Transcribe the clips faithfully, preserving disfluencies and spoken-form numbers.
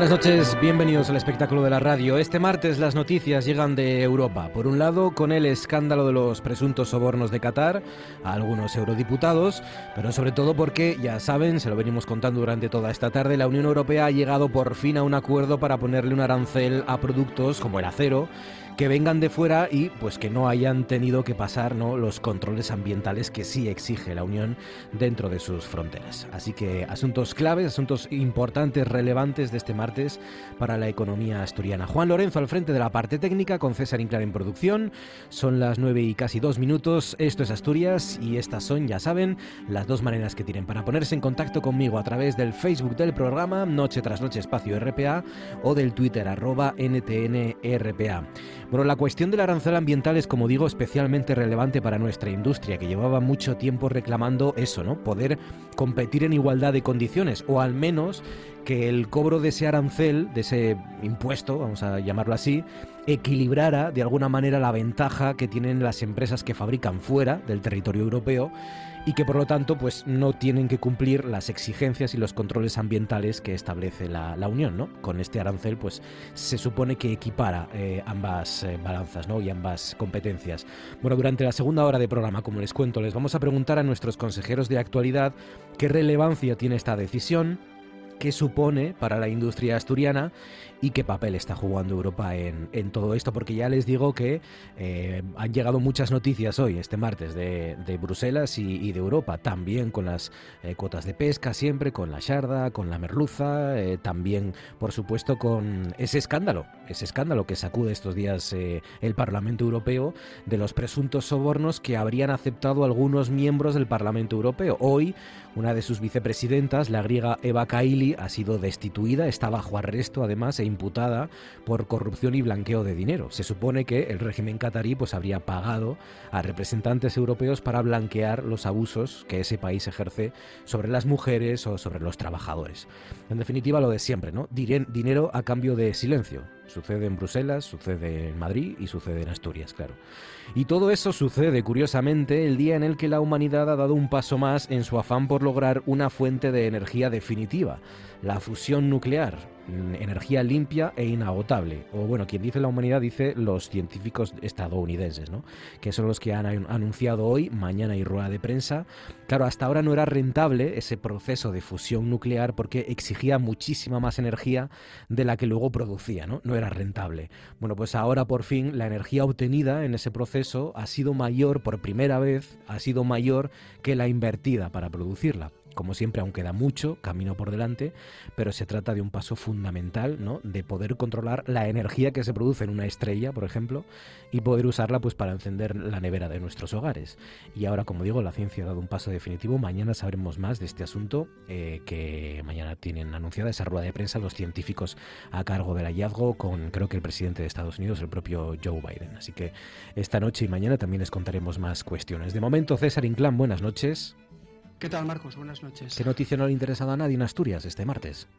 Buenas noches, bienvenidos al espectáculo de la radio. Este martes las noticias llegan de Europa. Por un lado, con el escándalo de los presuntos sobornos de Qatar a algunos eurodiputados, pero sobre todo porque, ya saben, se lo venimos contando durante toda esta tarde, la Unión Europea ha llegado por fin a un acuerdo para ponerle un arancel a productos como el acero, que vengan de fuera y pues que no hayan tenido que pasar, ¿no?, los controles ambientales que sí exige la Unión dentro de sus fronteras. Así que asuntos claves, asuntos importantes, relevantes de este martes para la economía asturiana. Juan Lorenzo al frente de la parte técnica, con César Inclán en producción. Son las nueve y casi dos minutos. Esto es Asturias y estas son, ya saben, las dos maneras que tienen para ponerse en contacto conmigo: a través del Facebook del programa Noche tras Noche Espacio R P A o del Twitter arroba N T N R P A. Bueno, la cuestión del arancel ambiental es, como digo, especialmente relevante para nuestra industria, que llevaba mucho tiempo reclamando eso, ¿no? Poder competir en igualdad de condiciones, o al menos que el cobro de ese arancel, de ese impuesto, vamos a llamarlo así, equilibrara de alguna manera la ventaja que tienen las empresas que fabrican fuera del territorio europeo y que por lo tanto pues no tienen que cumplir las exigencias y los controles ambientales que establece la, la Unión, ¿no? Con este arancel pues se supone que equipara eh, ambas eh, balanzas, ¿no?, y ambas competencias. Bueno, durante la segunda hora de programa, como les cuento, les vamos a preguntar a nuestros consejeros de actualidad qué relevancia tiene esta decisión, qué supone para la industria asturiana y qué papel está jugando Europa en, en todo esto, porque ya les digo que eh, han llegado muchas noticias hoy, este martes, de, de Bruselas y, y de Europa, también con las eh, cuotas de pesca siempre, con la xarda, con la merluza, eh, también, por supuesto, con ese escándalo, ese escándalo que sacude estos días eh, el Parlamento Europeo de los presuntos sobornos que habrían aceptado algunos miembros del Parlamento Europeo. Hoy, una de sus vicepresidentas, la griega Eva Kaili, ha sido destituida, está bajo arresto además e imputada por corrupción y blanqueo de dinero. Se supone que el régimen catarí pues habría pagado a representantes europeos para blanquear los abusos que ese país ejerce sobre las mujeres o sobre los trabajadores. En definitiva, lo de siempre, ¿no? Dinero a cambio de silencio. Sucede en Bruselas, sucede en Madrid y sucede en Asturias, claro. Y todo eso sucede, curiosamente, el día en el que la humanidad ha dado un paso más en su afán por lograr una fuente de energía definitiva, la fusión nuclear, energía limpia e inagotable. O bueno, quien dice la humanidad dice los científicos estadounidenses, ¿no?, que son los que han anunciado hoy, mañana hay rueda de prensa. Claro, hasta ahora no era rentable ese proceso de fusión nuclear porque exigía muchísima más energía de la que luego producía, ¿no? No era rentable. Bueno, pues ahora por fin la energía obtenida en ese proceso ha sido mayor, por primera vez, ha sido mayor que la invertida para producirla. Como siempre, aún queda mucho camino por delante, pero se trata de un paso fundamental, ¿no?, de poder controlar la energía que se produce en una estrella, por ejemplo, y poder usarla pues para encender la nevera de nuestros hogares. Y ahora, como digo, la ciencia ha dado un paso definitivo. Mañana sabremos más de este asunto, eh, que mañana tienen anunciada esa rueda de prensa los científicos a cargo del hallazgo, con creo que el presidente de Estados Unidos, el propio Joe Biden. Así que esta noche y mañana también les contaremos más cuestiones. De momento, César Inclán, buenas noches. ¿Qué tal, Marcos? Buenas noches. ¿Qué noticia no le ha interesado a nadie en Asturias este martes?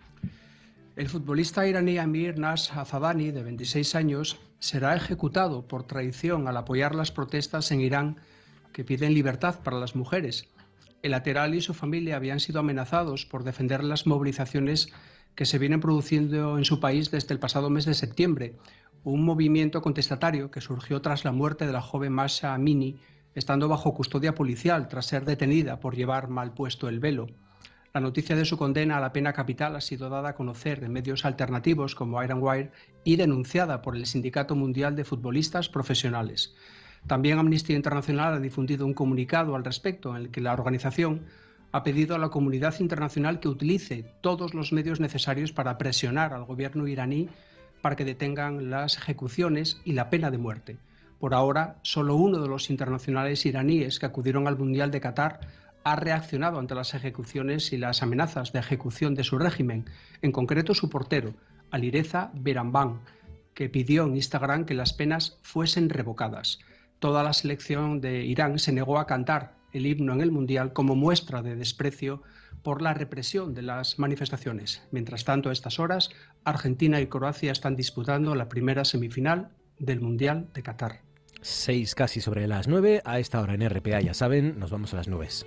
El futbolista iraní Amir Nash Afabani, de veintiséis años, será ejecutado por traición al apoyar las protestas en Irán que piden libertad para las mujeres. El lateral y su familia habían sido amenazados por defender las movilizaciones que se vienen produciendo en su país desde el pasado mes de septiembre, un movimiento contestatario que surgió tras la muerte de la joven Mahsa Amini, estando bajo custodia policial tras ser detenida por llevar mal puesto el velo. La noticia de su condena a la pena capital ha sido dada a conocer en medios alternativos como Iron Wire y denunciada por el Sindicato Mundial de Futbolistas Profesionales. También Amnistía Internacional ha difundido un comunicado al respecto en el que la organización ha pedido a la comunidad internacional que utilice todos los medios necesarios para presionar al gobierno iraní para que detengan las ejecuciones y la pena de muerte. Por ahora, solo uno de los internacionales iraníes que acudieron al Mundial de Qatar ha reaccionado ante las ejecuciones y las amenazas de ejecución de su régimen, en concreto su portero, Alireza Beranban, que pidió en Instagram que las penas fuesen revocadas. Toda la selección de Irán se negó a cantar el himno en el Mundial como muestra de desprecio por la represión de las manifestaciones. Mientras tanto, a estas horas, Argentina y Croacia están disputando la primera semifinal del Mundial de Qatar. Seis casi sobre las nueve, a esta hora en R P A, ya saben, nos vamos a las nubes.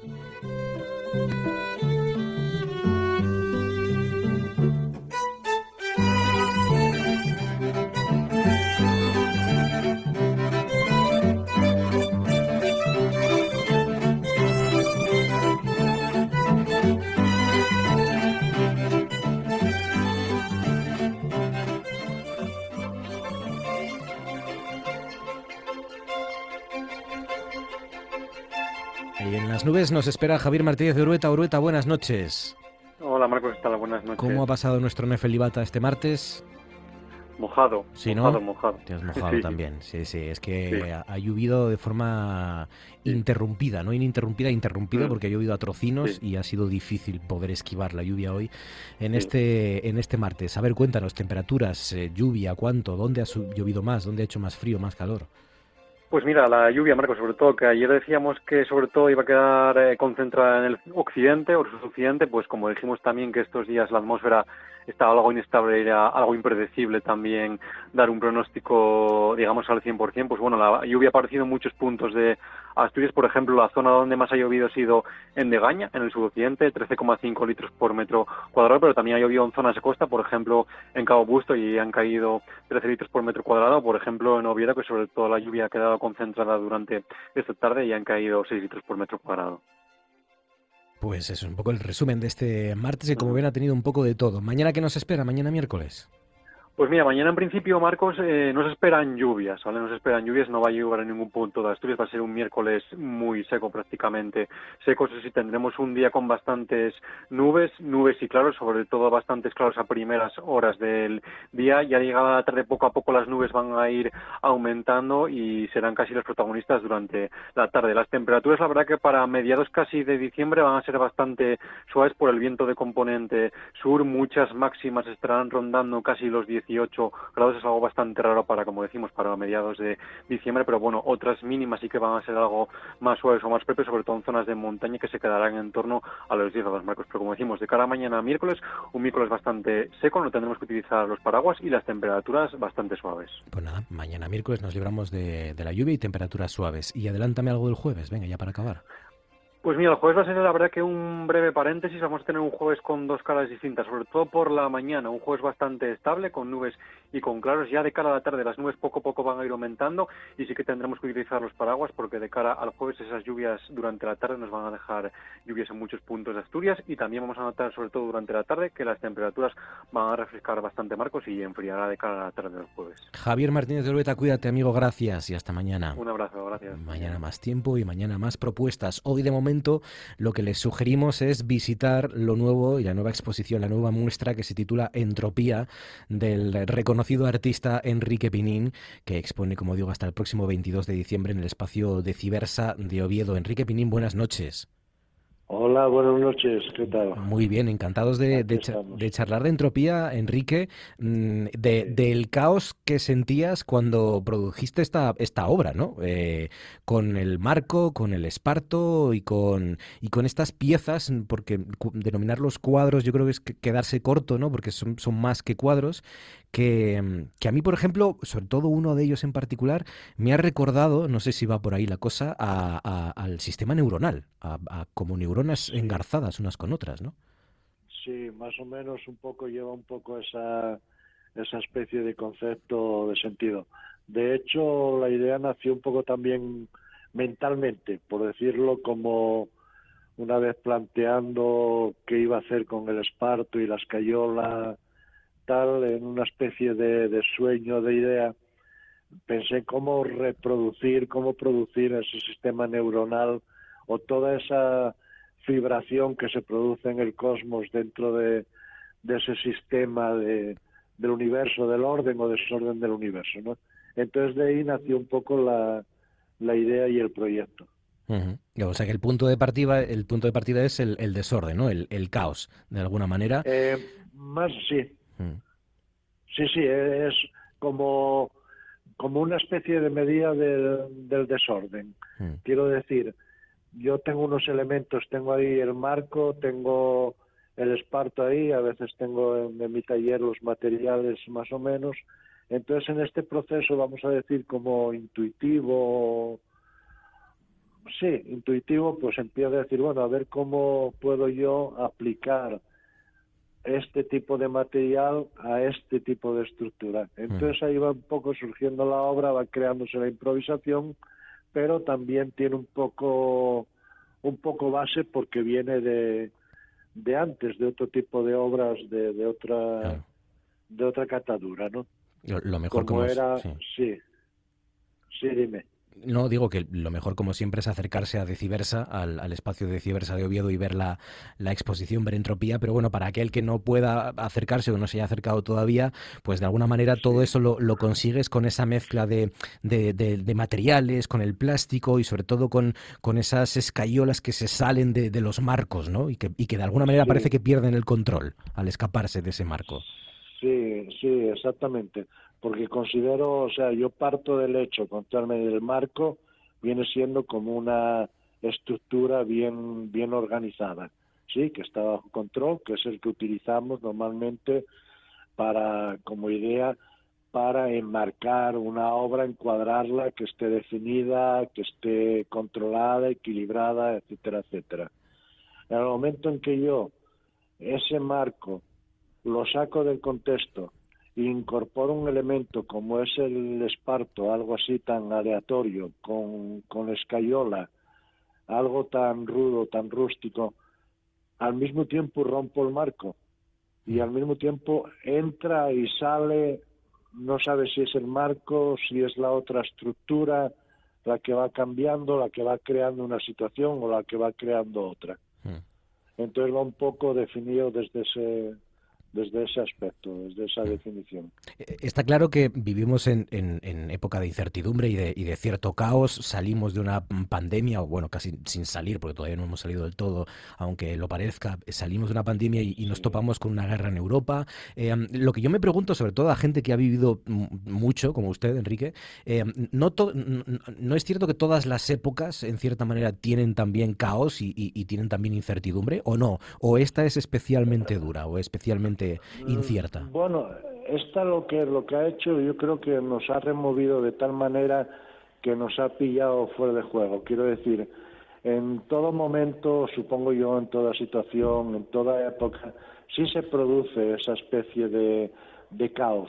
Y en las nubes nos espera Javier Martínez de Urueta. Urueta, buenas noches. Hola Marcos, ¿qué tal? Buenas noches. ¿Cómo ha pasado nuestro Nefel Libata este martes? Mojado, sí, mojado, ¿no? mojado. Te has mojado sí. también, sí, sí, es que sí. ha, ha llovido de forma sí. interrumpida, no ininterrumpida, interrumpida, mm. porque ha llovido a trocinos sí. y ha sido difícil poder esquivar la lluvia hoy en, sí. este, en este martes. A ver, cuéntanos, temperaturas, eh, lluvia, ¿cuánto? ¿Dónde ha llovido más? ¿Dónde ha hecho más frío, más calor? Pues mira, la lluvia, Marcos, sobre todo, que ayer decíamos que sobre todo iba a quedar eh, concentrada en el occidente o el suroccidente, pues como dijimos también que estos días la atmósfera estaba algo inestable, era algo impredecible también dar un pronóstico, digamos, al cien por ciento, pues bueno, la lluvia ha aparecido en muchos puntos de Asturias, por ejemplo, la zona donde más ha llovido ha sido en Degaña, en el suroccidente, trece coma cinco litros por metro cuadrado, pero también ha llovido en zonas de costa, por ejemplo, en Cabo Busto, y han caído trece litros por metro cuadrado, por ejemplo, en Oviedo, que sobre todo la lluvia ha quedado concentrada durante esta tarde y han caído seis litros por metro cuadrado. Pues eso es un poco el resumen de este martes, que como Uh-huh. ven ha tenido un poco de todo. ¿Mañana qué nos espera? ¿Mañana miércoles? Pues mira, mañana en principio, Marcos, eh, no se esperan lluvias, ¿vale? No se esperan lluvias, no va a llover en ningún punto de Asturias, va a ser un miércoles muy seco, prácticamente seco. Eso sí, tendremos un día con bastantes nubes, nubes y claros, sobre todo bastantes claros a primeras horas del día. Ya llegada la tarde, poco a poco las nubes van a ir aumentando y serán casi los protagonistas durante la tarde. Las temperaturas, la verdad que para mediados casi de diciembre van a ser bastante suaves por el viento de componente sur. Muchas máximas estarán rondando casi los dieciocho grados, es algo bastante raro para, como decimos, para mediados de diciembre, pero bueno, otras mínimas sí que van a ser algo más suaves o más propias, sobre todo en zonas de montaña, que se quedarán en torno a los diez grados, Marcos. Pero como decimos, de cara a mañana miércoles, un miércoles bastante seco, no tendremos que utilizar los paraguas y las temperaturas bastante suaves. Pues nada, mañana miércoles nos libramos de, de la lluvia y temperaturas suaves. Y adelántame algo del jueves, venga, ya para acabar. Pues mira, el jueves va a ser la verdad que un breve paréntesis. Vamos a tener un jueves con dos caras distintas, sobre todo por la mañana, un jueves bastante estable, con nubes y con claros. Ya de cara a la tarde las nubes poco a poco van a ir aumentando y sí que tendremos que utilizar los paraguas, porque de cara al jueves esas lluvias durante la tarde nos van a dejar lluvias en muchos puntos de Asturias, y también vamos a notar, sobre todo durante la tarde, que las temperaturas van a refrescar bastante, Marcos, y enfriará de cara a la tarde del jueves. Javier Martínez de Urueta, cuídate, amigo, gracias y hasta mañana. Un abrazo, gracias. Mañana más tiempo y mañana más propuestas. Hoy de momento lo que les sugerimos es visitar lo nuevo y la nueva exposición, la nueva muestra que se titula Entropía, del reconocido artista Enrique Pinín, que expone, como digo, hasta el próximo veintidós de diciembre en el espacio de Cibersa de Oviedo. Enrique Pinín, buenas noches. Hola, buenas noches, ¿qué tal? Muy bien, encantados de, de, de charlar de entropía, Enrique, de, sí. del caos que sentías cuando produjiste esta, esta obra, ¿no? Eh, con el marco, con el esparto y con, y con estas piezas, porque denominarlos cuadros yo creo que es quedarse corto, ¿no? Porque son, son más que cuadros, que, que a mí, por ejemplo, sobre todo uno de ellos en particular, me ha recordado, no sé si va por ahí la cosa, a, a, al sistema neuronal, a, a como neuronas sí. engarzadas unas con otras, ¿no? Sí, más o menos un poco lleva un poco esa, esa especie de concepto de sentido. De hecho, la idea nació un poco también mentalmente, por decirlo, como una vez planteando qué iba a hacer con el esparto y la escayola, tal, en una especie de, de sueño, de idea, pensé cómo reproducir, cómo producir ese sistema neuronal o toda esa vibración que se produce en el cosmos dentro de, de ese sistema de, del universo, del orden o desorden del universo, ¿no? Entonces de ahí nació un poco la, la idea y el proyecto. Uh-huh. O sea que el punto de partida, el punto de partida es el, el desorden, ¿no? El, el caos, de alguna manera. Eh, más sí. Uh-huh. Sí, sí, es como, como una especie de medida del, del desorden. Uh-huh. Quiero decir, yo tengo unos elementos, tengo ahí el marco, tengo el esparto ahí, a veces tengo en, en mi taller los materiales más o menos. Entonces en este proceso, vamos a decir, como intuitivo, sí, intuitivo, pues empiezo a decir, bueno, a ver cómo puedo yo aplicar este tipo de material a este tipo de estructura. Entonces ahí va un poco surgiendo la obra, va creándose la improvisación, pero también tiene un poco un poco base porque viene de, de antes, de otro tipo de obras, de, de otra claro. de otra catadura, ¿no? Lo, lo mejor como, como era, es, sí. sí, sí, dime. No, digo que lo mejor, como siempre, es acercarse a Decibersa, al, al espacio de Decibersa de Oviedo y ver la, la exposición, ver Entropía, pero bueno, para aquel que no pueda acercarse o no se haya acercado todavía, pues de alguna manera todo Sí. eso lo, lo consigues con esa mezcla de, de, de, de materiales, con el plástico y sobre todo con, con esas escayolas que se salen de, de los marcos, ¿no? Y que, y que de alguna manera Sí. parece que pierden el control al escaparse de ese marco. Sí, sí, exactamente. Porque considero, o sea, yo parto del hecho, contarme del marco, viene siendo como una estructura bien, bien organizada, sí, que está bajo control, que es el que utilizamos normalmente para, como idea, para enmarcar una obra, encuadrarla, que esté definida, que esté controlada, equilibrada, etcétera, etcétera. En el momento en que yo ese marco lo saco del contexto e incorporo un elemento como es el esparto, algo así tan aleatorio, con, con escayola, algo tan rudo, tan rústico, al mismo tiempo rompo el marco y al mismo tiempo entra y sale, no sabe si es el marco, si es la otra estructura la que va cambiando, la que va creando una situación o la que va creando otra. Entonces va un poco definido desde ese... desde ese aspecto, desde esa definición. Está claro que vivimos en, en, en época de incertidumbre y de, y de cierto caos. Salimos de una pandemia, o bueno, casi sin salir, porque todavía no hemos salido del todo, aunque lo parezca. Salimos de una pandemia y, y nos topamos con una guerra en Europa. Eh, lo que yo me pregunto, sobre todo a gente que ha vivido mucho, como usted, Enrique, eh, no, to, no, no es cierto que todas las épocas, en cierta manera, tienen también caos y, y, y tienen también incertidumbre, ¿o no? ¿O esta es especialmente dura o especialmente incierta? Bueno, esta lo que lo que ha hecho, yo creo que nos ha removido de tal manera que nos ha pillado fuera de juego. Quiero decir, en todo momento, supongo yo, en toda situación, en toda época, sí se produce esa especie de, de caos,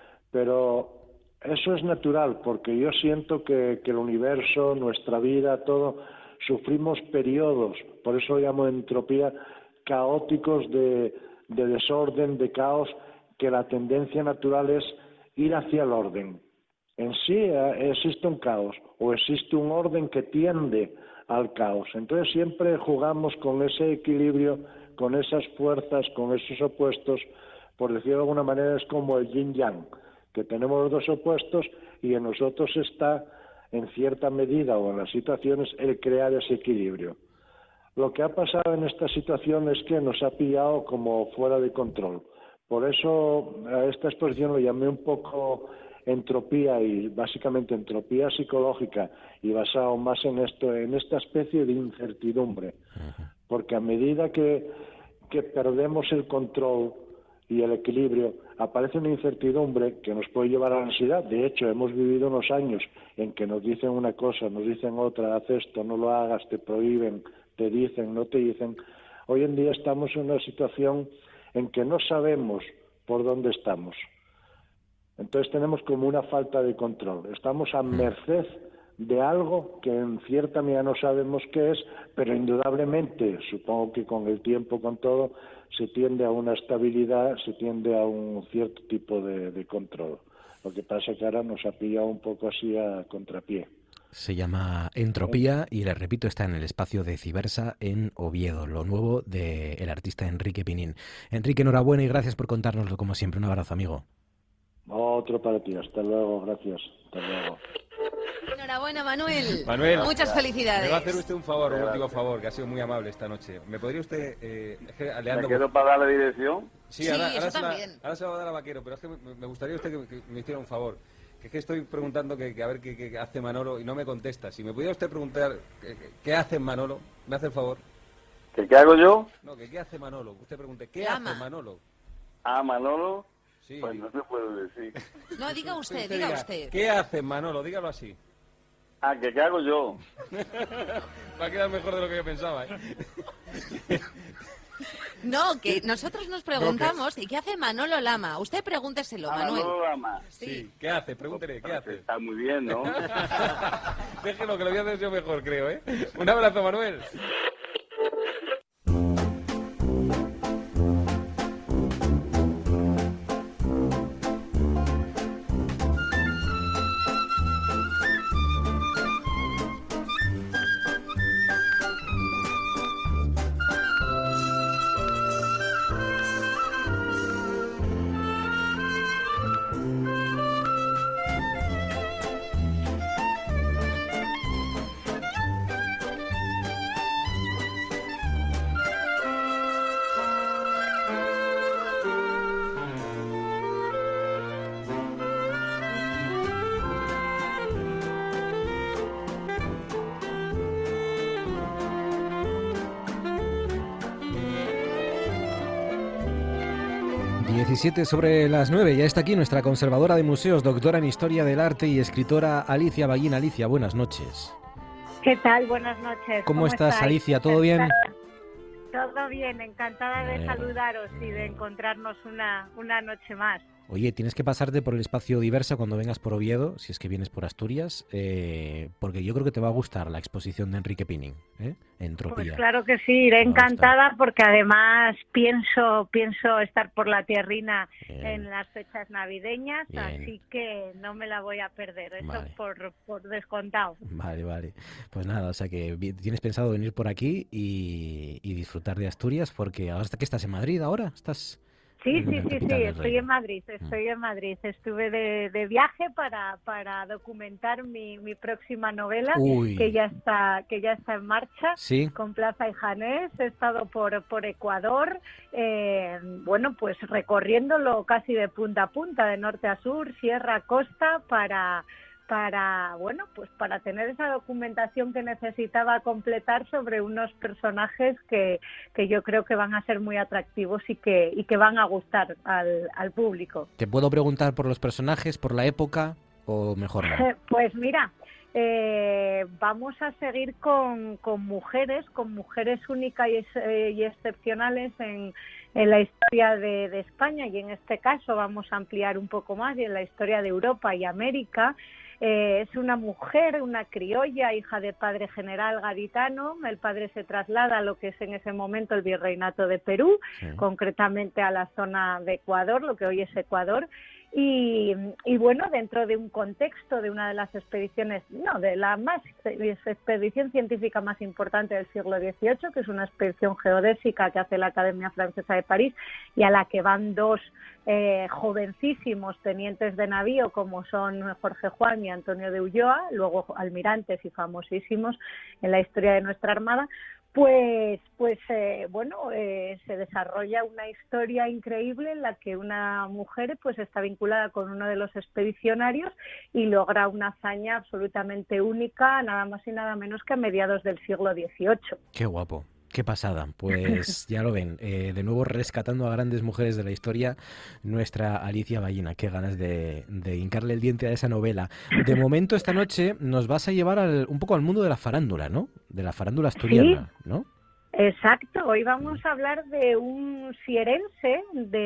pero eso es natural, porque yo siento que, que el universo, nuestra vida, todo, sufrimos periodos, por eso lo llamo entropía, caóticos de de desorden, de caos, que la tendencia natural es ir hacia el orden. En sí eh, existe un caos o existe un orden que tiende al caos. Entonces siempre jugamos con ese equilibrio, con esas fuerzas, con esos opuestos. Por decirlo de alguna manera, es como el yin-yang, que tenemos los dos opuestos y en nosotros está, en cierta medida o en las situaciones, el crear ese equilibrio. Lo que ha pasado en esta situación es que nos ha pillado como fuera de control. Por eso a esta exposición lo llamé un poco entropía y básicamente entropía psicológica y basado más en esto, en esta especie de incertidumbre. Porque a medida que, que perdemos el control y el equilibrio, aparece una incertidumbre que nos puede llevar a la ansiedad. De hecho, hemos vivido unos años en que nos dicen una cosa, nos dicen otra, haz esto, no lo hagas, te prohíben, te dicen, no te dicen. Hoy en día estamos en una situación en que no sabemos por dónde estamos. Entonces tenemos como una falta de control. Estamos a merced de algo que en cierta medida no sabemos qué es, pero indudablemente, supongo que con el tiempo, con todo, se tiende a una estabilidad, se tiende a un cierto tipo de, de control. Lo que pasa es que ahora nos ha pillado un poco así a contrapié. Se llama Entropía y, les repito, está en el espacio de Cibersa en Oviedo, lo nuevo del artista Enrique Pinin. Enrique, enhorabuena y gracias por contárnoslo como siempre. Un abrazo, amigo. Otro para ti. Hasta luego. Gracias. Hasta luego. Enhorabuena, Manuel. Manuel, muchas felicidades. Me va a hacer usted un favor, un último favor, que ha sido muy amable esta noche. ¿Me podría usted, eh, Leandro... ¿Me quedo para dar la dirección? Sí, sí ahora, eso ahora, se también. la, ahora se la va a dar a Vaquero, pero es que me, me gustaría usted que, que me hiciera un favor. Que es que estoy preguntando que, que a ver qué, qué hace Manolo y no me contesta. Si me pudiera usted preguntar qué, qué hace Manolo, ¿me hace el favor? ¿Qué, qué hago yo? No, que qué hace Manolo. Usted pregunte, ¿qué Llama. hace Manolo? Ah, Manolo. Sí. Pues no se puede decir. No, diga usted, Usted diga diga, usted. ¿qué hace Manolo? Dígalo así. Ah, ¿qué, qué hago yo? Va a quedar mejor de lo que yo pensaba, ¿eh? No, que nosotros nos preguntamos, ¿y qué hace Manolo Lama? Usted pregúnteselo, Ah, Manuel. Manolo Lama. Sí. Sí, ¿qué hace? Pregúntele, ¿qué hace? Está muy bien, ¿no? Déjelo, que lo voy a hacer yo mejor, creo, ¿eh? Un abrazo, Manuel. diecisiete sobre las nueve. Ya está aquí nuestra conservadora de museos, doctora en Historia del Arte y escritora Alicia Ballín. Alicia, buenas noches. ¿Qué tal? Buenas noches. ¿Cómo, ¿Cómo estás, estáis? Alicia? ¿Todo bien? Todo bien, encantada de Bueno. saludaros y de encontrarnos una, una noche más. Oye, tienes que pasarte por el espacio Diversa cuando vengas por Oviedo, si es que vienes por Asturias, eh, porque yo creo que te va a gustar la exposición de Enrique Pinín, ¿eh? Entropía. Pues claro que sí, iré encantada porque además pienso pienso estar por la tierrina Bien. en las fechas navideñas, Bien. así que no me la voy a perder, eso Vale. por, por descontado. Vale, vale. Pues nada, o sea que vi- tienes pensado venir por aquí y, y disfrutar de Asturias, porque ahora hasta que estás en Madrid ahora, estás... Sí, en sí, la sí, capital sí, del estoy reino. en Madrid, estoy en Madrid. Estuve de, de viaje para, para documentar mi, mi próxima novela, Uy. que ya está que ya está en marcha, Sí. con Plaza y Janés. He estado por, por Ecuador, eh, bueno, pues recorriéndolo casi de punta a punta, de norte a sur, sierra a costa, para... para bueno pues para tener esa documentación que necesitaba completar sobre unos personajes que, que yo creo que van a ser muy atractivos y que y que van a gustar al, al público. ¿Te puedo preguntar por los personajes, por la época o mejor no? Pues mira, eh, vamos a seguir con, con mujeres, con mujeres únicas y, ex- eh, y excepcionales en, en la historia de, de España, y en este caso vamos a ampliar un poco más y en la historia de Europa y América. Eh, es una mujer, una criolla, hija de padre general gaditano. El padre se traslada a lo que es en ese momento el virreinato de Perú, Sí. concretamente a la zona de Ecuador, lo que hoy es Ecuador. Y, y bueno, dentro de un contexto de una de las expediciones, no, de la más expedición científica más importante del siglo dieciocho, que es una expedición geodésica que hace la Academia Francesa de París y a la que van dos eh, jovencísimos tenientes de navío como son Jorge Juan y Antonio de Ulloa, luego almirantes y famosísimos en la historia de nuestra Armada. Pues, pues eh, bueno, eh, se desarrolla una historia increíble en la que una mujer pues está vinculada con uno de los expedicionarios y logra una hazaña absolutamente única, nada más y nada menos que a mediados del siglo dieciocho. Qué guapo. Qué pasada. Pues ya lo ven. Eh, de nuevo rescatando a grandes mujeres de la historia, nuestra Alicia Ballina. Qué ganas de, de hincarle el diente a esa novela. De momento, esta noche nos vas a llevar al, un poco al mundo de la farándula, ¿no? De la farándula asturiana, Sí. ¿no? Exacto, hoy vamos a hablar de un sierense,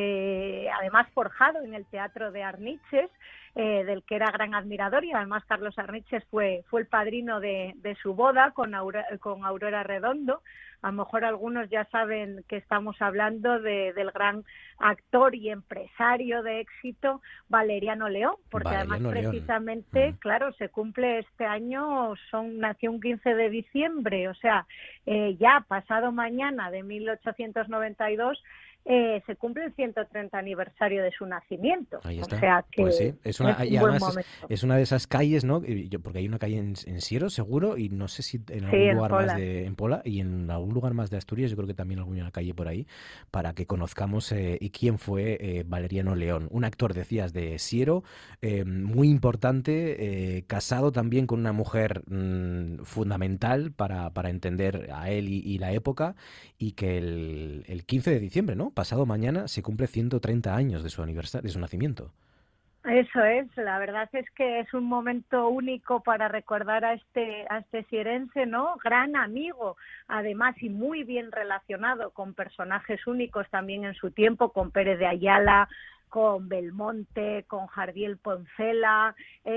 de, además forjado en el Teatro de Arniches, eh, del que era gran admirador, y además Carlos Arniches fue, fue el padrino de, de su boda con, Aura, con Aurora Redondo. A lo mejor algunos ya saben que estamos hablando de, del gran actor y empresario de éxito Valeriano León, porque Valeriano además León. precisamente, Mm. claro, se cumple este año, son nació un quince de diciembre, o sea, eh, ya pasado mañana de mil ochocientos noventa y dos eh, se cumple el ciento treinta aniversario de su nacimiento. Ahí está. O sea que Pues sí, es una, es y un buen además momento. es, es una de esas calles, ¿no? Y yo- porque hay una calle en, en Siero, seguro, y no sé si en algún Sí, en lugar más Pola. de en Pola y en algún lugar más de Asturias, yo creo que también alguna calle por ahí, para que conozcamos eh, y quién fue eh, Valeriano León, un actor, decías, de Siero, eh, muy importante, eh, casado también con una mujer mm, fundamental para, para entender a él y, y la época, y que el, el quince de diciembre, ¿no? Pasado mañana se cumple ciento treinta años de su aniversario, de su nacimiento. Eso es, la verdad es que es un momento único para recordar a este a este sierense, ¿no? Gran amigo, además, y muy bien relacionado con personajes únicos también en su tiempo, con Pérez de Ayala, con Belmonte, con Jardiel Poncela.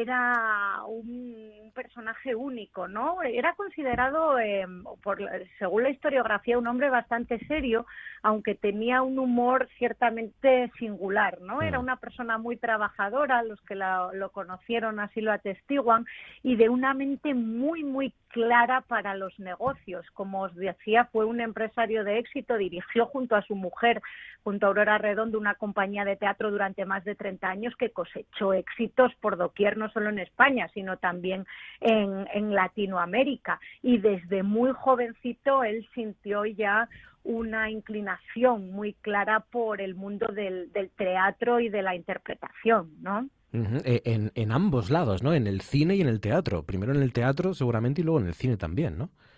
Era un personaje único, ¿no? Era considerado, eh, por la- según la historiografía, un hombre bastante serio, aunque tenía un humor ciertamente singular, ¿no? Era una persona muy trabajadora, los que la- lo conocieron así lo atestiguan, y de una mente muy, muy clara para los negocios. Como os decía, fue un empresario de éxito, dirigió junto a su mujer, junto a Aurora Redondo, una compañía de teatro durante más de treinta años que cosechó éxitos por doquier, no solo en España, sino también en, en Latinoamérica. Y desde muy jovencito él sintió ya una inclinación muy clara por el mundo del, del teatro y de la interpretación, ¿no? Ujú, eh, En, en ambos lados, ¿no? En el cine y en el teatro. Primero en el teatro, seguramente, y luego en el cine también, ¿no?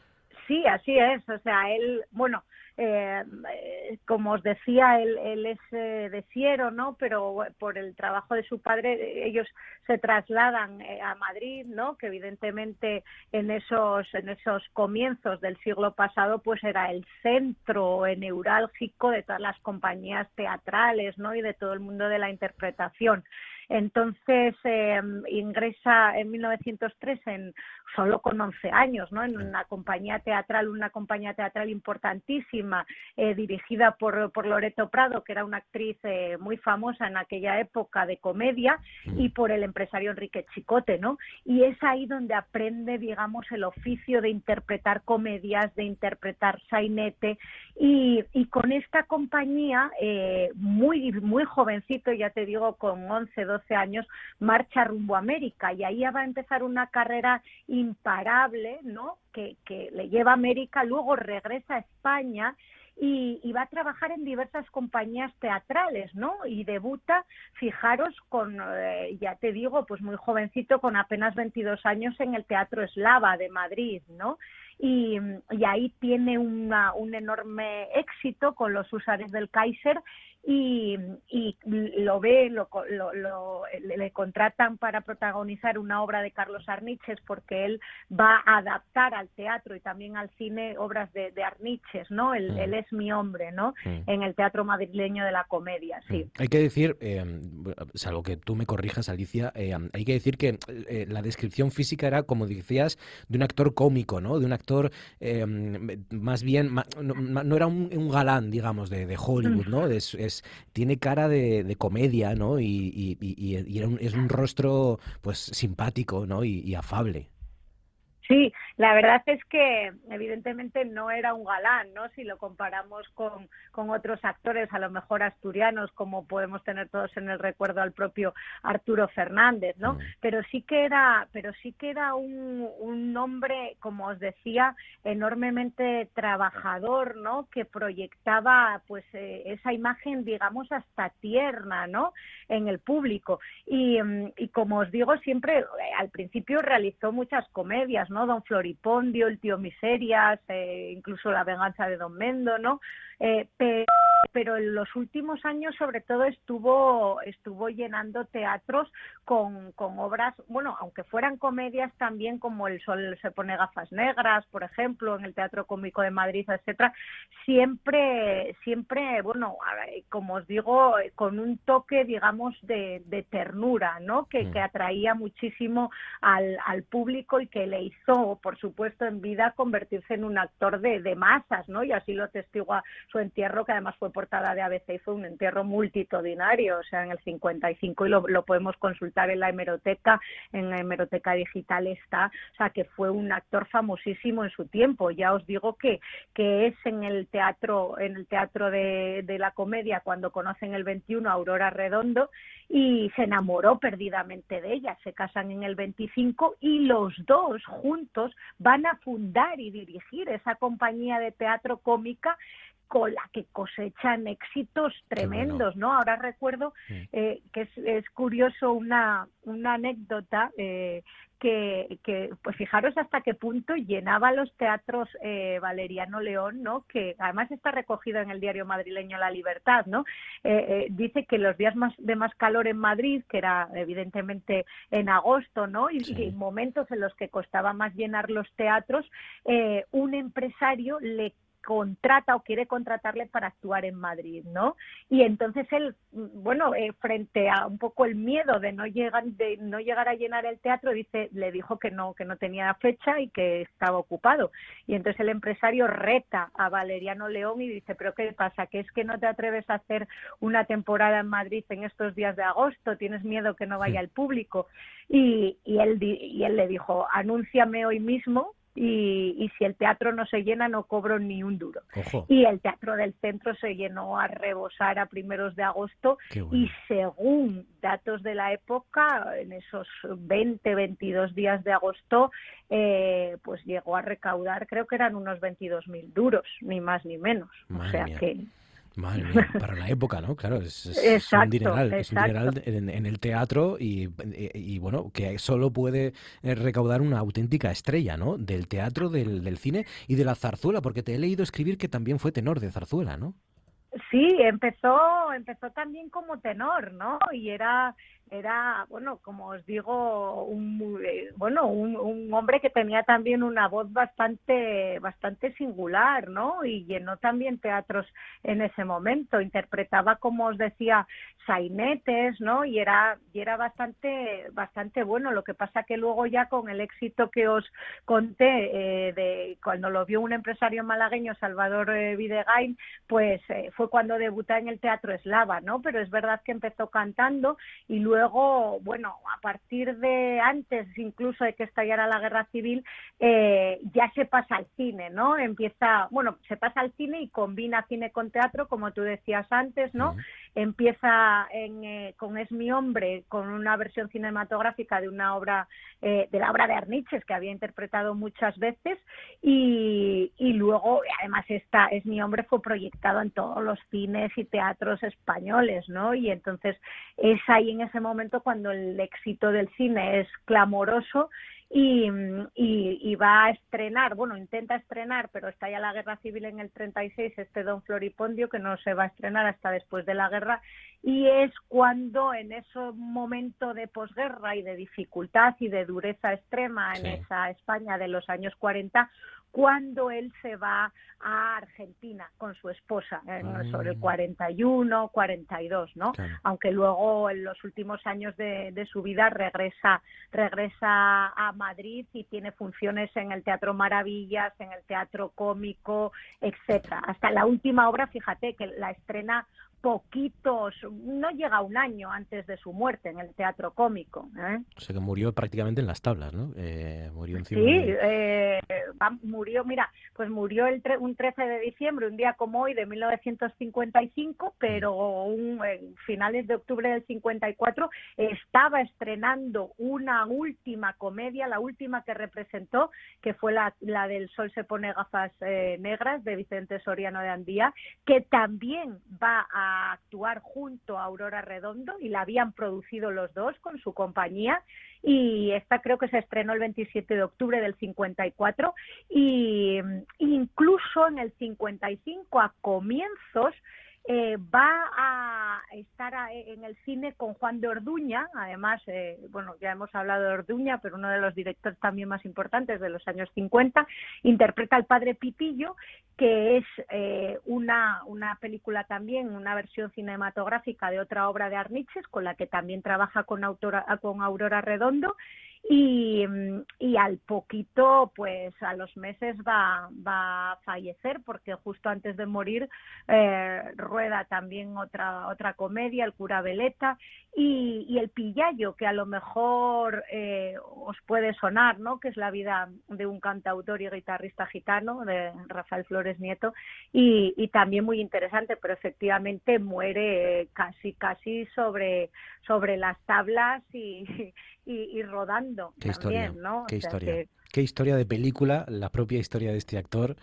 Sí, así es. O sea, él, bueno, eh, como os decía, él, él es eh, de Siero, ¿no? Pero por el trabajo de su padre, ellos se trasladan eh, a Madrid, ¿no? Que evidentemente en esos, en esos comienzos del siglo pasado, pues era el centro neurálgico de todas las compañías teatrales, ¿no? Y de todo el mundo de la interpretación. Entonces eh, ingresa en mil novecientos tres, en, solo con once años, ¿no? En una compañía teatral, una compañía teatral importantísima, eh, dirigida por, por Loreto Prado, que era una actriz eh, muy famosa en aquella época de comedia, y por el empresario Enrique Chicote, ¿no? Y es ahí donde aprende, digamos, el oficio de interpretar comedias, de interpretar sainete, y, y con esta compañía, eh, muy, muy jovencito, ya te digo, con once, doce años, marcha rumbo a América, y ahí ya va a empezar una carrera imparable, ¿no? Que, que le lleva a América, luego regresa a España y, y va a trabajar en diversas compañías teatrales, ¿no? Y debuta, fijaros, con, eh, ya te digo, pues muy jovencito, con apenas veintidós años, en el Teatro Eslava de Madrid, ¿no? Y, y ahí tiene una, un enorme éxito con Los Húsares del Kaiser, y, y lo ve, lo, lo, lo, le contratan para protagonizar una obra de Carlos Arniches, porque él va a adaptar al teatro y también al cine obras de, de Arniches, ¿no? Él, mm. él es mi hombre, ¿no? Mm. En el Teatro Madrileño de la Comedia, sí. Hay que decir, eh, salvo que tú me corrijas, Alicia, eh, hay que decir que eh, la descripción física era, como decías, de un actor cómico, ¿no? De un actor eh, más bien, ma, no, no era un, un galán, digamos, de, de Hollywood, ¿no? Es, es tiene cara de, de comedia, ¿no? Y, y, y, y era un, es un rostro, pues, simpático, ¿no? Y, y afable. Sí, la verdad es que evidentemente no era un galán, ¿no? Si lo comparamos con, con otros actores, a lo mejor asturianos, como podemos tener todos en el recuerdo al propio Arturo Fernández, ¿no? Mm. Pero sí que era, pero sí que era un, un hombre, como os decía, enormemente trabajador, ¿no? Que proyectaba, pues, eh, esa imagen, digamos, hasta tierna, ¿no? En el público. Y, y como os digo, siempre, eh, al principio realizó muchas comedias, ¿no? Don Floripondio, El tío Miserias, eh, incluso La venganza de Don Mendo, ¿no? Eh, pero, pero en los últimos años, sobre todo, estuvo estuvo llenando teatros con, con obras, bueno, aunque fueran comedias también, como El sol se pone gafas negras, por ejemplo, en el Teatro Cómico de Madrid, etcétera. Siempre, siempre, bueno, como os digo, con un toque, digamos, de, de ternura, ¿no? Que, mm. que atraía muchísimo al, al público y que le hizo, por supuesto, en vida convertirse en un actor de, de masas, ¿no? Y así lo testigua su entierro, que además fue portada de A B C y fue un entierro multitudinario, o sea, en el cincuenta y cinco, y lo, lo podemos consultar en la hemeroteca, en la hemeroteca digital está, o sea, que fue un actor famosísimo en su tiempo. Ya os digo que, que es en el teatro, en el teatro de, de la Comedia, cuando conocen el veintiuno a Aurora Redondo, y se enamoró perdidamente de ella. Se casan en el veinticinco y los dos juntos van a fundar y dirigir esa compañía de teatro cómica, con la que cosechan éxitos tremendos, bueno. ¿no? Ahora recuerdo eh, que es, es curioso una, una anécdota eh, que, que, pues fijaros hasta qué punto llenaba los teatros eh, Valeriano León, ¿no? Que además está recogido en el diario madrileño La Libertad, ¿no? Eh, eh, dice que los días más de más calor en Madrid, que era evidentemente en agosto, ¿no? Y, sí. y momentos en los que costaba más llenar los teatros, eh, un empresario le contrata o quiere contratarle para actuar en Madrid, ¿no? Y entonces él, bueno, eh, frente a un poco el miedo de no llegar de no llegar a llenar el teatro, dice, le dijo que no que no tenía fecha y que estaba ocupado. Y entonces el empresario reta a Valeriano León y dice, ¿pero qué pasa? ¿Que es que no te atreves a hacer una temporada en Madrid en estos días de agosto? ¿Tienes miedo que no vaya el público? Y, y él y él le dijo, anúnciame hoy mismo. Y, y si el teatro no se llena no cobro ni un duro. Ojo. Y el Teatro del Centro se llenó a rebosar a primeros de agosto. Bueno. Y según datos de la época, en esos veinte, veintidós días de agosto, eh, pues llegó a recaudar, creo que eran unos veintidós mil duros, ni más ni menos. Madre o sea mía. que... Madre mía, para la época, ¿no? Claro, es, es, exacto, es un dineral, exacto. es un dineral en, en el teatro y, y, y, bueno, que solo puede recaudar una auténtica estrella, ¿no? Del teatro, del, del cine y de la zarzuela, porque te he leído escribir que también fue tenor de zarzuela, ¿no? Sí, empezó, empezó también como tenor, ¿no? Y era, era, bueno, como os digo, un, bueno, un, un hombre que tenía también una voz bastante, bastante singular, ¿no? Y llenó también teatros en ese momento. Interpretaba, como os decía, sainetes, ¿no? Y era, y era bastante, bastante bueno. Lo que pasa que luego ya con el éxito que os conté eh, de cuando lo vio un empresario malagueño, Salvador eh, Videgain, pues eh, fue cuando debutó en el Teatro Eslava, ¿no? Pero es verdad que empezó cantando y luego, bueno, a partir de antes incluso de que estallara la Guerra Civil, eh, ya se pasa al cine, ¿no? Empieza, bueno, se pasa al cine y combina cine con teatro, como tú decías antes, ¿no? Uh-huh. Empieza en, eh, con Es mi hombre, con una versión cinematográfica de una obra, eh, de la obra de Arniches, que había interpretado muchas veces, y, y luego, además, esta Es mi hombre fue proyectado en todos los cines y teatros españoles, ¿no? Y entonces es ahí en ese momento cuando el éxito del cine es clamoroso. Y, y, y va a estrenar, bueno, intenta estrenar, pero está ya la Guerra Civil en el treinta y seis, este Don Floripondio, que no se va a estrenar hasta después de la guerra, y es cuando en ese momento de posguerra y de dificultad y de dureza extrema en sí. esa España de los años cuarenta, cuando él se va a Argentina con su esposa, eh, mm. sobre el cuarenta y uno, cuarenta y dos, ¿no? Claro. Aunque luego en los últimos años de, de su vida regresa, regresa a Madrid y tiene funciones en el Teatro Maravillas, en el Teatro Cómico, etcétera. Hasta la última obra, fíjate, que la estrena poquitos, no llega a un año antes de su muerte en el Teatro Cómico. ¿eh? O sea que murió prácticamente en las tablas, ¿no? Eh, murió encima Sí, de... eh, murió, mira, pues murió el tre- un trece de diciembre, un día como hoy de mil novecientos cincuenta y cinco, pero un, en finales de octubre del cincuenta y cuatro estaba estrenando una última comedia, la última que representó, que fue la, la del Sol se pone gafas eh, negras, de Vicente Soriano de Andía, que también va a actuar junto a Aurora Redondo y la habían producido los dos con su compañía, y esta creo que se estrenó el veintisiete de octubre del cincuenta y cuatro, y incluso en el cincuenta y cinco a comienzos Eh, va a estar a, en el cine con Juan de Orduña, además, eh, bueno, ya hemos hablado de Orduña, pero uno de los directores también más importantes de los años cincuenta, interpreta al padre Pitillo, que es eh, una, una película también, una versión cinematográfica de otra obra de Arniches, con la que también trabaja con, autora, con Aurora Redondo, y, y al poquito, pues a los meses va, va a fallecer, porque justo antes de morir eh, rueda también otra otra comedia, El cura Veleta, y, y El Pillayo, que a lo mejor eh, os puede sonar, ¿no? Que es la vida de un cantautor y guitarrista gitano, de Rafael Flores Nieto, y, y también muy interesante, pero efectivamente muere casi casi sobre, sobre las tablas y, y, y rodando. Qué también, historia, ¿no? qué o sea historia. que... Qué historia de película, la propia historia de este actor,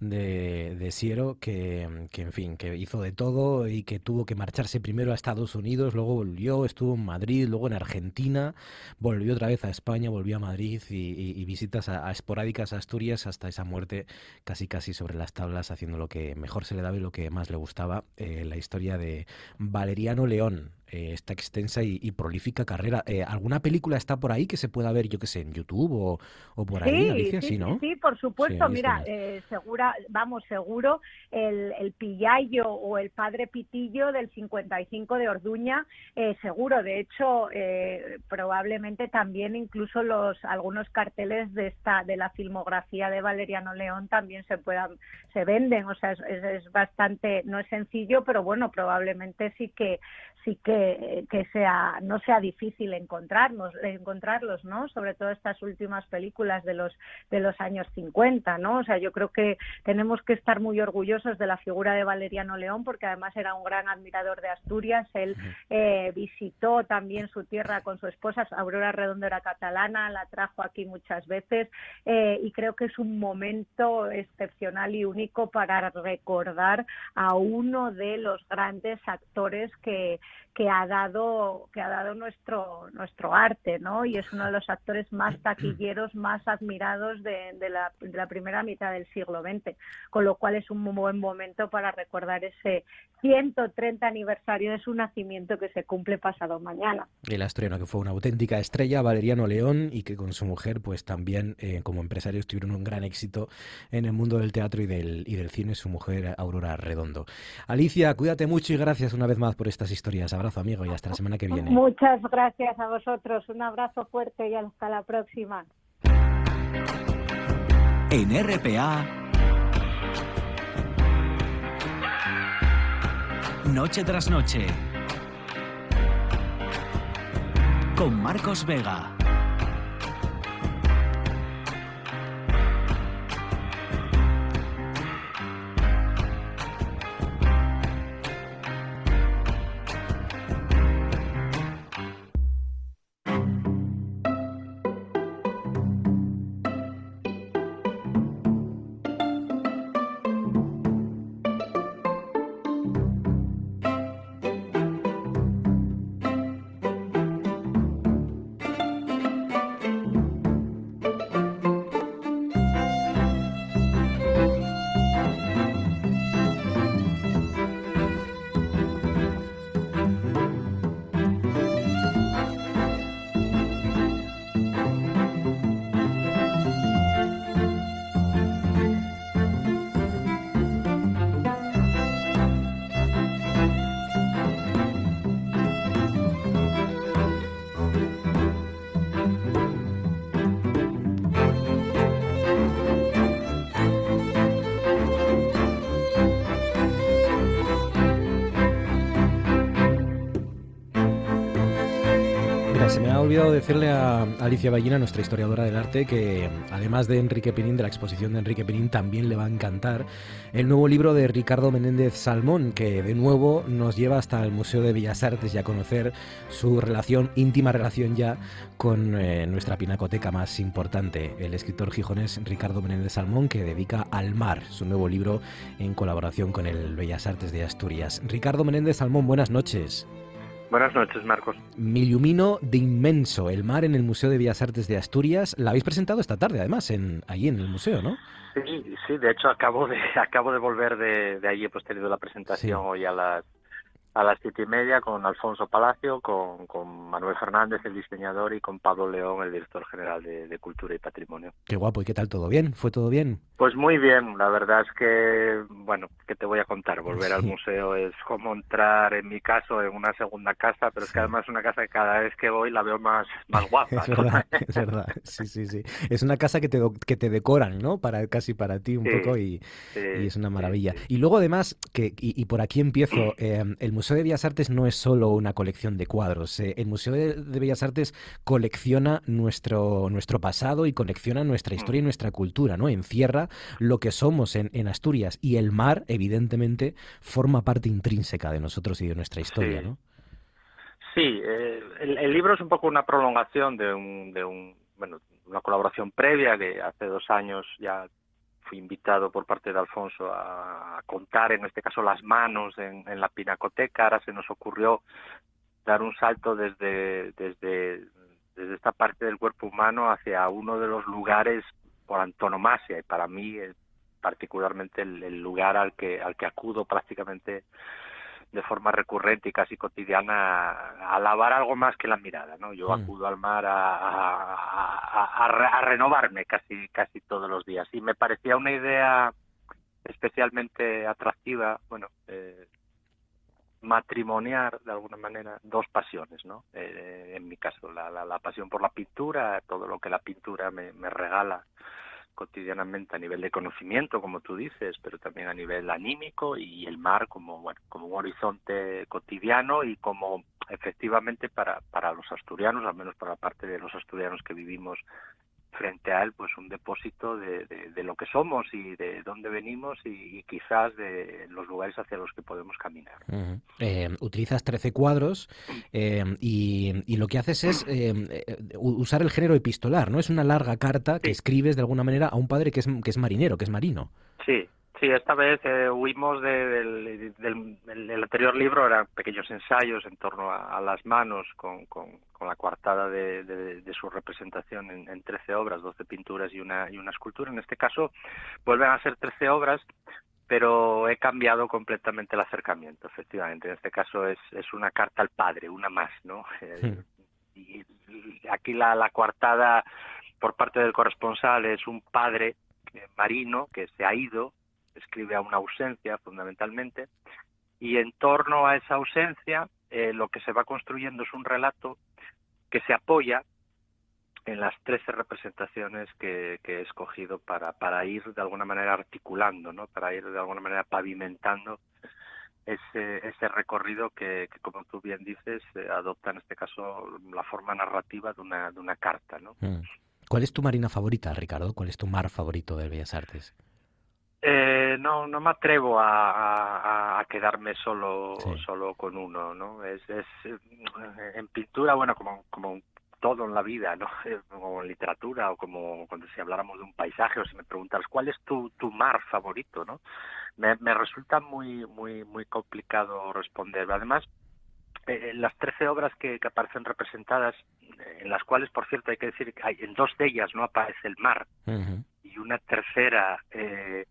de, de Siero, que, que, en fin, que hizo de todo y que tuvo que marcharse primero a Estados Unidos, luego volvió, estuvo en Madrid, luego en Argentina, volvió otra vez a España, volvió a Madrid y, y, y visitas a, a esporádicas a Asturias hasta esa muerte casi casi sobre las tablas, haciendo lo que mejor se le daba y lo que más le gustaba, eh, la historia de Valeriano León. Eh, esta extensa y, y prolífica carrera. Eh, ¿Alguna película está por ahí que se pueda ver, yo qué sé, en YouTube o, o por sí, ahí, Alicia? Sí, sí, ¿no? Sí, por supuesto. Sí, Mira, eh, segura, vamos, seguro, el, el Pillayo o el Padre Pitillo del cincuenta y cinco de Orduña, eh, seguro. De hecho, eh, probablemente también incluso los algunos carteles de esta de la filmografía de Valeriano León también se puedan, se venden. O sea, es, es, es bastante, no es sencillo, pero bueno, probablemente sí que sí que eh, que sea no sea difícil encontrarnos encontrarlos, ¿no? Sobre todo estas últimas películas de los de los años cincuenta, ¿no? O sea, yo creo que tenemos que estar muy orgullosos de la figura de Valeriano León, porque además era un gran admirador de Asturias. Él eh, visitó también su tierra con su esposa. Aurora Redondo era catalana, la trajo aquí muchas veces, eh, y creo que es un momento excepcional y único para recordar a uno de los grandes actores que que ha dado que ha dado nuestro nuestro arte, ¿no? Y es uno de los actores más taquilleros, más admirados de, de, la, de la primera mitad del siglo veinte, con lo cual es un muy buen momento para recordar ese ciento treinta aniversario de su nacimiento, que se cumple pasado mañana. El asturiano que fue una auténtica estrella, Valeriano León, y que con su mujer pues también eh, como empresarios tuvieron un gran éxito en el mundo del teatro y del, y del cine, su mujer Aurora Redondo. Alicia, cuídate mucho y gracias una vez más por estas historias. Abrazo, amigo, y hasta la semana que viene. Muchas gracias a vosotros. Un abrazo fuerte y hasta la próxima. En R P A, Noche tras Noche, con Marcos Vega. Se me ha olvidado decirle a Alicia Ballina, nuestra historiadora del arte, que además de Enrique Penín, de la exposición de Enrique Penín, también le va a encantar el nuevo libro de Ricardo Menéndez Salmón, que de nuevo nos lleva hasta el Museo de Bellas Artes y a conocer su relación, íntima relación ya, con eh, nuestra pinacoteca más importante, el escritor gijonés Ricardo Menéndez Salmón, que dedica al mar, su nuevo libro en colaboración con el Bellas Artes de Asturias. Ricardo Menéndez Salmón, buenas noches. Buenas noches, Marcos. Milumino de Inmenso, el mar en el Museo de Bellas Artes de Asturias. La habéis presentado esta tarde, además, en allí en el museo, ¿no? Sí, sí, de hecho acabo de acabo de volver de, de allí, pues he tenido la presentación Sí. hoy a las a las siete y media con Alfonso Palacio, con, con Manuel Fernández, el diseñador, y con Pablo León, el director general de, de Cultura y Patrimonio. Qué guapo, ¿y qué tal? ¿Todo bien? ¿Fue todo bien? Pues muy bien, la verdad es que, bueno, ¿qué te voy a contar? Volver Sí. al museo es como entrar, en mi caso, en una segunda casa, pero es Sí. que además es una casa que cada vez que voy la veo más, más guapa. Es verdad, es verdad. Sí, sí, sí. Es una casa que te, do- que te decoran, ¿no? Para, casi para ti un Sí, poco y, sí, y es una sí, maravilla. sí. Y luego además, que y, y por aquí empiezo, eh, el Museo de Bellas Artes no es solo una colección de cuadros. eh, el Museo de, de Bellas Artes colecciona nuestro, nuestro pasado y colecciona nuestra historia y nuestra cultura, ¿no? Encierra lo que somos en, en Asturias, y el mar, evidentemente, forma parte intrínseca de nosotros y de nuestra historia, Sí. ¿no? Sí, eh, el, el libro es un poco una prolongación de un, de un, bueno, una colaboración previa que hace dos años ya fui invitado por parte de Alfonso a, a contar, en este caso, las manos en, en la pinacoteca. Ahora se nos ocurrió dar un salto desde, desde, desde esta parte del cuerpo humano hacia uno de los lugares por antonomasia, y para mí es particularmente el, el lugar al que, al que acudo prácticamente de forma recurrente y casi cotidiana a, a lavar algo más que la mirada, ¿no? Yo Mm. acudo al mar a, a, a, a, re- a renovarme casi casi todos los días, y me parecía una idea especialmente atractiva, bueno, eh, matrimoniar de alguna manera dos pasiones, ¿no? Eh, en mi caso, la, la, la pasión por la pintura, todo lo que la pintura me, me regala cotidianamente a nivel de conocimiento, como tú dices, pero también a nivel anímico, y el mar como bueno como un horizonte cotidiano y como efectivamente para para los asturianos, al menos para la parte de los asturianos que vivimos frente a él, pues un depósito de, de, de lo que somos y de dónde venimos y, y quizás de los lugares hacia los que podemos caminar. Uh-huh. Eh, utilizas trece cuadros eh, y, y lo que haces es eh, usar el género epistolar, ¿no? Es una larga carta que sí. escribes de alguna manera a un padre que es, que es marinero, que es marino. Sí. Sí, esta vez eh, huimos de, del, del, del, del anterior libro, eran pequeños ensayos en torno a, a las manos, con, con, con la coartada de, de, de su representación en, en trece obras, doce pinturas y una, y una escultura. En este caso vuelven a ser trece obras, pero he cambiado completamente el acercamiento, efectivamente. En este caso es, es una carta al padre, una más, ¿no? Eh, y, y aquí la, la coartada por parte del corresponsal es un padre eh, marino que se ha ido, escribe a una ausencia fundamentalmente, y en torno a esa ausencia eh, lo que se va construyendo es un relato que se apoya en las trece representaciones que, que he escogido para, para ir de alguna manera articulando, ¿no? Para ir de alguna manera pavimentando ese, ese recorrido que, que, como tú bien dices, eh, adopta en este caso la forma narrativa de una, de una carta, ¿no? ¿Cuál es tu marina favorita, Ricardo? ¿Cuál es tu mar favorito de Bellas Artes? Eh, no, no me atrevo a, a, a quedarme solo, sí. solo con uno, ¿no? Es, es en pintura, bueno, como, como todo en la vida, ¿no? Como en literatura o como cuando si habláramos de un paisaje o si me preguntaras cuál es tu, tu mar favorito, ¿no? Me, me resulta muy, muy, muy complicado responder. Además, eh, las trece obras que, que aparecen representadas, en las cuales, por cierto, hay que decir que hay, en dos de ellas no aparece el mar, uh-huh. y una tercera eh,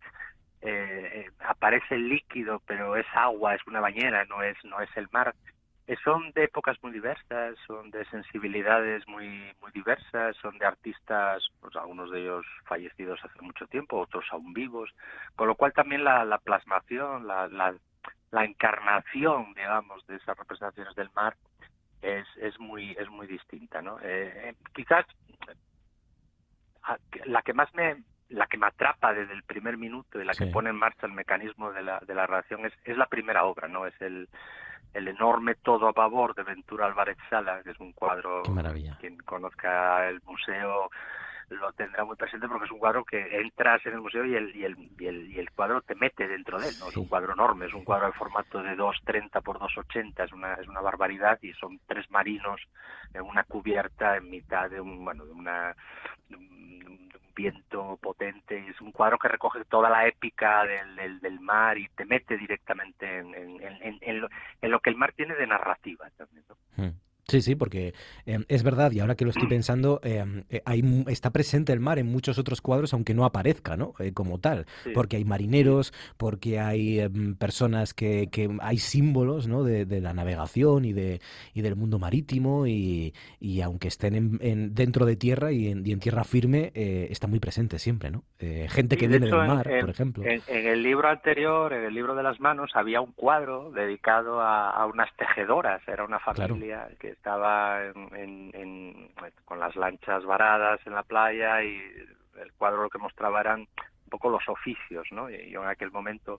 eh, aparece el líquido, pero es agua, es una bañera, no es no es el mar. Eh, son de épocas muy diversas, son de sensibilidades muy muy diversas, son de artistas, pues algunos de ellos fallecidos hace mucho tiempo, otros aún vivos, con lo cual también la, la plasmación, la, la, la encarnación, digamos, de esas representaciones del mar es es muy es muy distinta, ¿no? Eh, eh, quizás la que más me la que me atrapa desde el primer minuto y la sí. que pone en marcha el mecanismo de la de la relación es, es la primera obra, ¿no? Es el el enorme Todo a Babor de Ventura Álvarez Sala, que es un cuadro, qué maravilla. Quien conozca el museo lo tendrá muy presente porque es un cuadro que entras en el museo y el y el y el, y el cuadro te mete dentro de él, ¿no? Sí. Es un cuadro enorme, es un cuadro de formato de dos treinta por dos ochenta, es una es una barbaridad, y son tres marinos en una cubierta en mitad de un bueno de una de un, de un viento potente, y es un cuadro que recoge toda la épica del del, del mar y te mete directamente en en, en, en, lo, en lo que el mar tiene de narrativa también, ¿no? Hmm. Sí, sí, porque eh, es verdad, y ahora que lo estoy pensando, eh, eh, hay, está presente el mar en muchos otros cuadros, aunque no aparezca, ¿no? Eh, como tal, sí. Porque hay marineros, porque hay eh, personas que, que hay símbolos, ¿no? De, de la navegación y de y del mundo marítimo, y, y aunque estén en, en, dentro de tierra y en, y en tierra firme, eh, está muy presente siempre, ¿no? Eh, gente sí, que de viene hecho, del mar, en, por ejemplo. En, en el libro anterior, en el libro de las manos, había un cuadro dedicado a, a unas tejedoras, era una familia claro. que estaba en, en, en, con las lanchas varadas en la playa, y el cuadro lo que mostraba eran un poco los oficios, ¿no? Y yo en aquel momento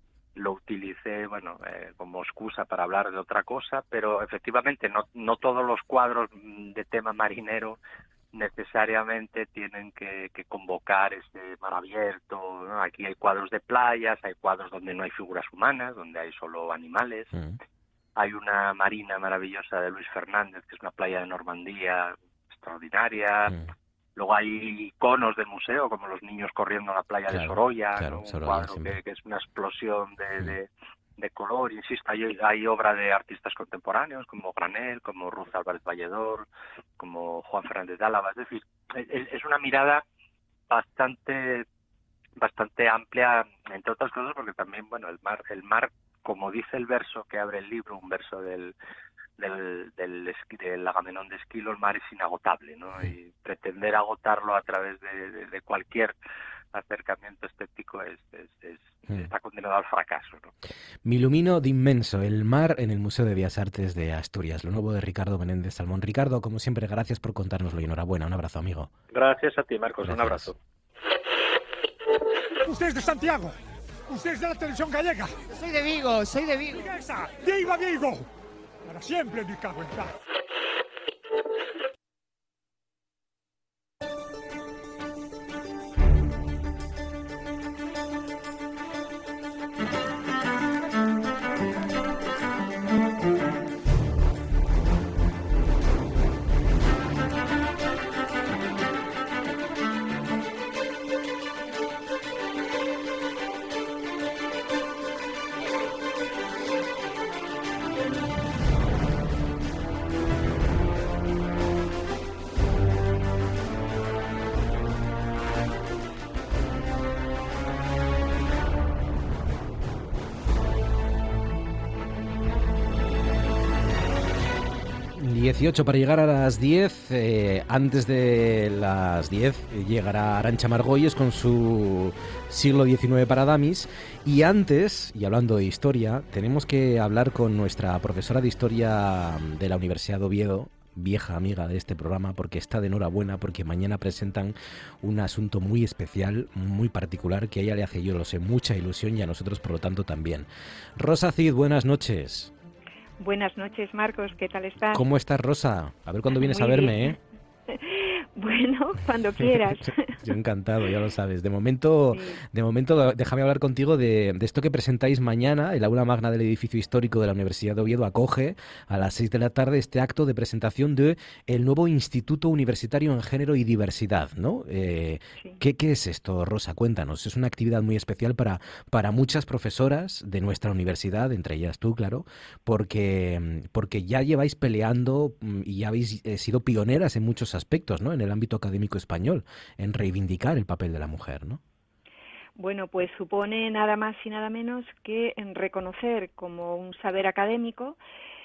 lo utilicé, bueno, eh, como excusa para hablar de otra cosa, pero efectivamente no, no todos los cuadros de tema marinero necesariamente tienen que, que convocar ese mar abierto, ¿no? Aquí hay cuadros de playas, hay cuadros donde no hay figuras humanas, donde hay solo animales. Mm. Hay una marina maravillosa de Luis Fernández, que es una playa de Normandía extraordinaria. Mm. Luego hay iconos del museo, como los niños corriendo a la playa claro, de Sorolla, claro, ¿no? Un Sorolla, cuadro que, que es una explosión de, mm. de, de color. Insisto, hay, hay obra de artistas contemporáneos, como Granel, como Ruth Álvarez Valledor, como Juan Fernández de Álava. Es decir, es, es una mirada bastante bastante amplia, entre otras cosas, porque también, bueno, el mar, el mar como dice el verso que abre el libro, un verso del del, del, del Agamenón de Esquilo, el mar es inagotable, ¿no? Y pretender agotarlo a través de, de, de cualquier acercamiento estético es, es, es mm. está condenado al fracaso, ¿no? Mi ilumino de inmenso, el mar en el Museo de Bellas Artes de Asturias, lo nuevo de Ricardo Menéndez Salmón. Ricardo, como siempre, gracias por contárnoslo y enhorabuena. Un abrazo, amigo. Gracias a ti, Marcos. Gracias. Un abrazo. Usted es de Santiago. Usted es de la televisión gallega. Soy de Vigo, soy de Vigo. ¡Viguesa! ¡Viva Vigo! Para siempre me cago en tal. dieciocho para llegar a las diez. Eh, antes de las diez llegará Arantxa Margolles con su siglo diecinueve para Damis. Y antes, y hablando de historia, tenemos que hablar con nuestra profesora de historia de la Universidad de Oviedo, vieja amiga de este programa, porque está de enhorabuena, porque mañana presentan un asunto muy especial, muy particular, que a ella le hace, yo lo sé, mucha ilusión y a nosotros, por lo tanto, también. Rosa Cid, buenas noches. Buenas noches, Marcos, ¿qué tal estás? ¿Cómo estás, Rosa? A ver cuándo vienes Muy a verme, bien. ¿eh? Bueno, cuando quieras. Yo encantado, ya lo sabes. De momento, Sí. de momento déjame hablar contigo de, de esto que presentáis mañana. El aula magna del edificio histórico de la Universidad de Oviedo acoge a las seis de la tarde este acto de presentación de el nuevo Instituto Universitario en Género y Diversidad, ¿no? Eh, Sí. ¿qué, ¿Qué es esto, Rosa? Cuéntanos. Es una actividad muy especial para, para muchas profesoras de nuestra universidad, entre ellas tú, claro, porque, porque ya lleváis peleando mm, y ya habéis eh, sido pioneras en muchos aspectos, ¿no? En el ámbito académico español, en reivindicar el papel de la mujer, ¿no? Bueno, pues supone nada más y nada menos que en reconocer como un saber académico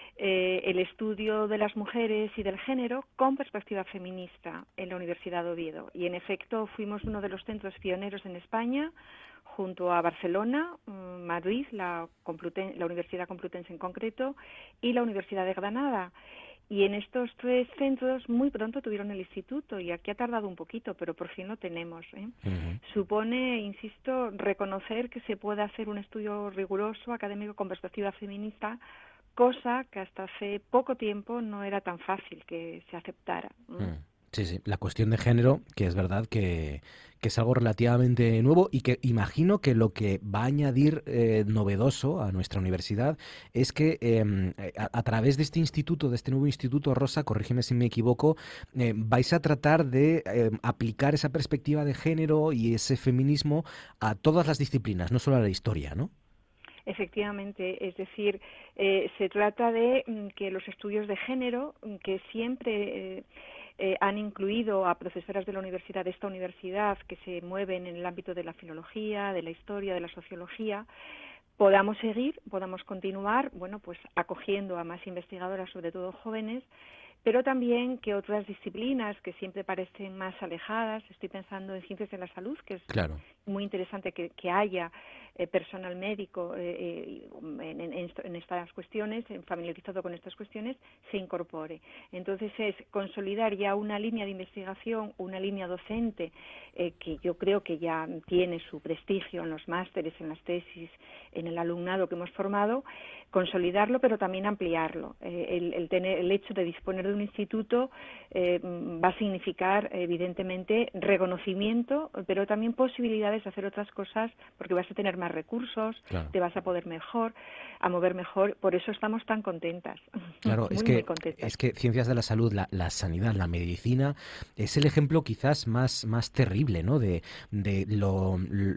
eh, el estudio de las mujeres y del género con perspectiva feminista en la Universidad de Oviedo. Y en efecto fuimos uno de los centros pioneros en España, junto a Barcelona, mm, Madrid, la, Compluten- la Universidad Complutense en concreto, y la Universidad de Granada. Y en estos tres centros muy pronto tuvieron el instituto y aquí ha tardado un poquito, pero por fin lo tenemos, ¿eh? Uh-huh. Supone, insisto, reconocer que se puede hacer un estudio riguroso, académico, con perspectiva feminista, cosa que hasta hace poco tiempo no era tan fácil que se aceptara. Mm. Sí, sí, la cuestión de género, que es verdad que, que es algo relativamente nuevo y que imagino que lo que va a añadir eh, novedoso a nuestra universidad es que eh, a, a través de este instituto, de este nuevo instituto, Rosa, corrígeme si me equivoco, eh, vais a tratar de eh, aplicar esa perspectiva de género y ese feminismo a todas las disciplinas, no solo a la historia, ¿no? Efectivamente, es decir, eh, se trata de mm, que los estudios de género, mm, que siempre eh, eh, han incluido a profesoras de la universidad, de esta universidad, que se mueven en el ámbito de la filología, de la historia, de la sociología, podamos seguir, podamos continuar, bueno, pues acogiendo a más investigadoras, sobre todo jóvenes, pero también que otras disciplinas que siempre parecen más alejadas, estoy pensando en ciencias de la salud, que es Claro. muy interesante que, que haya eh, personal médico eh, eh, en, en, en estas cuestiones, familiarizado con estas cuestiones, se incorpore. Entonces es consolidar ya una línea de investigación, una línea docente eh, que yo creo que ya tiene su prestigio en los másteres, en las tesis, en el alumnado que hemos formado, consolidarlo pero también ampliarlo. Eh, el, el, tener, el hecho de disponer de un instituto eh, va a significar evidentemente reconocimiento, pero también posibilidades de hacer otras cosas porque vas a tener más recursos, Claro. te vas a poder mejor, a mover mejor, por eso estamos tan contentas. Claro, muy, es que muy contentas. es que ciencias de la salud, la, la sanidad, la medicina es el ejemplo quizás más, más terrible, ¿no? De, de lo,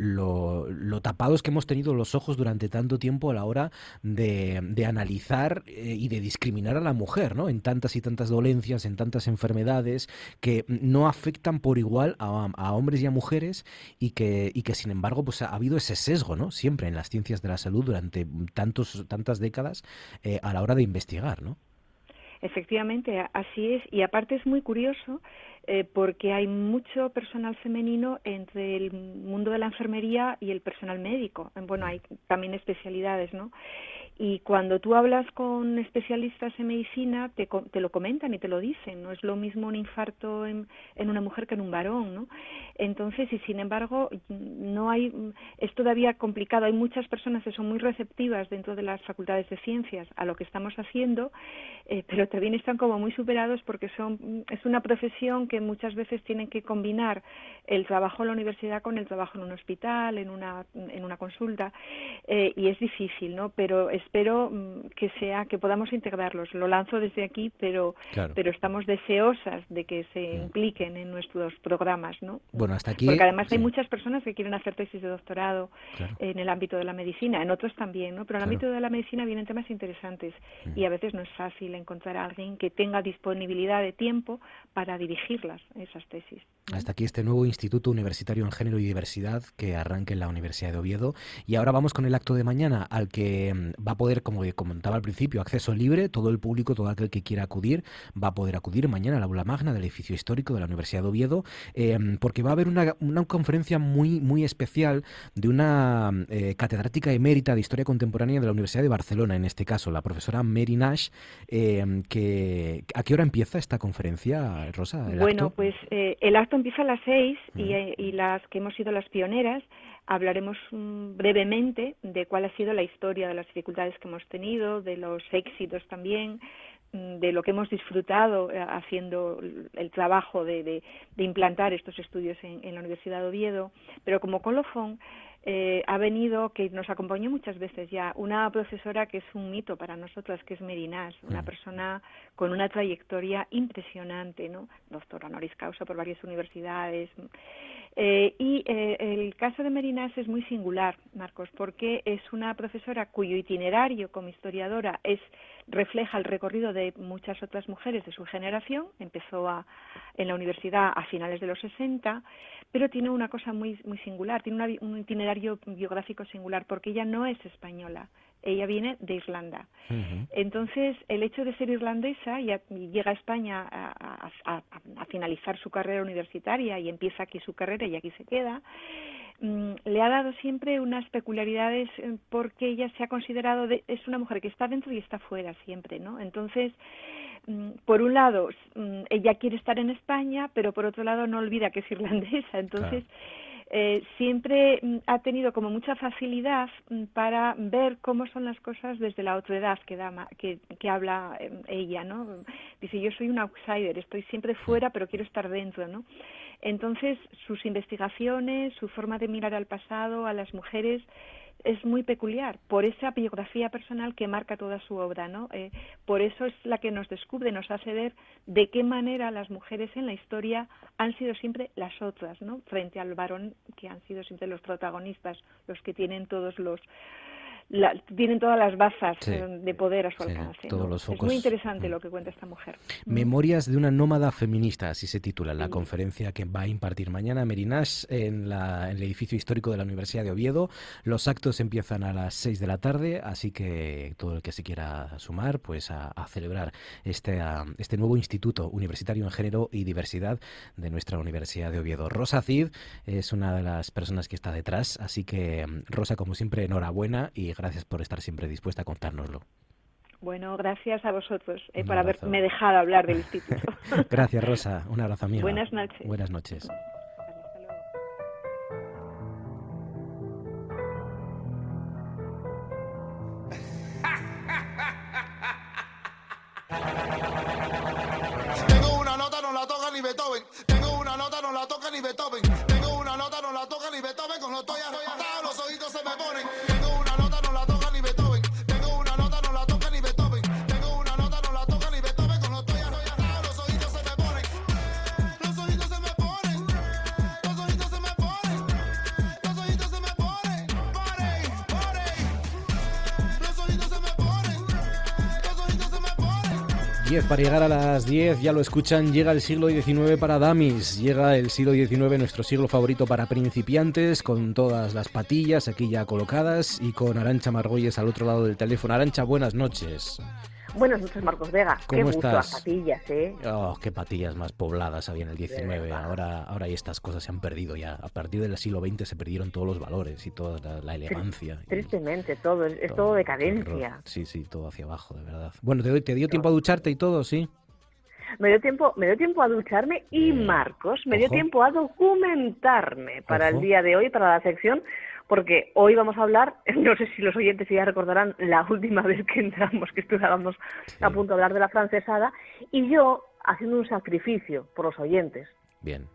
lo, lo tapados que hemos tenido los ojos durante tanto tiempo a la hora de, de analizar eh, y de discriminar a la mujer, ¿no? En tantas y tantas dolencias, en tantas enfermedades que no afectan por igual a, a hombres y a mujeres y que, y que sin embargo pues ha habido ese sesgo, ¿no? Siempre en las ciencias de la salud durante tantos, tantas décadas eh, a la hora de investigar, ¿no? Efectivamente, así es. Y aparte es muy curioso eh, porque hay mucho personal femenino entre el mundo de la enfermería y el personal médico. Bueno, hay también especialidades, ¿no? Y cuando tú hablas con especialistas en medicina, te, te lo comentan y te lo dicen. No es lo mismo un infarto en, en una mujer que en un varón, ¿no? Entonces, y sin embargo, no hay, es todavía complicado. Hay muchas personas que son muy receptivas dentro de las facultades de ciencias a lo que estamos haciendo, eh, pero también están como muy superados porque son, es una profesión que muchas veces tienen que combinar el trabajo en la universidad con el trabajo en un hospital, en una, en una consulta, eh, y es difícil, ¿no? Pero espero que sea, que podamos integrarlos. Lo lanzo desde aquí, pero claro. pero estamos deseosas de que se impliquen en nuestros programas, ¿no? Bueno, hasta aquí... Porque además sí. hay muchas personas que quieren hacer tesis de doctorado claro. en el ámbito de la medicina, en otros también, ¿no? Pero en el claro. ámbito de la medicina vienen temas interesantes mm. y a veces no es fácil encontrar a alguien que tenga disponibilidad de tiempo para dirigirlas, esas tesis. Hasta aquí este nuevo Instituto Universitario en Género y Diversidad que arranca en la Universidad de Oviedo. Y ahora vamos con el acto de mañana, al que va a poder, como comentaba al principio, acceso libre, todo el público, todo aquel que quiera acudir, va a poder acudir mañana al aula magna del edificio histórico de la Universidad de Oviedo, eh, porque va a haber una, una conferencia muy, muy especial de una eh, catedrática emérita de Historia Contemporánea de la Universidad de Barcelona, en este caso, la profesora Mary Nash. Eh, que, ¿A qué hora empieza esta conferencia, Rosa? ¿El bueno, acto? pues eh, el acto empieza a las seis mm. y, y las que hemos sido las pioneras hablaremos um, brevemente de cuál ha sido la historia de las dificultades que hemos tenido, de los éxitos también, de lo que hemos disfrutado eh, haciendo el trabajo de, de, de implantar estos estudios en, en la Universidad de Oviedo, pero como colofón eh, ha venido, que nos acompañó muchas veces ya, una profesora que es un mito para nosotras, que es Mary Nash, una persona con una trayectoria impresionante, ¿no? Doctora honoris causa por varias universidades. Eh, y eh, el caso de Mary Nash es muy singular, Marcos, porque es una profesora cuyo itinerario como historiadora es refleja el recorrido de muchas otras mujeres de su generación. Empezó a, en la universidad a finales de los sesenta, pero tiene una cosa muy muy singular, tiene una, un itinerario biográfico singular, porque ella no es española, ella viene de Irlanda. Uh-huh. Entonces, el hecho de ser irlandesa, y, a, y llega a España a, a, a, a finalizar su carrera universitaria y empieza aquí su carrera y aquí se queda, le ha dado siempre unas peculiaridades porque ella se ha considerado, de, es una mujer que está dentro y está fuera siempre, ¿no? Entonces, por un lado, ella quiere estar en España, pero por otro lado no olvida que es irlandesa, entonces... Claro. Eh, siempre ha tenido como mucha facilidad para ver cómo son las cosas desde la otredad que, da, que, que habla eh, ella, ¿no? Dice, yo soy un outsider, estoy siempre fuera, pero quiero estar dentro, ¿no? Entonces, sus investigaciones, su forma de mirar al pasado, a las mujeres, es muy peculiar, por esa biografía personal que marca toda su obra, ¿no? Eh, por eso es la que nos descubre, nos hace ver de qué manera las mujeres en la historia han sido siempre las otras, ¿no? Frente al varón, que han sido siempre los protagonistas, los que tienen todos los... La, tienen todas las bazas sí, de poder a su sí, alcance. Todos ¿no? los focos. Es muy interesante lo que cuenta esta mujer. Memorias de una nómada feminista, así se titula la sí. conferencia que va a impartir mañana Mary Nash en, la, en el edificio histórico de la Universidad de Oviedo. Los actos empiezan a las seis de la tarde, así que todo el que se quiera sumar pues a, a celebrar este, a, este nuevo Instituto Universitario en Género y Diversidad de nuestra Universidad de Oviedo. Rosa Cid es una de las personas que está detrás, así que Rosa, como siempre, enhorabuena y gracias por estar siempre dispuesta a contárnoslo. Bueno, gracias a vosotros eh, por haberme dejado hablar del instituto. Gracias, Rosa. Un abrazo, amiga. Buenas noches. Buenas noches. Tengo una nota, no la toca ni Beethoven. Tengo una nota, no la toca ni Beethoven. Tengo una nota, no la toca ni Beethoven. Con los estoy arrebatado, los ojitos se me ponen. Tengo una nota, no la toca ni Beethoven. Tengo una nota, no la toca ni Beethoven. Tengo una nota, no la toca ni Beethoven. Con los estoy arrebatado, los ojitos se me ponen. Los ojitos se me ponen. Los ojitos se me ponen. Los ojitos se me ponen. Ponen, ponen. Los ojitos se me ponen. Los ojitos se me ponen. diez para llegar a las diez, ya lo escuchan, llega el siglo diecinueve para Damis, llega el siglo diecinueve, nuestro siglo favorito para principiantes, con todas las patillas aquí ya colocadas y con Arantxa Margolles al otro lado del teléfono. Arantxa, buenas noches. Buenas noches, Marcos Vega. ¿Cómo qué gusto, estás? las patillas, ¿eh? Oh, qué patillas más pobladas había en el diecinueve. Ahora, ahora estas cosas se han perdido ya. A partir del siglo veinte se perdieron todos los valores y toda la, la elegancia. Tristemente, todo, es, es todo, todo decadencia. Sí, sí, todo hacia abajo, de verdad. Bueno, ¿te, te dio tiempo a ducharte y todo, sí? Me dio tiempo, me dio tiempo a ducharme y, Marcos, me Ojo. dio tiempo a documentarme para Ojo. el día de hoy, para la sección, porque hoy vamos a hablar, no sé si los oyentes ya recordarán la última vez que entramos, que estuvimos sí. a punto de hablar de la francesada, y yo, haciendo un sacrificio por los oyentes, Bien.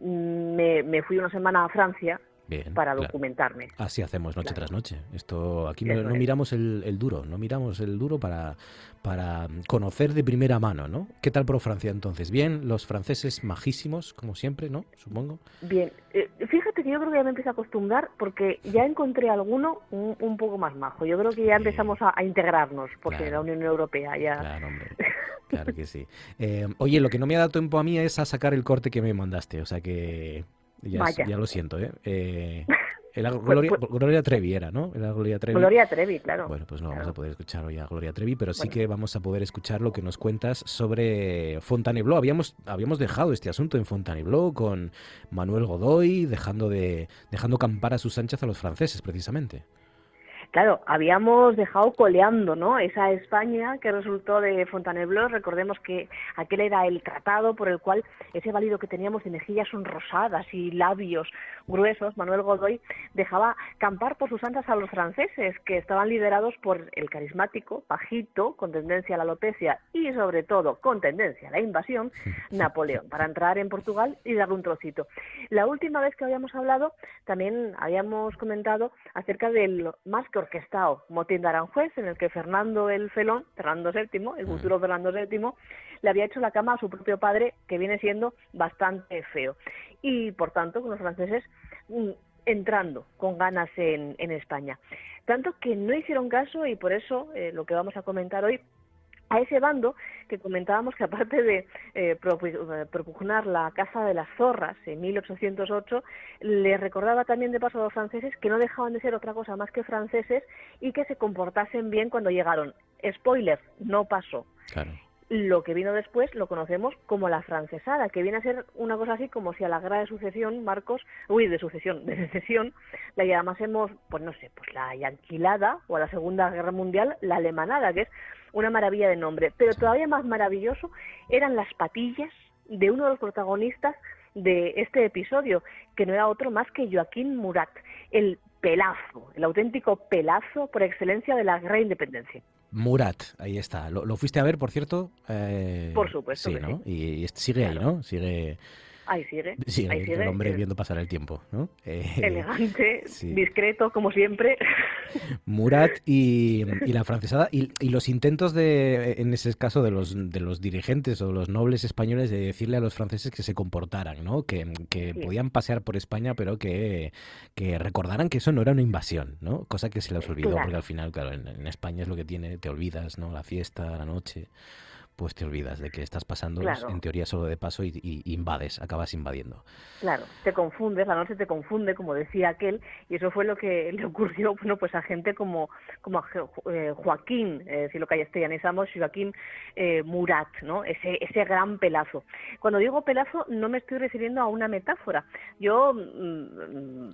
Me, me fui una semana a Francia. Bien, para claro. documentarme. Así hacemos noche claro. tras noche. Esto aquí no, no es. miramos el, el duro, no miramos el duro para, para conocer de primera mano, ¿no? ¿Qué tal por Francia entonces? Bien, los franceses majísimos, como siempre, ¿no? Supongo. Bien, eh, fíjate que yo creo que ya me empiezo a acostumbrar porque ya encontré alguno un, un poco más majo. Yo creo que ya empezamos a, a integrarnos porque claro. la Unión Europea ya... Claro, hombre. Claro que sí. Eh, oye, lo que no me ha dado tiempo a mí es a sacar el corte que me mandaste, o sea que... Ya, ya lo siento, ¿eh? eh era Gloria, pues, pues, Gloria Trevi era, ¿no? Era Gloria Trevi. Gloria Trevi, claro. Bueno, pues no claro. vamos a poder escuchar hoy a Gloria Trevi, pero sí bueno. que vamos a poder escuchar lo que nos cuentas sobre Fontainebleau. Habíamos, habíamos dejado este asunto en Fontainebleau con Manuel Godoy, dejando, de, dejando campar a sus anchas a los franceses, precisamente. Claro, habíamos dejado coleando, ¿no? Esa España que resultó de Fontainebleau. Recordemos que aquel era el tratado por el cual ese válido que teníamos de mejillas sonrosadas y labios gruesos, Manuel Godoy, dejaba campar por sus anchas a los franceses, que estaban liderados por el carismático, bajito, con tendencia a la alopecia y sobre todo con tendencia a la invasión, Napoleón, para entrar en Portugal y darle un trocito. La última vez que habíamos hablado, también habíamos comentado acerca del más que orquestado motín de Aranjuez, en el que Fernando el Felón, Fernando séptimo, el futuro Fernando séptimo, le había hecho la cama a su propio padre, que viene siendo bastante feo. Y, por tanto, con los franceses mm, entrando con ganas en, en España. Tanto que no hicieron caso, y por eso eh, lo que vamos a comentar hoy, a ese bando que comentábamos que aparte de eh, propugnar la Casa de las Zorras en mil ochocientos ocho, le recordaba también de paso a los franceses que no dejaban de ser otra cosa más que franceses y que se comportasen bien cuando llegaron. Spoiler, no pasó. Claro. Lo que vino después lo conocemos como la francesada, que viene a ser una cosa así como si a la guerra de sucesión, Marcos, uy, de sucesión, de secesión, la llamásemos, pues no sé, pues la yanquilada, o a la Segunda Guerra Mundial, la alemanada, que es una maravilla de nombre. Pero todavía más maravilloso eran las patillas de uno de los protagonistas de este episodio, que no era otro más que Joaquín Murat, el pelazo, el auténtico pelazo por excelencia de la Guerra de Independencia. Murat, ahí está. ¿Lo, lo fuiste a ver, por cierto? Eh, por supuesto. Sí, que ¿no? sí. Y, y sigue claro. ahí, ¿no? Sigue. Ahí sigue. Sigue ahí sigue. el hombre eh, viendo pasar el tiempo, ¿no? Eh, elegante, sí. discreto, como siempre. Murat y, y la francesada y, y los intentos de, en ese caso, de los de los dirigentes o los nobles españoles de decirle a los franceses que se comportaran, ¿no? Que, que sí. podían pasear por España, pero que, que recordaran que eso no era una invasión, ¿no? Cosa que se les olvidó, claro. porque al final, claro, en, en España es lo que tiene, te olvidas, ¿no? La fiesta, la noche, pues te olvidas de que estás pasando, claro. en teoría, solo de paso y, y invades, acabas invadiendo. Claro, te confundes, la noche te confunde, como decía aquel, y eso fue lo que le ocurrió, bueno, pues a gente como, como a eh, Joaquín, eh, si lo castellanizamos, Joaquín eh, Murat, ¿no? Ese, ese gran pelazo. Cuando digo pelazo, no me estoy refiriendo a una metáfora. Yo mmm,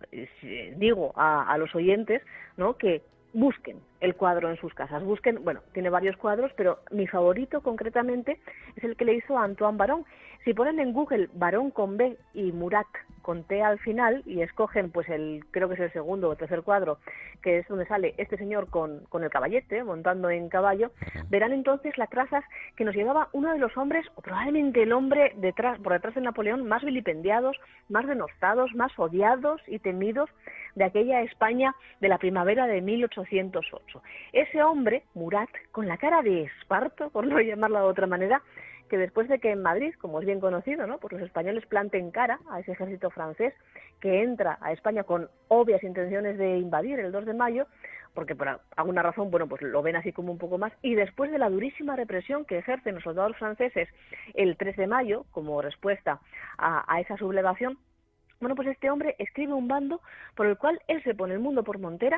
digo a, a los oyentes, ¿no?, que busquen el cuadro en sus casas, busquen, bueno, tiene varios cuadros, pero mi favorito concretamente es el que le hizo a Antoine Barón. Si ponen en Google Barón con B y Murat con T al final y escogen, pues el, creo que es el segundo o tercer cuadro, que es donde sale este señor con, con el caballete, montando en caballo, verán entonces las trazas que nos llevaba uno de los hombres, o probablemente el hombre detrás, por detrás de Napoleón, más vilipendiados, más denostados, más odiados y temidos de aquella España de la primavera de mil ochocientos ocho. Ese hombre, Murat, con la cara de esparto, por no llamarla de otra manera, que después de que en Madrid, como es bien conocido, ¿no?, pues los españoles planten cara a ese ejército francés que entra a España con obvias intenciones de invadir el dos de mayo, porque por alguna razón, bueno, pues lo ven así como un poco más, y después de la durísima represión que ejercen los soldados franceses el tres de mayo, como respuesta a, a esa sublevación, bueno, pues este hombre escribe un bando por el cual él se pone el mundo por montera,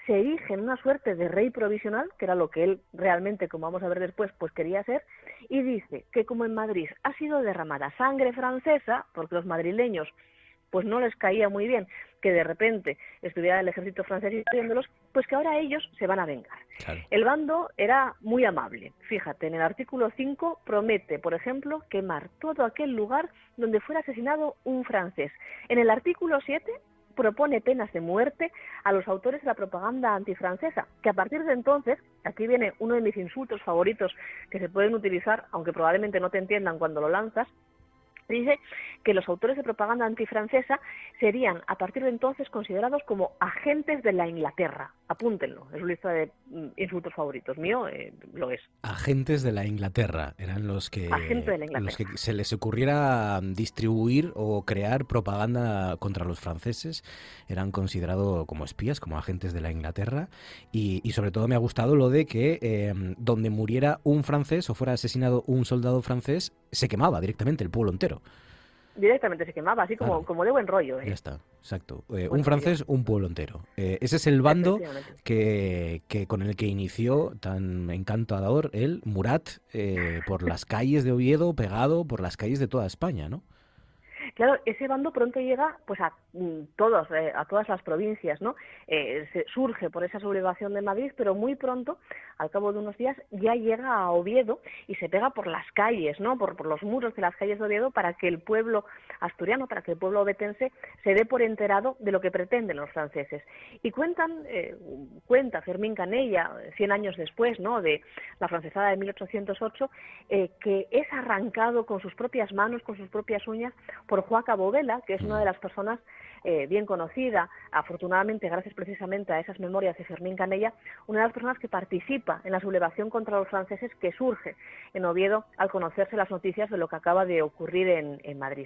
se erige en una suerte de rey provisional, que era lo que él realmente, como vamos a ver después, pues quería ser, y dice que como en Madrid ha sido derramada sangre francesa, porque los madrileños pues no les caía muy bien que de repente estuviera el ejército francés invadiéndolos, pues que ahora ellos se van a vengar. Claro. El bando era muy amable. Fíjate, en el artículo cinco promete, por ejemplo, quemar todo aquel lugar donde fuera asesinado un francés. En el artículo siete propone penas de muerte a los autores de la propaganda antifrancesa, que a partir de entonces, aquí viene uno de mis insultos favoritos que se pueden utilizar, aunque probablemente no te entiendan cuando lo lanzas, dice que los autores de propaganda antifrancesa serían a partir de entonces considerados como agentes de la Inglaterra. Apúntenlo, es una lista de mm, insultos favoritos mío, eh, lo es. Agentes de la Inglaterra eran los que, Agente de la Inglaterra. los que se les ocurriera distribuir o crear propaganda contra los franceses, eran considerados como espías, como agentes de la Inglaterra, y, y sobre todo me ha gustado lo de que eh, donde muriera un francés o fuera asesinado un soldado francés, se quemaba directamente el pueblo entero. Directamente se quemaba, así como, Claro. como de buen rollo. ¿eh? Ya está, exacto. Eh, Buen un francés, un pueblo entero. Eh, ese es el bando Efectivamente. que, que con el que inició tan encantador el Murat eh, por las calles de Oviedo, pegado por las calles de toda España, ¿no? Claro, ese bando pronto llega pues a mm, todos, eh, a todas las provincias, ¿no? Eh, se, surge por esa sublevación de Madrid, pero muy pronto, al cabo de unos días, ya llega a Oviedo y se pega por las calles, ¿no? Por, por los muros de las calles de Oviedo para que el pueblo asturiano, para que el pueblo obetense se dé por enterado de lo que pretenden los franceses. Y cuentan, eh, cuenta Fermín Canella, cien años después, ¿no? De la francesada de mil ochocientos ocho, eh, que es arrancado con sus propias manos, con sus propias uñas, por Joaca Bovela, que es una de las personas eh, bien conocida, afortunadamente gracias precisamente a esas memorias de Fermín Canella, una de las personas que participa en la sublevación contra los franceses que surge en Oviedo al conocerse las noticias de lo que acaba de ocurrir en, en Madrid.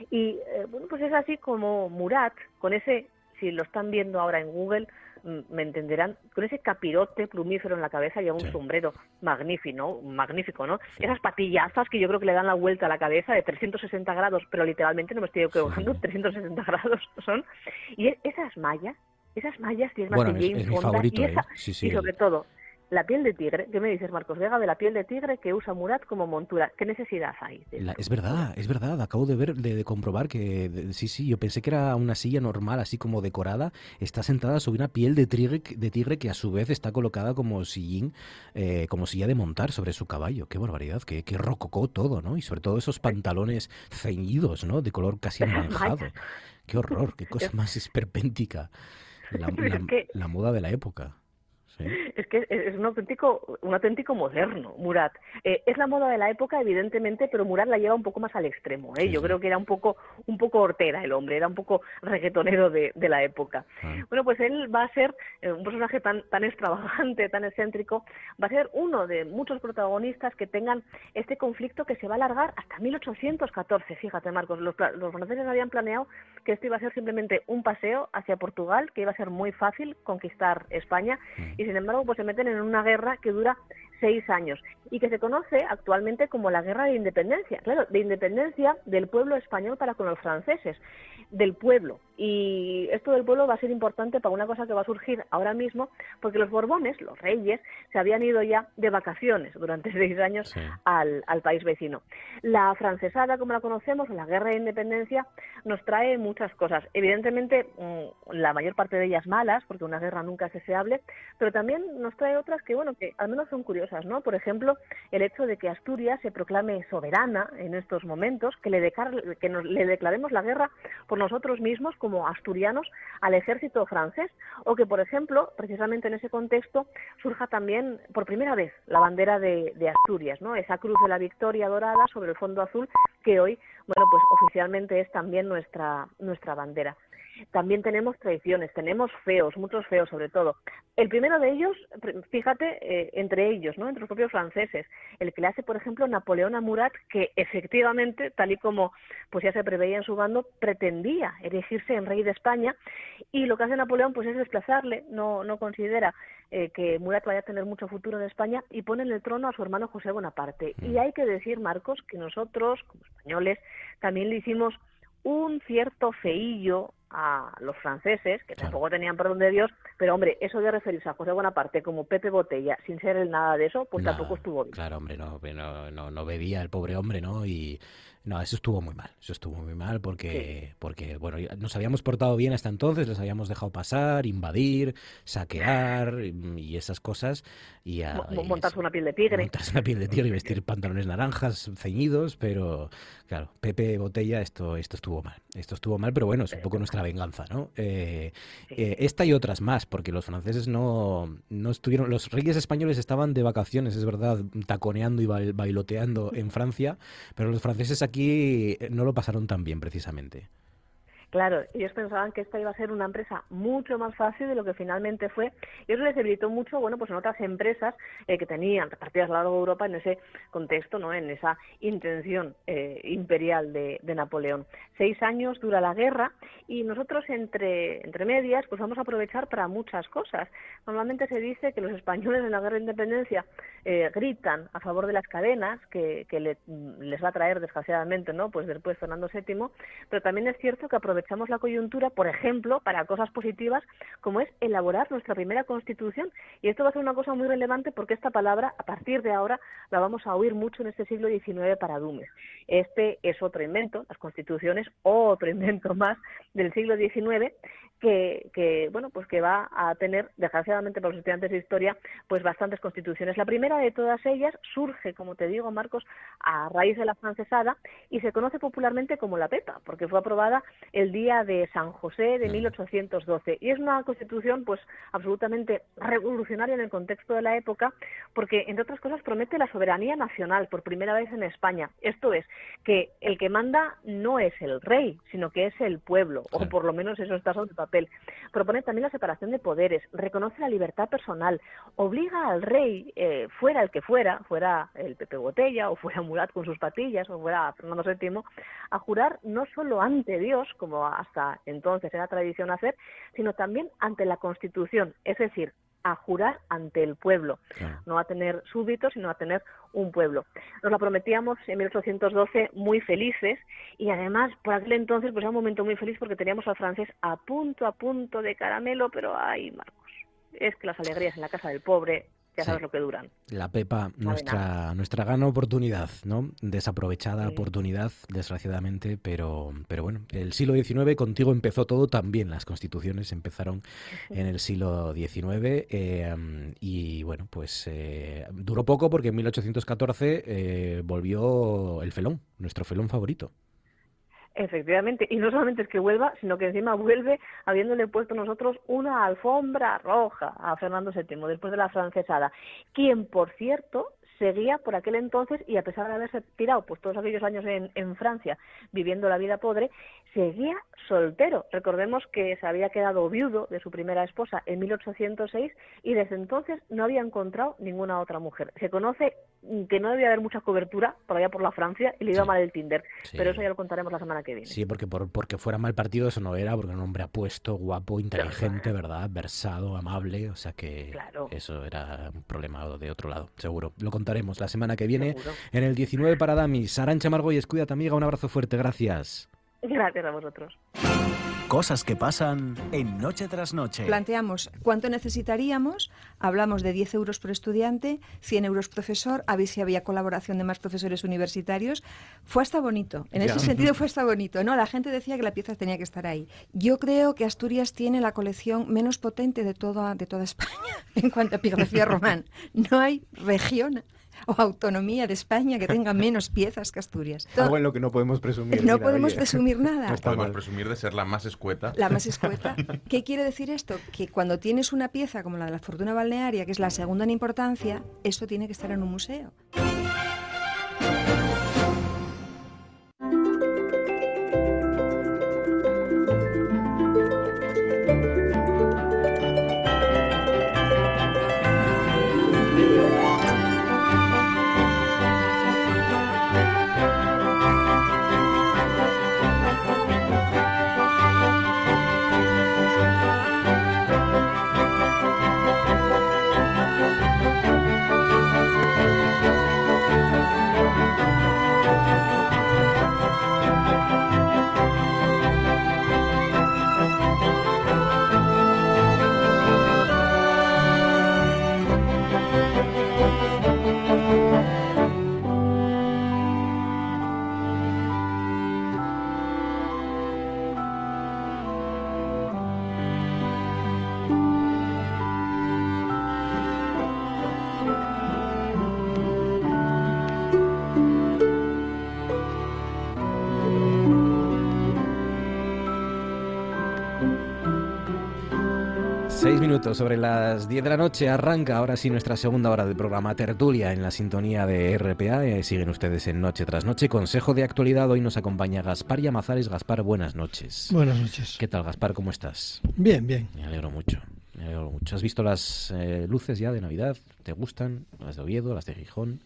Y eh, bueno, pues es así como Murat, con ese, si lo están viendo ahora en Google, me entenderán, con ese capirote plumífero en la cabeza y un sí. sombrero magnífico, ¿no? magnífico, ¿no? Sí. Esas patillazas que yo creo que le dan la vuelta a la cabeza de trescientos sesenta grados, pero literalmente no me estoy equivocando, sí. trescientos sesenta grados son. Y esas mallas, esas mallas tiernas bueno, de James es, es Bond, favorito, y, esa, ¿eh? sí, sí, y sobre todo la piel de tigre. ¿Qué me dices, Marcos Vega, de la piel de tigre que usa Murat como montura? ¿Qué necesidad hay? La, es verdad, es verdad. Acabo de ver, de, de comprobar que de, sí, sí. Yo pensé que era una silla normal, así como decorada. Está sentada sobre una piel de tigre, de tigre que a su vez está colocada como sillín, eh, como silla de montar sobre su caballo. Qué barbaridad, qué, qué rococó todo, ¿no? Y sobre todo esos pantalones ceñidos, ¿no? De color casi anaranjado. Qué horror, qué cosa más esperpéntica. La, la, la moda de la época. Sí. Es que es un auténtico, un auténtico moderno, Murat. Eh, es la moda de la época, evidentemente, pero Murat la lleva un poco más al extremo. ¿eh? Sí, Yo sí. creo que era un poco, un poco hortera el hombre, era un poco reggaetonero de, de la época. Ah. Bueno, pues él va a ser eh, un personaje tan, tan extravagante, tan excéntrico, va a ser uno de muchos protagonistas que tengan este conflicto que se va a alargar hasta mil ochocientos catorce. Fíjate, Marcos, los, los franceses habían planeado que esto iba a ser simplemente un paseo hacia Portugal, que iba a ser muy fácil conquistar España, mm. y sin embargo pues se meten en una guerra que dura seis años y que se conoce actualmente como la Guerra de Independencia, claro, de independencia del pueblo español para con los franceses, del pueblo. Y esto del pueblo va a ser importante para una cosa que va a surgir ahora mismo, porque los Borbones, los reyes, se habían ido ya de vacaciones durante seis años sí. al, al país vecino. La francesada, como la conocemos, la Guerra de Independencia, nos trae muchas cosas. Evidentemente, la mayor parte de ellas malas, porque una guerra nunca es deseable, pero también nos trae otras que, bueno, que al menos son curiosas, ¿no? Por ejemplo, el hecho de que Asturias se proclame soberana en estos momentos, que le, decar- que nos, le declaremos la guerra por nosotros mismos como asturianos al ejército francés, o que, por ejemplo, precisamente en ese contexto, surja también por primera vez la bandera de, de Asturias, ¿no? Esa cruz de la victoria dorada sobre el fondo azul que hoy, bueno, pues oficialmente es también nuestra, nuestra bandera. También tenemos tradiciones, tenemos feos, muchos feos sobre todo. El primero de ellos, fíjate, eh, entre ellos, ¿no? Entre los propios franceses, el que le hace, por ejemplo, Napoleón a Murat, que efectivamente, tal y como pues ya se preveía en su bando, pretendía erigirse en rey de España, y lo que hace Napoleón pues es desplazarle, no, no considera eh, que Murat vaya a tener mucho futuro en España, y pone en el trono a su hermano José Bonaparte. Y hay que decir, Marcos, que nosotros, como españoles, también le hicimos un cierto feillo a los franceses, que tampoco tenían perdón de Dios, pero hombre, eso de referirse a José Bonaparte como Pepe Botella, sin ser él nada de eso, pues no, tampoco estuvo bien. Claro, hombre, no, no, no, no bebía el pobre hombre, ¿no? Y no, eso estuvo muy mal, eso estuvo muy mal porque, sí. porque bueno, nos habíamos portado bien hasta entonces, les habíamos dejado pasar, invadir, saquear y esas cosas. Y a, montarse y, una piel de tigre. Montarse una piel de tigre y vestir pantalones naranjas ceñidos, pero claro, Pepe Botella, esto, esto estuvo mal, esto estuvo mal, pero bueno, es un poco nuestra venganza, ¿no? Eh, sí. eh, esta y otras más, porque los franceses no, no estuvieron, los reyes españoles estaban de vacaciones, es verdad, taconeando y bailoteando en Francia, pero los franceses aquí no lo pasaron tan bien, precisamente. Claro, ellos pensaban que esta iba a ser una empresa mucho más fácil de lo que finalmente fue, y eso les debilitó mucho, bueno, pues en otras empresas eh, que tenían repartidas a lo largo de Europa en ese contexto, ¿no? En esa intención eh, imperial de, de Napoleón. Seis años dura la guerra y nosotros entre, entre medias pues vamos a aprovechar para muchas cosas. Normalmente se dice que los españoles en la guerra de independencia eh, gritan a favor de las cadenas que, que le, les va a traer desgraciadamente, ¿no? Pues después Fernando séptimo, pero también es cierto que aprovechamos aprovechamos la coyuntura, por ejemplo, para cosas positivas, como es elaborar nuestra primera Constitución. Y esto va a ser una cosa muy relevante porque esta palabra, a partir de ahora, la vamos a oír mucho en este siglo diecinueve para Dumes. Este es otro invento, las Constituciones, otro invento más del siglo diecinueve, que, que bueno, pues que va a tener, desgraciadamente para los estudiantes de historia, pues bastantes constituciones. La primera de todas ellas surge, como te digo, Marcos, a raíz de la francesada y se conoce popularmente como la Pepa, porque fue aprobada el día de San José de mil ochocientos doce. Y es una constitución pues absolutamente revolucionaria en el contexto de la época, porque entre otras cosas promete la soberanía nacional por primera vez en España. Esto es, que el que manda no es el rey, sino que es el pueblo, o por lo menos eso está sobre el papel. Propone también la separación de poderes, reconoce la libertad personal, obliga al rey, eh, fuera el que fuera, fuera el Pepe Botella, o fuera Murat con sus patillas, o fuera Fernando séptimo, a jurar no solo ante Dios, como hasta entonces era tradición hacer, sino también ante la Constitución, es decir, a jurar ante el pueblo, claro. No a tener súbditos, sino a tener un pueblo. Nos la prometíamos en mil ochocientos doce muy felices y además por aquel entonces pues era un momento muy feliz porque teníamos al francés a punto, a punto de caramelo, pero ay, Marcos, es que las alegrías en la casa del pobre, ya sabes sí. lo que duran. La Pepa, nuestra nuestra gran oportunidad, ¿no? Desaprovechada sí. oportunidad, desgraciadamente, pero pero bueno, el siglo diecinueve contigo empezó todo también, las constituciones empezaron en el siglo diecinueve eh, y bueno, pues eh, duró poco porque en mil ochocientos catorce eh, volvió el felón, nuestro felón favorito. Efectivamente, y no solamente es que vuelva, sino que encima vuelve habiéndole puesto nosotros una alfombra roja a Fernando séptimo, después de la francesada, quien, por cierto, seguía por aquel entonces, y a pesar de haberse tirado pues todos aquellos años en, en Francia viviendo la vida pobre, seguía soltero. Recordemos que se había quedado viudo de su primera esposa en mil ochocientos seis y desde entonces no había encontrado ninguna otra mujer. Se conoce que no debía haber mucha cobertura por allá por la Francia y le iba sí. mal el Tinder, sí. pero eso ya lo contaremos la semana que viene. Sí, porque por, porque fuera mal partido eso no era, porque era un hombre apuesto, guapo, inteligente, claro. ¿verdad? Versado, amable, o sea que claro. eso era un problema de otro lado, seguro. Lo contaremos la semana que viene seguro. En el diecinueve para Damis. Arantxa Margolles, cuídate, amiga, un abrazo fuerte, gracias. Gracias a vosotros. Cosas que pasan en Noche tras Noche. Planteamos cuánto necesitaríamos, hablamos de diez euros por estudiante, cien euros profesor, a ver si había colaboración de más profesores universitarios. Fue hasta bonito, en ya. ese sentido fue hasta bonito, ¿no? La gente decía que la pieza tenía que estar ahí. Yo creo que Asturias tiene la colección menos potente de toda, de toda España en cuanto a epigrafía romana. No hay región o autonomía de España que tenga menos piezas que Asturias. Algo en lo que no podemos presumir. No mira, podemos oye. presumir nada. No podemos presumir de ser la más escueta. La más escueta. ¿Qué quiere decir esto? Que cuando tienes una pieza como la de la Fortuna Balnearia, que es la segunda en importancia, eso tiene que estar en un museo. Seis minutos sobre las diez de la noche arranca ahora sí nuestra segunda hora del programa Tertulia en la sintonía de R P A. Eh, siguen ustedes en Noche tras Noche. Consejo de actualidad. Hoy nos acompaña Gaspar Llamazares. Gaspar, buenas noches. Buenas noches. ¿Qué tal, Gaspar? ¿Cómo estás? Bien, bien. Me alegro mucho. Me alegro mucho. ¿Has visto las eh, luces ya de Navidad? ¿Te gustan? Las de Oviedo, las de Gijón.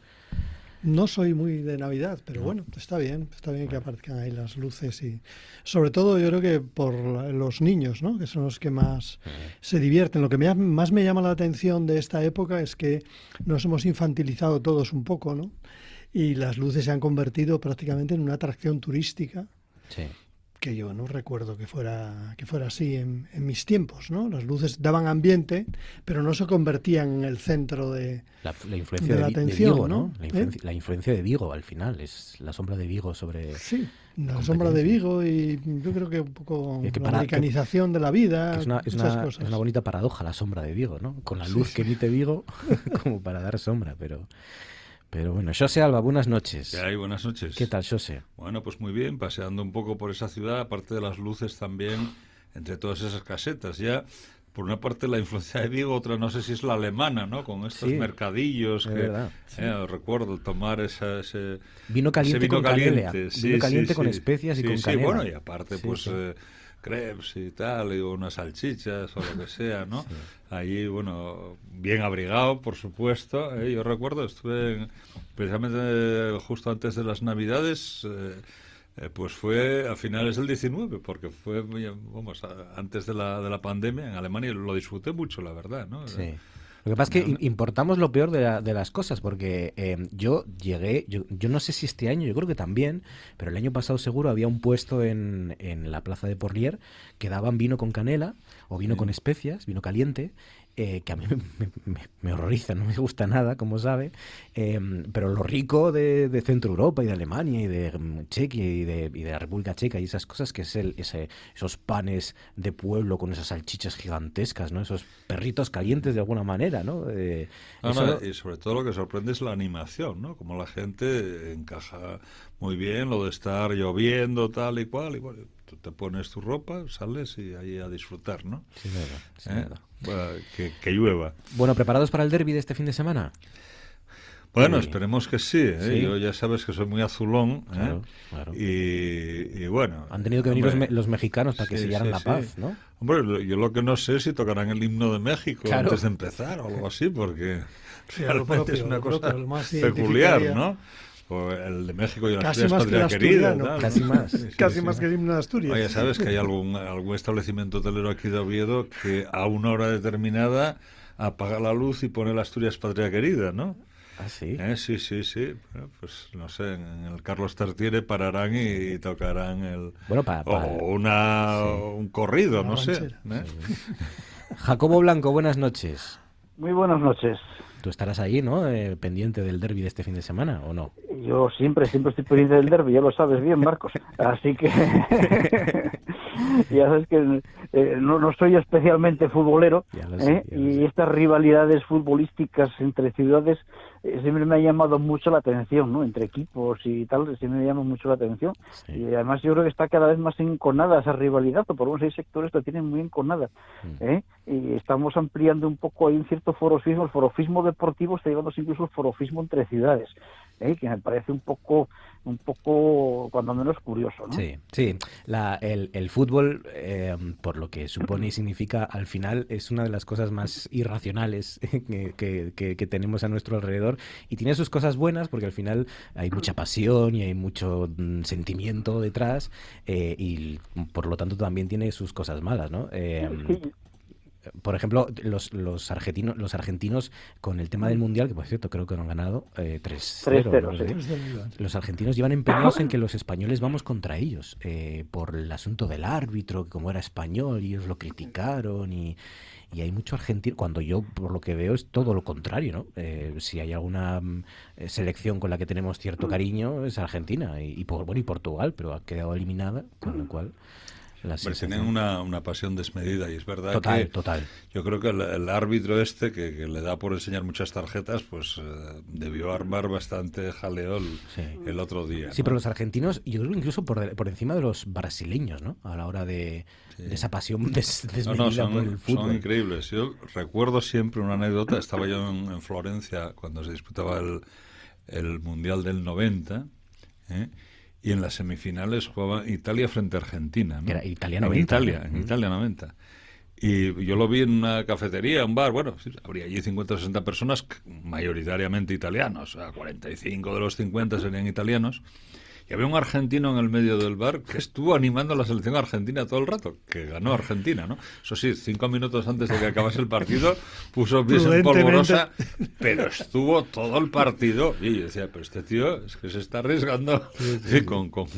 No soy muy de Navidad, pero no. bueno, está bien, está bien que aparezcan ahí las luces y sobre todo yo creo que por los niños, ¿no? Que son los que más uh-huh. se divierten. Lo que me, más me llama la atención de esta época es que nos hemos infantilizado todos un poco, ¿no? Y las luces se han convertido prácticamente en una atracción turística. Sí. Que yo no recuerdo que fuera que fuera así en, en mis tiempos, ¿no? Las luces daban ambiente, pero no se convertían en el centro de la, la influencia de, de, la atención, de Vigo, ¿no? ¿no? La, influencia, ¿Eh? la influencia de Vigo, al final, es la sombra de Vigo sobre... Sí, la sombra de Vigo y yo creo que un poco que la para, americanización que, de la vida, es una, es, muchas una, cosas. es una bonita paradoja la sombra de Vigo, ¿no? Con la luz sí, que emite Vigo como para dar sombra, pero... Pero bueno, Xosé Alba, buenas noches. ¿Qué hay? Buenas noches. ¿Qué tal, Xosé? Bueno, pues muy bien, paseando un poco por esa ciudad, aparte de las luces también, entre todas esas casetas. Ya, por una parte la influencia de Vigo, otra no sé si es la alemana, ¿no? Con estos sí, mercadillos que verdad, sí. eh, recuerdo tomar esa, ese vino caliente ese vino con caliente. canela. Sí, vino caliente sí, con sí. especias y sí, con sí, canela. Bueno, y aparte, sí, pues... sí. Eh, crepes y tal, y unas salchichas o lo que sea, ¿no? Sí. Allí, bueno, bien abrigado, por supuesto. ¿eh? Yo recuerdo, estuve en, precisamente justo antes de las Navidades, eh, eh, pues fue a finales del diecinueve, porque fue, vamos, a, antes de la, de la pandemia en Alemania, lo disfruté mucho, la verdad, ¿no? Sí. Lo que pasa es que importamos lo peor de, la, de las cosas, porque eh, yo llegué, yo, yo no sé si este año, yo creo que también, pero el año pasado seguro había un puesto en, en la plaza de Porlier que daban vino con canela o vino sí. con especias, vino caliente, eh, que a mí me, me, me horroriza, no me gusta nada, como sabe, eh, pero lo rico de, de Centro Europa y de Alemania y de um, Chequia y de, y de la República Checa y esas cosas, que es el, ese, esos panes de pueblo con esas salchichas gigantescas, ¿no? Esos perritos calientes de alguna manera, ¿no? Eh, no, eso... no, y sobre todo lo que sorprende es la animación, ¿no? Como la gente encaja muy bien lo de estar lloviendo, tal y cual, y bueno, tú te pones tu ropa, sales y ahí a disfrutar, ¿no? Sí, verdad, sí, ¿Eh? verdad. Bueno, que, que llueva. Bueno, ¿preparados para el derbi de este fin de semana? Bueno, sí. esperemos que sí, ¿eh? sí. Yo ya sabes que soy muy azulón, ¿eh? Claro, claro. Y, y bueno... Han tenido que venir hombre, los, me los mexicanos para que sí, sellaran sí, la paz, sí. ¿no? Hombre, yo lo que no sé es si tocarán el himno de México claro. antes de empezar o algo así, porque sí, realmente propio, es una cosa propio, peculiar, ¿no? O el de México y las casi Asturias Patria Querida. ¿no? Casi más. Sí, casi sí, más sí. que el himno de Asturias. Oye, ¿sabes que hay algún, algún establecimiento hotelero aquí de Oviedo que a una hora determinada apaga la luz y pone la Asturias Patria Querida, ¿no? ¿Ah, sí? ¿Eh? Sí, sí, sí. Bueno, pues no sé, en el Carlos Tartiere pararán y, y tocarán el... Bueno, para... Pa, o una, sí. un corrido, una no ranchera. sé. ¿eh? Sí. Jacobo Blanco, buenas noches. Muy buenas noches. Tú estarás ahí, ¿no? Eh, pendiente del derbi de este fin de semana, ¿o no? Yo siempre, siempre estoy pendiente del derbi, ya lo sabes bien, Marcos. Así que ya sabes que eh, no, no soy especialmente futbolero, sé, ¿eh? y estas rivalidades futbolísticas entre ciudades eh, siempre me ha llamado mucho la atención, ¿no? Entre equipos y tal, siempre me llama mucho la atención. Sí. Y además yo creo que está cada vez más enconada esa rivalidad, o por lo menos hay sectores que la tienen muy enconada, ¿eh? Y estamos ampliando un poco ahí un cierto forofismo, el forofismo deportivo está llevándose incluso el forofismo entre ciudades, ¿eh? Que me parece un poco, un poco cuando menos curioso, ¿no? Sí, sí. La, el, el fútbol, eh, por lo que supone y significa, al final es una de las cosas más irracionales que, que, que, que tenemos a nuestro alrededor, y tiene sus cosas buenas porque al final hay mucha pasión y hay mucho mm, sentimiento detrás, eh, y por lo tanto también tiene sus cosas malas, ¿no? Eh, sí. Por ejemplo, los, los argentinos los argentinos con el tema del Mundial, que por cierto creo que no han ganado eh, tres cero, ¿no? Sí. Los argentinos llevan empeñados en que los españoles vamos contra ellos, eh, por el asunto del árbitro, que como era español, y ellos lo criticaron, y, y hay mucho argentino, cuando yo por lo que veo es todo lo contrario, ¿no? Eh, si hay alguna eh, selección con la que tenemos cierto cariño es Argentina, y, y, por, bueno, y Portugal, pero ha quedado eliminada, con lo cual... Hombre, tienen una, una pasión desmedida y es verdad total, que total. yo creo que el, el árbitro este que, que le da por enseñar muchas tarjetas, pues eh, debió armar bastante jaleo el, sí. el otro día. Sí, ¿no? pero los argentinos, yo creo incluso por, por encima de los brasileños, ¿no? A la hora de, sí. de esa pasión des, desmedida no, no, son, por el fútbol. Son increíbles. Yo recuerdo siempre una anécdota. Estaba yo en, en Florencia cuando se disputaba el, el Mundial del noventa, ¿eh? Y en las semifinales jugaba Italia frente a Argentina, ¿no? Era Italia noventa. En Italia, en Italia noventa. Y yo lo vi en una cafetería, un bar, bueno, sí, habría allí cincuenta o sesenta personas, mayoritariamente italianos, o sea, cuarenta y cinco de los cincuenta serían italianos. Y había un argentino en el medio del bar que estuvo animando a la selección argentina todo el rato, que ganó Argentina, ¿no? Eso sí, cinco minutos antes de que acabase el partido, puso pies en polvorosa, pero estuvo todo el partido. Y yo decía, pero este tío es que se está arriesgando sí, sí, sí. con... con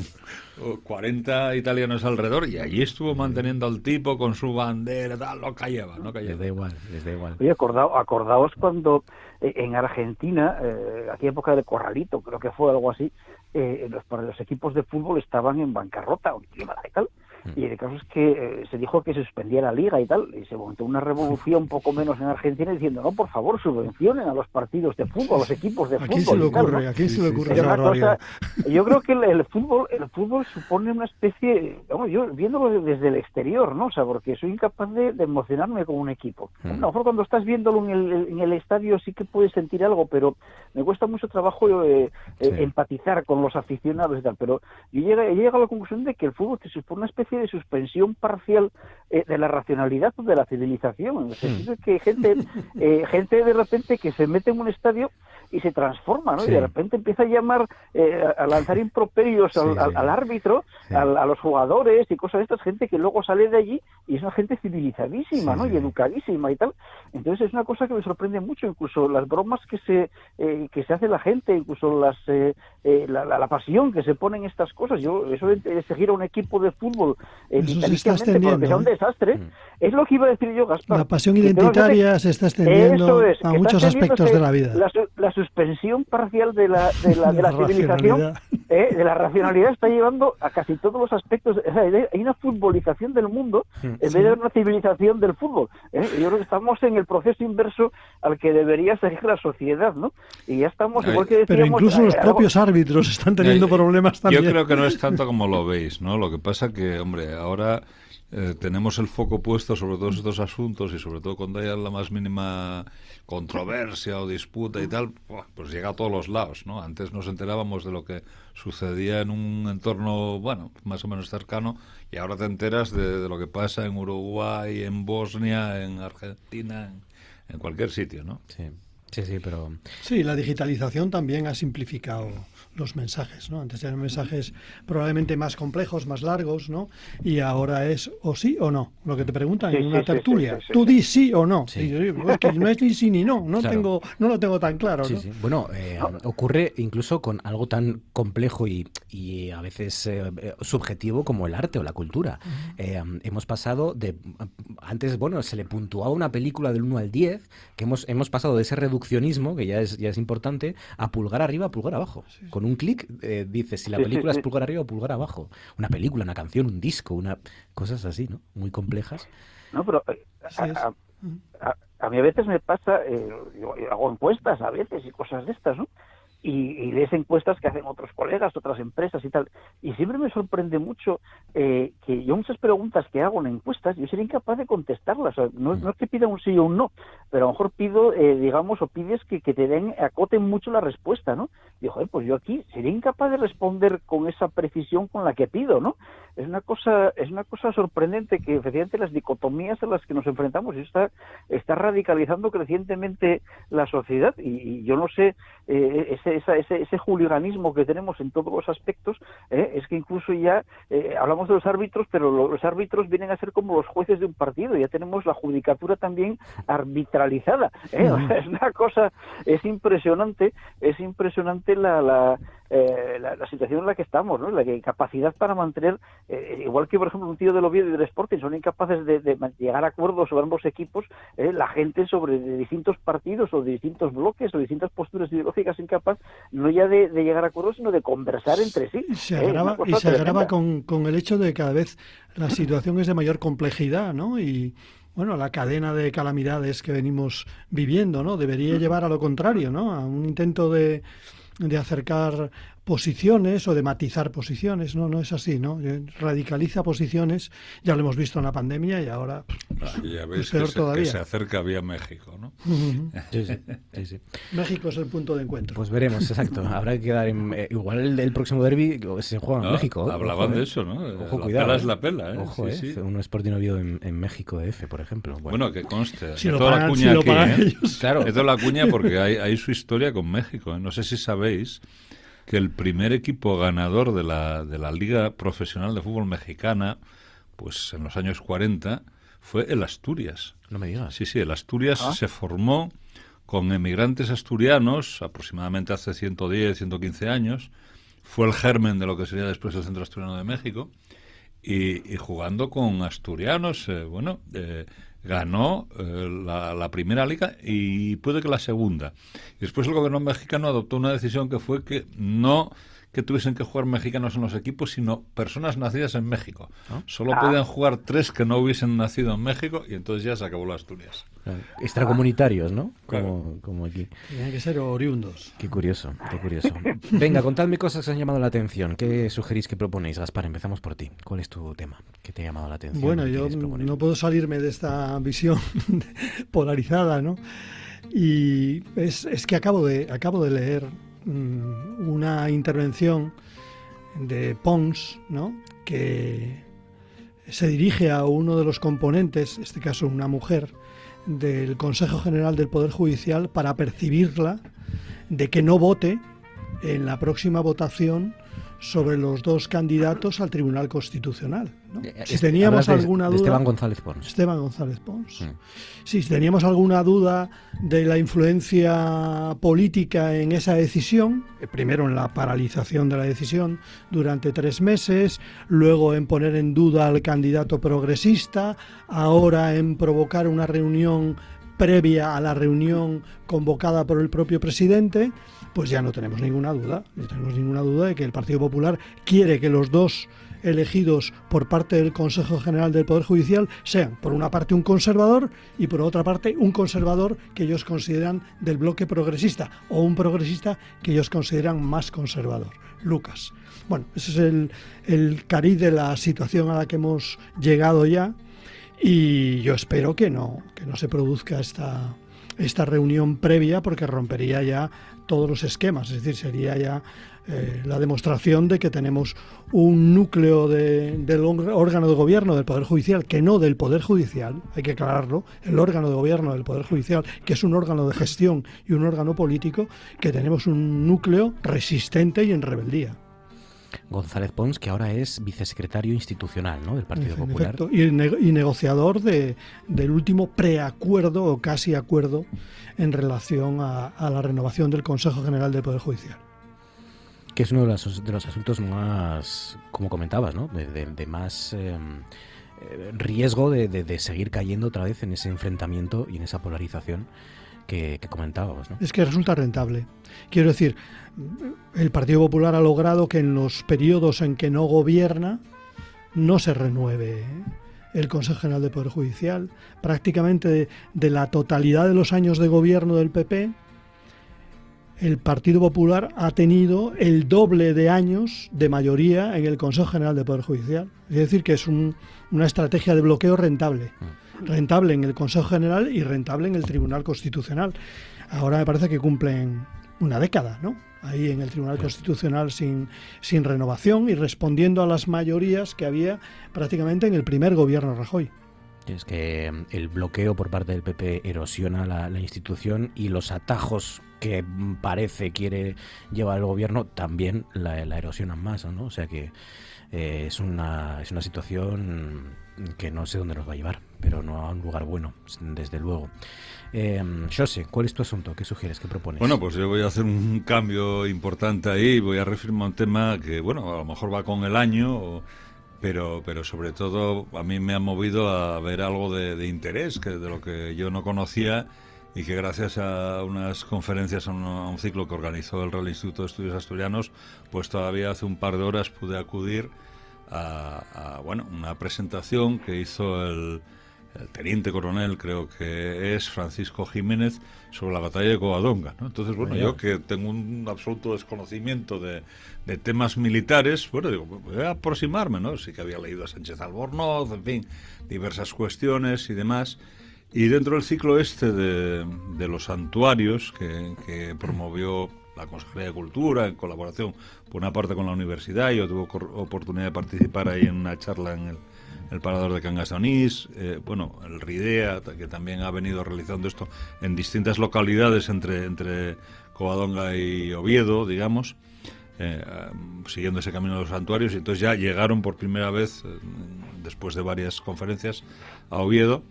cuarenta italianos alrededor y allí estuvo manteniendo al tipo con su bandera, tal, lo callaba, no callaba. Les da igual, les da igual. Oye, acordaos, acordaos cuando eh, en Argentina, eh, aquella época del Corralito, creo que fue algo así, eh, los, para los equipos de fútbol estaban en bancarrota o en quiebra y tal. Y el caso es que eh, se dijo que se suspendía la liga y tal, y se montó una revolución poco menos en Argentina diciendo, no, por favor, subvencionen a los partidos de fútbol, a los equipos de ¿A fútbol. quién se le ocurre? Tal, ¿no? ¿A quién se le ocurre? Pero una cosa, yo creo que el, el fútbol el fútbol supone una especie, vamos, yo viéndolo desde el exterior, ¿no? O sea, porque soy incapaz de, de emocionarme con un equipo. Mm. A lo mejor cuando estás viéndolo en el, en el estadio sí que puedes sentir algo, pero me cuesta mucho trabajo eh, sí. eh, empatizar con los aficionados y tal. Pero yo llego, yo llego a la conclusión de que el fútbol te supone una especie de suspensión parcial eh, de la racionalidad o de la civilización, en el sentido de que gente eh, gente de repente que se mete en un estadio y se transforma, ¿no? Sí. Y de repente empieza a llamar, eh, a lanzar improperios sí, al, al, al árbitro, sí. al, a los jugadores y cosas de estas, gente que luego sale de allí y es una gente civilizadísima, sí, ¿no? Sí. Y educadísima y tal. Entonces es una cosa que me sorprende mucho, incluso las bromas que se eh, que se hace la gente, incluso las eh, eh, la, la, la pasión que se pone en estas cosas. Yo eso de, de seguir a un equipo de fútbol eh, extendiendo, que sea un desastre, mm. es lo que iba a decir yo, Gaspar. La pasión identitaria se está extendiendo es, a muchos aspectos de la vida. La, la suspensión parcial de la, de la, de la, la civilización, eh, de la racionalidad, está llevando a casi todos los aspectos. O sea, hay una futbolización del mundo en sí. vez de una civilización del fútbol. ¿eh? Yo creo que estamos en el proceso inverso al que debería seguir la sociedad, ¿no? Y ya estamos, igual que decíamos... Pero incluso los propios algo... árbitros están teniendo problemas también. Yo creo que no es tanto como lo veis, ¿no? Lo que pasa que, hombre, ahora... Eh, tenemos el foco puesto sobre todos estos asuntos y sobre todo cuando haya la más mínima controversia o disputa y tal, pues llega a todos los lados, ¿no? Antes nos enterábamos de lo que sucedía en un entorno, bueno, más o menos cercano, y ahora te enteras de, de lo que pasa en Uruguay, en Bosnia, en Argentina, en, en cualquier sitio, ¿no? Sí, sí, sí, pero... Sí, la digitalización también ha simplificado los mensajes, ¿no? Antes eran mensajes probablemente más complejos, más largos, ¿no? Y ahora es o sí o no. Lo que te preguntan sí, en una sí, tertulia. Sí, sí, sí, Tú di sí o no. Sí. Y yo digo, es que no es ni sí ni no. No, claro. tengo, no lo tengo tan claro, sí, ¿no? Sí. Bueno, eh, ocurre incluso con algo tan complejo y, y a veces eh, subjetivo como el arte o la cultura. Uh-huh. Eh, hemos pasado de... Antes, bueno, se le puntuaba una película del uno al diez, que hemos, hemos pasado de ese reduccionismo, que ya es, ya es importante, a pulgar arriba, a pulgar abajo. Sí, sí. Con un clic eh, dices si la película sí, sí, sí. es pulgar arriba o pulgar abajo. Una película, una canción, un disco, una cosas así, ¿no? Muy complejas. No, pero a, a, a, a mí a veces me pasa, eh, yo, yo hago encuestas a veces y cosas de estas, ¿no? Y, y lees encuestas que hacen otros colegas, otras empresas y tal. Y siempre me sorprende mucho eh, que yo muchas preguntas que hago en encuestas, yo sería incapaz de contestarlas. O sea, no, no es que pida un sí o un no, pero a lo mejor pido, eh, digamos, o pides que, que te den, acoten mucho la respuesta, ¿no? Y joder, pues yo aquí sería incapaz de responder con esa precisión con la que pido, ¿no? Es una cosa, es una cosa sorprendente que efectivamente las dicotomías a las que nos enfrentamos está, está radicalizando crecientemente la sociedad y, y yo no sé, eh, ese Esa, ese, ese hooliganismo que tenemos en todos los aspectos, eh, es que incluso ya eh, hablamos de los árbitros, pero lo, los árbitros vienen a ser como los jueces de un partido, ya tenemos la judicatura también arbitralizada, ¿eh? O sea, es una cosa, es impresionante, es impresionante fíjate la, la, eh, la, la situación en la que estamos, ¿no? La que capacidad para mantener, eh, igual que por ejemplo un tío del Oviedo y del Sporting son incapaces de, de llegar a acuerdos sobre ambos equipos, eh, la gente sobre de distintos partidos o de distintos bloques o distintas posturas ideológicas incapaz no ya de, de llegar a acuerdos, sino de conversar entre sí. Se eh, agrava, y se agrava con, con el hecho de que cada vez la situación es de mayor complejidad, ¿no? Y bueno, la cadena de calamidades que venimos viviendo, ¿no? Debería llevar a lo contrario, ¿no? A un intento de, de acercar posiciones o de matizar posiciones, no, no es así, ¿no? Radicaliza posiciones, ya lo hemos visto en la pandemia y ahora ah, ya veis es peor que se, todavía. Que se acerca vía México, ¿no? Uh-huh. Sí, sí, sí, sí. México es el punto de encuentro. Pues veremos, exacto. Habrá que quedar en, eh, igual el, el próximo derbi se juega en no, México. Hablaban ojo, de eh. eso, ¿no? Ojo, la cuidado. pela eh. es la pela, ¿eh? Ojo, sí, eh. sí. Un Sporting Oviedo en, en México D F, por ejemplo. Bueno, bueno que conste. Si de lo toda pagan, la cuña si aquí, lo pagan ¿eh? ellos. Claro. De toda la cuña porque hay, hay su historia con México, ¿eh? No sé si sabéis que el primer equipo ganador de la, de la Liga Profesional de Fútbol Mexicana, pues en los años cuarenta, fue el Asturias. No me digas. Sí, sí, el Asturias ¿Ah? se formó con emigrantes asturianos, aproximadamente hace ciento diez, ciento quince años. Fue el germen de lo que sería después el Centro Asturiano de México. Y, y jugando con asturianos, eh, bueno... Eh, ganó eh, la, la primera liga y puede que la segunda. Y después el gobierno mexicano adoptó una decisión que fue que no que tuviesen que jugar mexicanos en los equipos, sino personas nacidas en México. ¿Ah? Solo ah. podían jugar tres que no hubiesen nacido en México y entonces ya se acabó la Asturias. Claro. Extracomunitarios, ¿no? Como, claro. como aquí. Tienen que ser oriundos. Qué curioso, qué curioso. Venga, contadme cosas que os han llamado la atención. ¿Qué sugerís que proponéis? Gaspar, empezamos por ti. ¿Cuál es tu tema? ¿Qué te ha llamado la atención? Bueno, yo no puedo salirme de esta visión polarizada, ¿no? Y es, es que acabo de, acabo de leer mmm, una intervención de Pons, ¿no? Que se dirige a uno de los componentes, en este caso una mujer, del Consejo General del Poder Judicial para apercibirla de que no vote en la próxima votación sobre los dos candidatos al Tribunal Constitucional, ¿no? Si teníamos alguna duda... Esteban González Pons. Esteban González Pons. Mm. Sí, si teníamos alguna duda de la influencia política en esa decisión, primero en la paralización de la decisión durante tres meses, luego en poner en duda al candidato progresista, ahora en provocar una reunión previa a la reunión convocada por el propio presidente, pues ya no tenemos ninguna duda, no tenemos ninguna duda de que el Partido Popular quiere que los dos elegidos por parte del Consejo General del Poder Judicial sean, por una parte, un conservador y por otra parte, un conservador que ellos consideran del bloque progresista o un progresista que ellos consideran más conservador. Lucas. Bueno, ese es el, el cariz de la situación a la que hemos llegado ya y yo espero que no, que no se produzca esta, esta reunión previa porque rompería ya todos los esquemas, es decir, sería ya eh, la demostración de que tenemos un núcleo de, del órgano de gobierno del Poder Judicial, que no del Poder Judicial, hay que aclararlo, el órgano de gobierno del Poder Judicial, que es un órgano de gestión y un órgano político, que tenemos un núcleo resistente y en rebeldía. González Pons, que ahora es vicesecretario institucional, ¿no?, del Partido en Popular. Efecto, y, ne y negociador de, del último preacuerdo o casi acuerdo en relación a, a la renovación del Consejo General del Poder Judicial. Que es uno de los, de los asuntos más, como comentabas, ¿no?, de, de, de más eh, riesgo de, de, de seguir cayendo otra vez en ese enfrentamiento y en esa polarización que, que comentábamos, ¿no? Es que resulta rentable. Quiero decir, el Partido Popular ha logrado que en los periodos en que no gobierna no se renueve ¿eh? el Consejo General del Poder Judicial. Prácticamente de, de la totalidad de los años de gobierno del P P, el Partido Popular ha tenido el doble de años de mayoría en el Consejo General del Poder Judicial. Es decir, que es un, una estrategia de bloqueo rentable. Rentable en el Consejo General y rentable en el Tribunal Constitucional. Ahora me parece que cumplen una década, ¿no?, ahí en el Tribunal Constitucional sin, sin renovación y respondiendo a las mayorías que había prácticamente en el primer gobierno Rajoy. Es que el bloqueo por parte del P P erosiona la, la institución y los atajos que parece quiere llevar el gobierno también la, la erosionan más, ¿no? O sea que eh, es una es una situación que no sé dónde nos va a llevar, pero no a un lugar bueno, desde luego. Eh, José, ¿cuál es tu asunto? ¿Qué sugieres? ¿Qué propones? Bueno, pues yo voy a hacer un cambio importante ahí, voy a referirme a un tema que, bueno, a lo mejor va con el año, o, pero pero sobre todo a mí me ha movido a ver algo de, de interés, que de lo que yo no conocía, y que gracias a unas conferencias, a un, a un ciclo que organizó el Real Instituto de Estudios Asturianos, pues todavía hace un par de horas pude acudir a, a bueno, una presentación que hizo el, el teniente coronel, creo que es Francisco Jiménez, sobre la batalla de Covadonga, ¿no? Entonces, bueno, yo que tengo un absoluto desconocimiento de, de temas militares, bueno, digo, voy a aproximarme, ¿no? Sí que había leído a Sánchez Albornoz, en fin, diversas cuestiones y demás. Y dentro del ciclo este de, de los santuarios que, que promovió la Consejería de Cultura en colaboración por una parte con la universidad, yo tuve oportunidad de participar ahí en una charla en el, el Parador de Cangas de Onís, eh, bueno, el RIDEA, que también ha venido realizando esto en distintas localidades entre, entre Covadonga y Oviedo, digamos, eh, siguiendo ese camino de los santuarios, y entonces ya llegaron por primera vez, eh, después de varias conferencias, a Oviedo.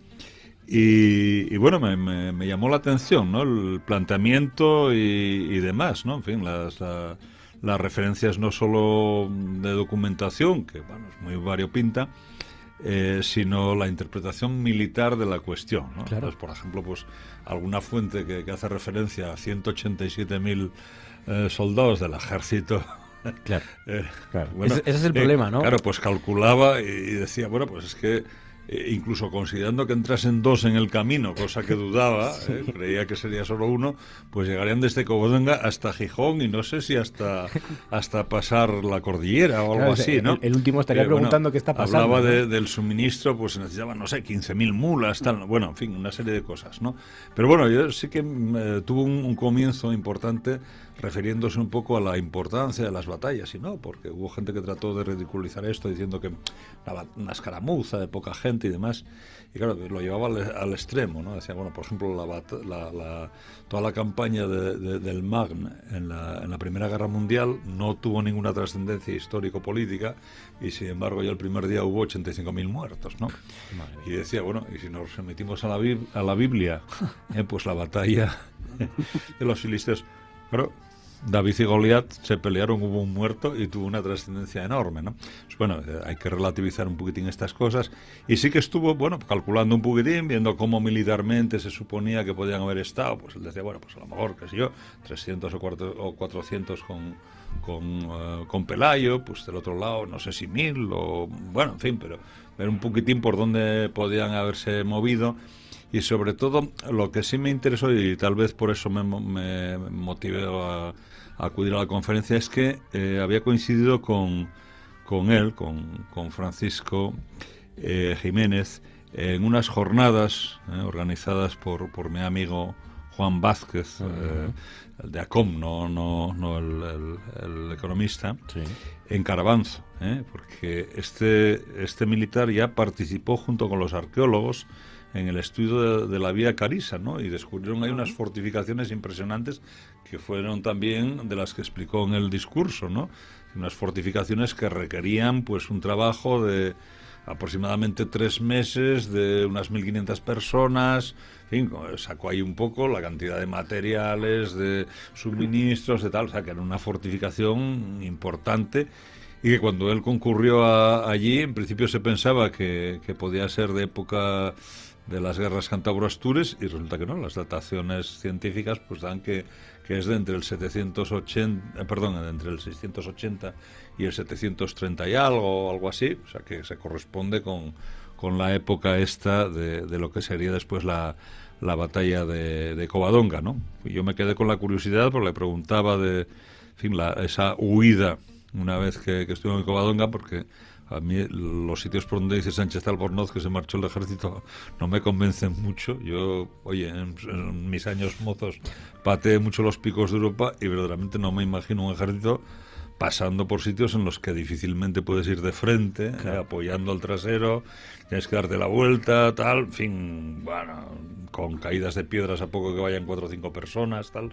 Y, y bueno, me, me, me llamó la atención, ¿no? El planteamiento y, y demás, ¿no? En fin, las, la, las referencias no solo de documentación, que bueno, es muy variopinta, eh, sino la interpretación militar de la cuestión, ¿no? Claro. Entonces, por ejemplo, pues alguna fuente que, que hace referencia a ciento ochenta y siete mil eh, soldados del ejército. Claro, eh, claro. Bueno, ese, ese es el eh, problema, ¿no? Claro, pues calculaba y, y decía, bueno, pues es que Eh, incluso considerando que entrasen dos en el camino, cosa que dudaba, sí. eh, creía que sería solo uno, pues llegarían desde Covadonga hasta Gijón y no sé si hasta hasta pasar la cordillera o algo claro, así, ¿no? El, el último estaría eh, preguntando bueno, qué está pasando. Hablaba ¿no? de, del suministro, pues necesitaban, no sé, quince mil mulas, tal, bueno, en fin, una serie de cosas, ¿no? Pero bueno, yo sí que eh, tuvo un, un comienzo importante refiriéndose un poco a la importancia de las batallas, y no, porque hubo gente que trató de ridiculizar esto diciendo que una, una escaramuza de poca gente y demás, y claro, lo llevaba al, al extremo, ¿no? Decía, bueno, por ejemplo, la, la, la, toda la campaña de, de, del Marne en la, en la Primera Guerra Mundial no tuvo ninguna trascendencia histórico-política, y sin embargo ya el primer día hubo ochenta y cinco mil muertos, ¿no? Y decía, bueno, y si nos remitimos a la, a la Biblia, eh, pues la batalla de los filisteos, claro, David y Goliat se pelearon, hubo un muerto y tuvo una trascendencia enorme, ¿no? Pues bueno, eh, hay que relativizar un poquitín estas cosas, y sí que estuvo, bueno, calculando un poquitín, viendo cómo militarmente se suponía que podían haber estado, pues él decía, bueno, pues a lo mejor, qué sé yo, trescientos o cuatrocientos con, con, uh, con Pelayo, pues del otro lado, no sé si mil, o bueno, en fin, pero ver un poquitín por dónde podían haberse movido. Y sobre todo, lo que sí me interesó, y tal vez por eso me, me motivé a, a acudir a la conferencia, es que eh, había coincidido con, con él, con, con Francisco eh, Jiménez, en unas jornadas eh, organizadas por, por mi amigo Juan Vázquez, uh-huh. eh, el de ACOM, no, no, no el, el, el economista, sí. en Carabanzo, eh, porque este, este militar ya participó junto con los arqueólogos en el estudio de, de la vía Carisa, ¿no? Y descubrieron ahí unas fortificaciones impresionantes que fueron también de las que explicó en el discurso, ¿no? Unas fortificaciones que requerían, pues, un trabajo de aproximadamente tres meses, de unas mil quinientas personas, en fin, sacó ahí un poco la cantidad de materiales, de suministros, de tal, o sea, que era una fortificación importante, y que cuando él concurrió a, allí, en principio se pensaba que, que podía ser de época de las guerras cántabro-astures, y resulta que no, las dataciones científicas pues dan que, que es de entre el setecientos ochenta, eh, perdón, de entre el seiscientos ochenta y el setecientos treinta y algo, algo así, o sea que se corresponde con, con la época esta de, de lo que sería después la, la batalla de, de Covadonga, ¿no? Y yo me quedé con la curiosidad porque le preguntaba de, en fin, la, esa huida una vez que, que estuve en Covadonga, porque a mí los sitios por donde dice Sánchez Albornoz que se marchó el ejército no me convencen mucho. Yo, oye, en, en mis años mozos pateé mucho los picos de Europa y verdaderamente no me imagino un ejército pasando por sitios en los que difícilmente puedes ir de frente, claro. eh, apoyando al trasero, tienes que darte la vuelta, tal, en fin, bueno, con caídas de piedras a poco que vayan cuatro o cinco personas, tal.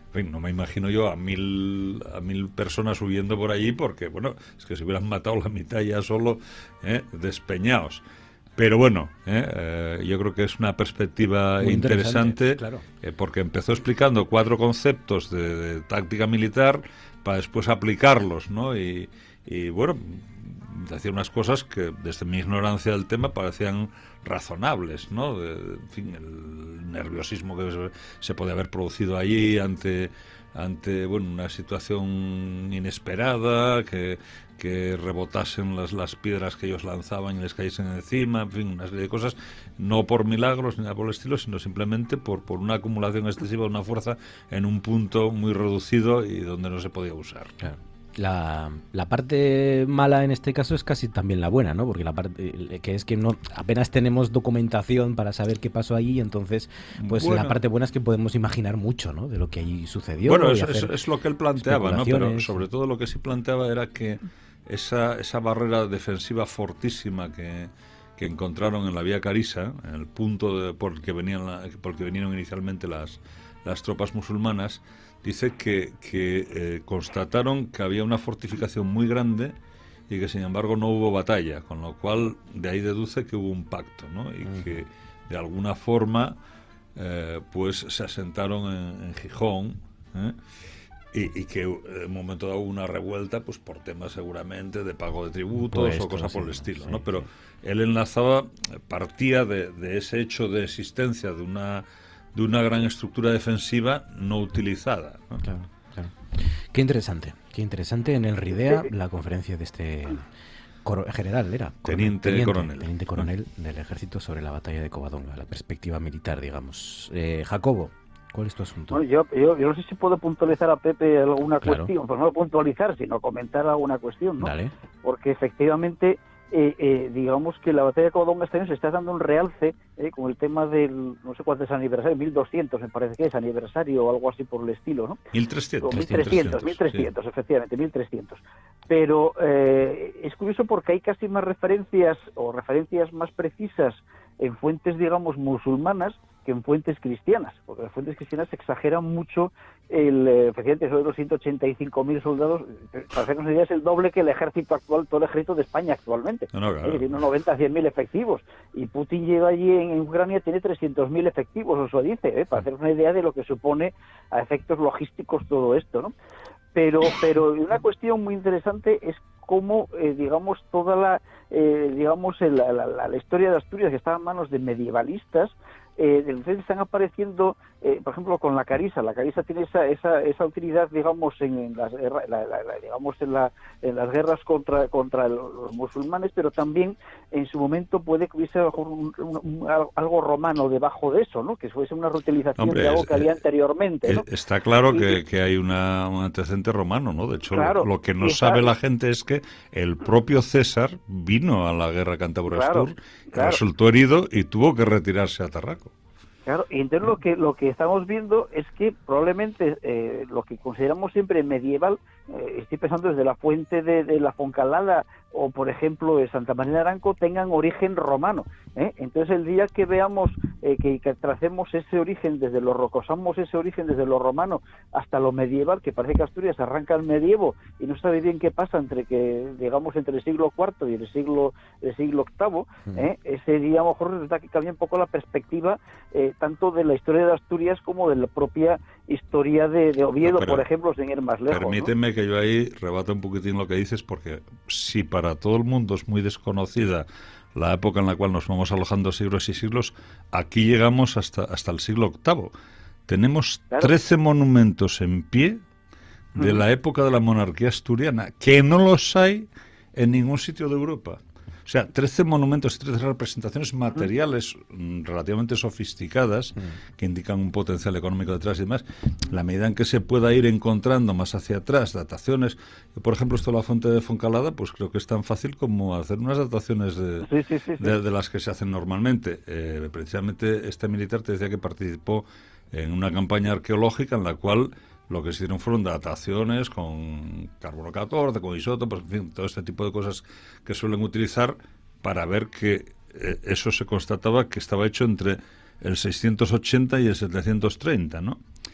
En fin, no me imagino yo a mil a mil personas huyendo por allí porque, bueno, es que se hubieran matado la mitad ya solo, ¿eh? despeñados. Pero bueno, ¿eh? Eh, yo creo que es una perspectiva muy interesante, interesante claro. eh, porque empezó explicando cuatro conceptos de, de táctica militar para después aplicarlos, ¿no? Y, y bueno, decía unas cosas que desde mi ignorancia del tema parecían razonables, ¿no? De, en fin, el nerviosismo que se, se puede haber producido allí ante ante bueno una situación inesperada, que, que rebotasen las, las piedras que ellos lanzaban y les cayesen encima, en fin, una serie de cosas, no por milagros ni nada por el estilo, sino simplemente por, por una acumulación excesiva de una fuerza en un punto muy reducido y donde no se podía usar. Claro. La, la parte mala en este caso es casi también la buena, ¿no? Porque la parte que es que no apenas tenemos documentación para saber qué pasó allí, entonces pues bueno, la parte buena es que podemos imaginar mucho, ¿no? De lo que allí sucedió. Bueno, es, es, es lo que él planteaba, ¿no? Pero sobre todo lo que sí planteaba era que esa, esa barrera defensiva fortísima que, que encontraron en la vía Carisa, en el punto de, por el que venían la, por el que vinieron inicialmente las, las tropas musulmanas, dice que, que eh, constataron que había una fortificación muy grande y que sin embargo no hubo batalla, con lo cual de ahí deduce que hubo un pacto, ¿no? Y uh-huh. que de alguna forma eh, pues se asentaron en, en Gijón, ¿eh? y, y que en un momento dado hubo una revuelta pues por temas seguramente de pago de tributos pues o cosas sí, por el estilo, sí, ¿no? Pero sí. él enlazaba, partía de, de ese hecho de existencia de una de una gran estructura defensiva no utilizada, ¿no? Claro, claro. Qué interesante, qué interesante en el RIDEA la conferencia de este coro, general, era coronel, teniente, teniente coronel, teniente coronel del ejército sobre la batalla de Covadonga, la perspectiva militar, digamos. Eh, Jacobo, ¿cuál es tu asunto? Bueno, yo, yo, yo no sé si puedo puntualizar a Pepe alguna claro. cuestión, pues no puntualizar, sino comentar alguna cuestión, ¿no? Dale. Porque efectivamente Eh, eh, digamos que la batalla de Covadonga este año se está dando un realce eh, con el tema del, no sé cuánto es aniversario, mil doscientos me parece que es aniversario o algo así por el estilo, ¿no? mil trescientos. mil trescientos, mil trescientos, sí. Efectivamente, mil trescientos. Pero eh, es curioso porque hay casi más referencias o referencias más precisas en fuentes, digamos, musulmanas que en fuentes cristianas, porque las fuentes cristianas exageran mucho el, eh, efectivamente, sobre los ciento ochenta y cinco mil soldados, para hacernos una idea, es el doble que el ejército actual, todo el ejército de España actualmente. No, no, claro. Tiene unos noventa a cien mil efectivos, y Putin llega allí en, en Ucrania, tiene trescientos mil efectivos, o eso dice, ¿eh? Para hacernos una idea de lo que supone a efectos logísticos todo esto, ¿no? Pero, pero una cuestión muy interesante es cómo, eh, digamos, toda la, eh, digamos, la, la, la historia de Asturias, que estaba en manos de medievalistas, eh, de repente están apareciendo, eh, por ejemplo, con la Carisa. La Carisa tiene esa esa, esa utilidad, digamos, en, en las guerras, la, la, la, digamos, en, la, en las guerras contra contra los musulmanes, pero también en su momento puede que hubiese un, un, un, algo romano debajo de eso, ¿no? Que fuese una reutilización Hombre, de algo que había anteriormente, ¿no? Está claro y, que, que hay una, un antecedente romano, ¿no? De hecho, claro, lo, lo que no está, sabe la gente es que el propio César vino a la guerra Cántabro-Astur, claro, claro. resultó herido y tuvo que retirarse a Tarraco. Claro, y entonces lo que lo que estamos viendo es que probablemente eh, lo que consideramos siempre medieval, eh, estoy pensando desde la fuente de, de la Foncalada o por ejemplo de Santa María de Aranco, tengan origen romano, ¿eh? Entonces el día que veamos eh, que, que tracemos ese origen desde lo rocosamos ese origen desde lo romano hasta lo medieval, que parece que Asturias arranca el medievo y no sabe bien qué pasa entre que digamos entre el siglo cuarto y el siglo el siglo octavo, ¿eh? Ese día a lo mejor resulta que cambia un poco la perspectiva eh, tanto de la historia de Asturias como de la propia historia de, de Oviedo, no, por ejemplo, sin ir más lejos. Permíteme, ¿no? que yo ahí rebate un poquitín lo que dices, porque si para todo el mundo es muy desconocida la época en la cual nos vamos alojando siglos y siglos, aquí llegamos hasta, hasta el siglo octavo. Tenemos claro. trece monumentos en pie de uh-huh. la época de la monarquía asturiana, que no los hay en ningún sitio de Europa. O sea, trece monumentos y trece representaciones materiales uh-huh. relativamente sofisticadas uh-huh. que indican un potencial económico detrás y demás. La medida en que se pueda ir encontrando más hacia atrás dataciones, por ejemplo, esto de la fuente de Foncalada, pues creo que es tan fácil como hacer unas dataciones de, sí, sí, sí, sí. de, de las que se hacen normalmente. Eh, precisamente este militar te decía que participó en una campaña arqueológica en la cual lo que se hicieron fueron dataciones con carbono catorce, con isótopos, en fin, todo este tipo de cosas que suelen utilizar para ver que eh, eso se constataba que estaba hecho entre el seiscientos ochenta y el setecientos treinta, ¿no?